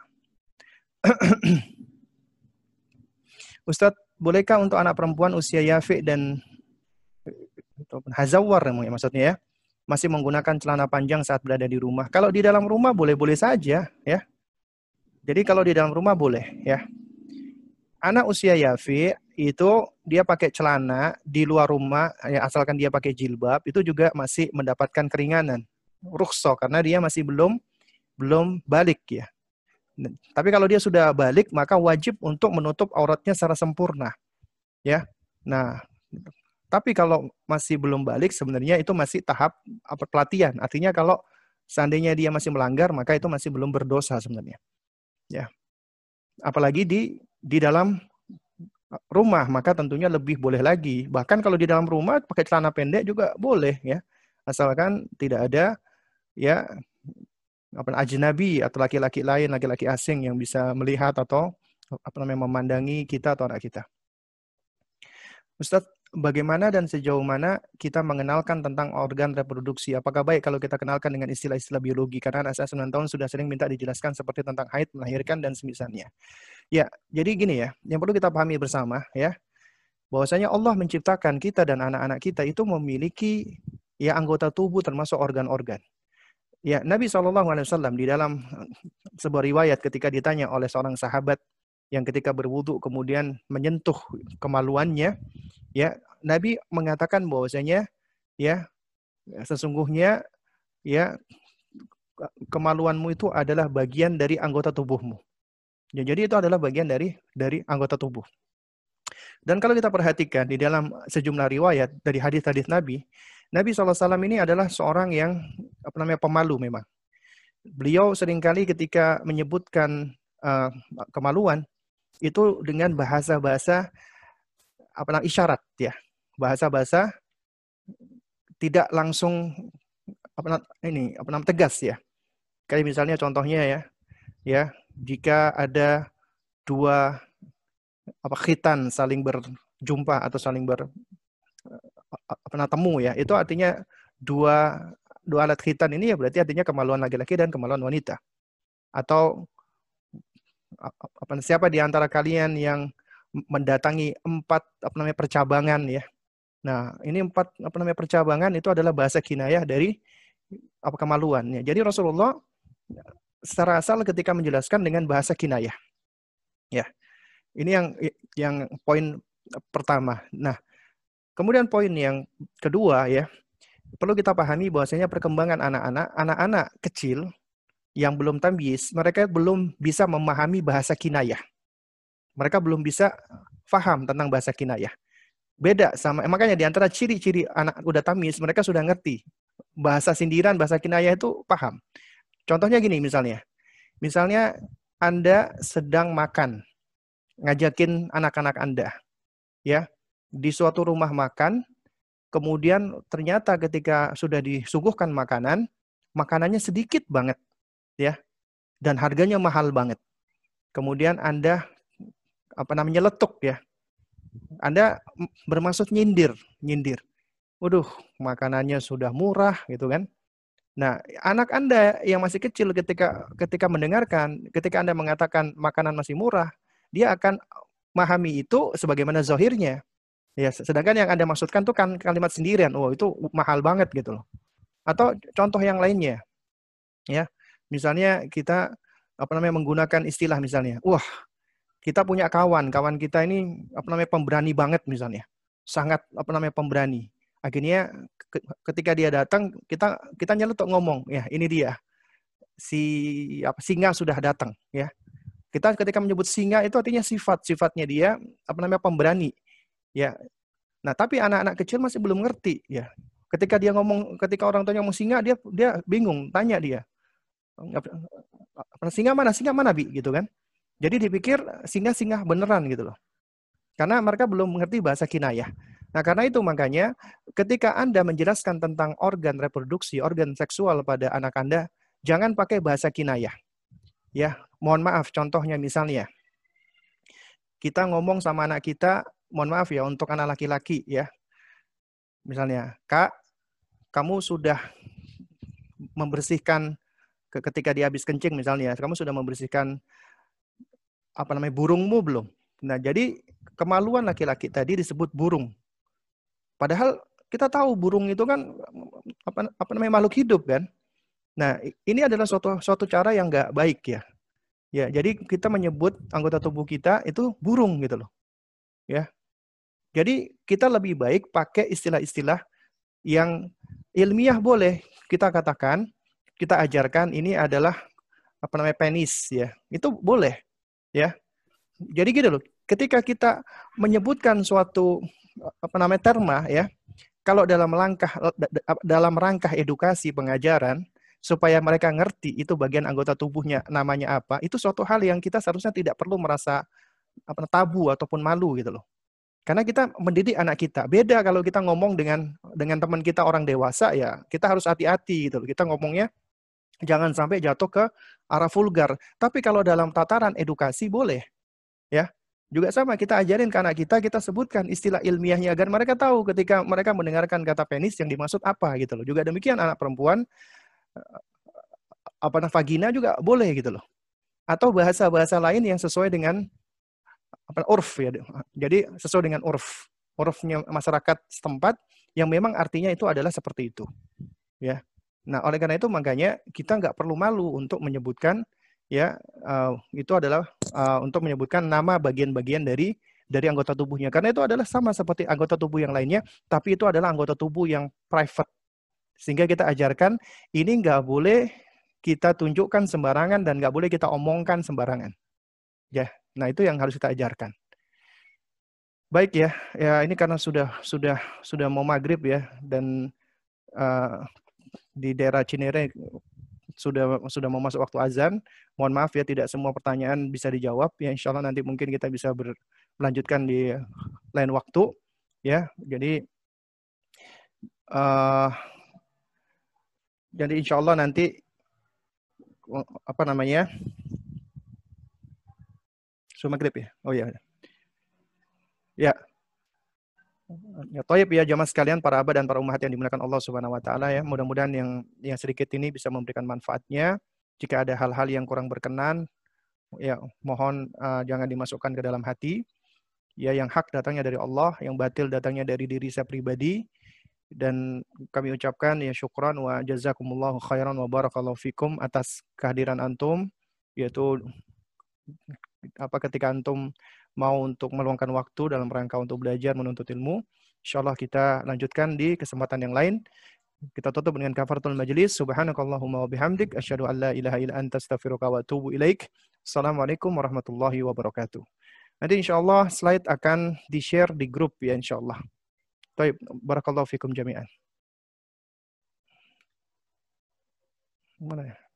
Ustadz, bolehkah untuk anak perempuan usia yafi dan hazawar maksudnya ya, masih menggunakan celana panjang saat berada di rumah? Kalau di dalam rumah boleh-boleh saja ya. Jadi kalau di dalam rumah boleh ya. Anak usia yafi itu dia pakai celana di luar rumah ya, asalkan dia pakai jilbab itu juga masih mendapatkan keringanan rukhsah karena dia masih belum belum balik ya. Tapi kalau dia sudah balik maka wajib untuk menutup auratnya secara sempurna ya. Nah, tapi kalau masih belum balik sebenarnya itu masih tahap apa, pelatihan. Artinya kalau seandainya dia masih melanggar maka itu masih belum berdosa sebenarnya. Ya. Apalagi di di dalam rumah maka tentunya lebih boleh lagi. Bahkan kalau di dalam rumah pakai celana pendek juga boleh ya. Asalkan tidak ada ya apa ajnabi atau laki-laki lain, laki-laki asing yang bisa melihat atau apa namanya memandangi kita atau anak kita. Ustadz, bagaimana dan sejauh mana kita mengenalkan tentang organ reproduksi? Apakah baik kalau kita kenalkan dengan istilah-istilah biologi? Karena anak saya sembilan tahun sudah sering minta dijelaskan seperti tentang haid, melahirkan, dan semisalnya. Ya, jadi gini ya, yang perlu kita pahami bersama ya, bahwasanya Allah menciptakan kita dan anak-anak kita itu memiliki ya anggota tubuh termasuk organ-organ. Ya, Nabi shallallahu alaihi wasallam di dalam sebuah riwayat ketika ditanya oleh seorang sahabat yang ketika berwudu kemudian menyentuh kemaluannya, ya Nabi mengatakan bahwasanya ya sesungguhnya ya kemaluanmu itu adalah bagian dari anggota tubuhmu. Ya, jadi itu adalah bagian dari dari anggota tubuh. Dan kalau kita perhatikan di dalam sejumlah riwayat dari hadis-hadis Nabi, Nabi shallallahu alaihi wasallam ini adalah seorang yang apa namanya pemalu memang. Beliau seringkali ketika menyebutkan uh, kemaluan itu dengan bahasa-bahasa apa namanya isyarat ya, bahasa-bahasa tidak langsung apa namanya ini apa namanya tegas ya. Kayak misalnya contohnya ya, ya jika ada dua apa khitan saling berjumpa atau saling ber apa namanya temu ya, itu artinya dua dua alat khitan ini ya berarti artinya kemaluan laki-laki dan kemaluan wanita. Atau apa siapa di antara kalian yang mendatangi empat apa namanya percabangan ya. Nah, ini empat apa namanya percabangan itu adalah bahasa kinayah dari apa kemaluannya. Jadi Rasulullah secara asal ketika menjelaskan dengan bahasa kinayah. Ya. Ini yang yang poin pertama. Nah, kemudian poin yang kedua ya, perlu kita pahami bahwasanya perkembangan anak-anak, anak-anak kecil yang belum tamyiz, mereka belum bisa memahami bahasa kinayah. Mereka belum bisa paham tentang bahasa kinayah. Beda sama, makanya di antara ciri-ciri anak udah tamyiz, mereka sudah ngerti. Bahasa sindiran, bahasa kinayah itu paham. Contohnya gini misalnya. Misalnya Anda sedang makan, ngajakin anak-anak Anda. Ya, di suatu rumah makan, kemudian ternyata ketika sudah disuguhkan makanan, makanannya sedikit banget. Ya, dan harganya mahal banget. Kemudian Anda apa namanya letuk ya. Anda bermaksud nyindir, nyindir. Waduh, makanannya sudah murah gitu kan. Nah, anak Anda yang masih kecil ketika ketika mendengarkan, ketika Anda mengatakan makanan masih murah, dia akan memahami itu sebagaimana zahirnya. Ya, sedangkan yang Anda maksudkan tuh kan kalimat sendirian. Oh, itu mahal banget gitu loh. Atau contoh yang lainnya. Ya. Misalnya kita apa namanya menggunakan istilah misalnya, wah, kita punya kawan, kawan kita ini apa namanya pemberani banget misalnya. Sangat apa namanya pemberani. Akhirnya ketika dia datang, kita kita nyeletuk ngomong, ya ini dia. Si apa singa sudah datang, ya. Kita ketika menyebut singa itu artinya sifat-sifatnya dia apa namanya pemberani. Ya. Nah, tapi anak-anak kecil masih belum ngerti, ya. Ketika dia ngomong, ketika orang tuanya ngomong singa, dia dia bingung, tanya dia. Singa mana? Singa mana, Bi? Gitu kan. Jadi dipikir singa-singa beneran gitu loh. Karena mereka belum mengerti bahasa kinayah. Nah, karena itu makanya ketika Anda menjelaskan tentang organ reproduksi, organ seksual pada anak Anda, jangan pakai bahasa kinayah. Ya, mohon maaf contohnya misalnya kita ngomong sama anak kita, mohon maaf ya untuk anak laki-laki ya. Misalnya, "Kak, kamu sudah membersihkan ketika dia habis kencing misalnya, kamu sudah membersihkan apa namanya burungmu belum?" Nah, jadi kemaluan laki-laki tadi disebut burung. Padahal kita tahu burung itu kan apa, apa namanya makhluk hidup kan. Nah, ini adalah suatu suatu cara yang nggak baik ya. Ya, jadi kita menyebut anggota tubuh kita itu burung gitu loh. Ya. Jadi kita lebih baik pakai istilah-istilah yang ilmiah boleh kita katakan, kita ajarkan ini adalah apa namanya penis ya. Itu boleh ya. Jadi gitu loh. Ketika kita menyebutkan suatu apa namanya terma ya, kalau dalam langkah dalam rangka edukasi pengajaran supaya mereka ngerti itu bagian anggota tubuhnya namanya apa, itu suatu hal yang kita seharusnya tidak perlu merasa apa tabu ataupun malu gitu loh. Karena kita mendidik anak kita. Beda kalau kita ngomong dengan dengan teman kita orang dewasa ya, kita harus hati-hati gitu loh. Kita ngomongnya jangan sampai jatuh ke arah vulgar. Tapi kalau dalam tataran edukasi boleh. Ya. Juga sama, kita ajarin ke anak kita, kita sebutkan istilah ilmiahnya agar mereka tahu ketika mereka mendengarkan kata penis yang dimaksud apa gitu loh. Juga demikian anak perempuan apa namanya vagina juga boleh gitu loh. Atau bahasa-bahasa lain yang sesuai dengan apa urf ya. Jadi sesuai dengan urf. Urfnya masyarakat setempat yang memang artinya itu adalah seperti itu. Ya. Nah, oleh karena itu makanya kita nggak perlu malu untuk menyebutkan ya uh, itu adalah uh, untuk menyebutkan nama bagian-bagian dari dari anggota tubuhnya, karena itu adalah sama seperti anggota tubuh yang lainnya, tapi itu adalah anggota tubuh yang private, sehingga kita ajarkan ini nggak boleh kita tunjukkan sembarangan dan nggak boleh kita omongkan sembarangan ya. Nah, itu yang harus kita ajarkan. Baik ya, ya ini karena sudah sudah sudah mau maghrib ya, dan uh, di daerah Cinere sudah sudah mau masuk waktu azan. Mohon maaf ya tidak semua pertanyaan bisa dijawab ya. Insya Allah nanti mungkin kita bisa melanjutkan di lain waktu ya. Jadi uh, jadi insya Allah nanti apa namanya sudah maghrib ya. Oh ya. Ya. Ya, toib ya jamaah sekalian, para abad dan para ummahat yang dimuliakan Allah Subhanahu wa taala ya. Mudah-mudahan yang yang sedikit ini bisa memberikan manfaatnya. Jika ada hal-hal yang kurang berkenan, ya mohon uh, jangan dimasukkan ke dalam hati. Ya, yang hak datangnya dari Allah, yang batil datangnya dari diri saya pribadi. Dan kami ucapkan ya syukran wa jazakumullahu khairan wa barakallahu fikum atas kehadiran antum, yaitu apa ketika antum mau untuk meluangkan waktu dalam rangka untuk belajar menuntut ilmu. Insyaallah kita lanjutkan di kesempatan yang lain. Kita tutup dengan kafaratul majlis. Subhanakallahumma wa bihamdik asyhadu an la ilaha illa anta astaghfiruka wa atubu ilaik. Assalamualaikum warahmatullahi wabarakatuh. Nanti insyaallah slide akan di-share di grup ya insyaallah. Baik, barakallahu fikum jami'an. Mana ya?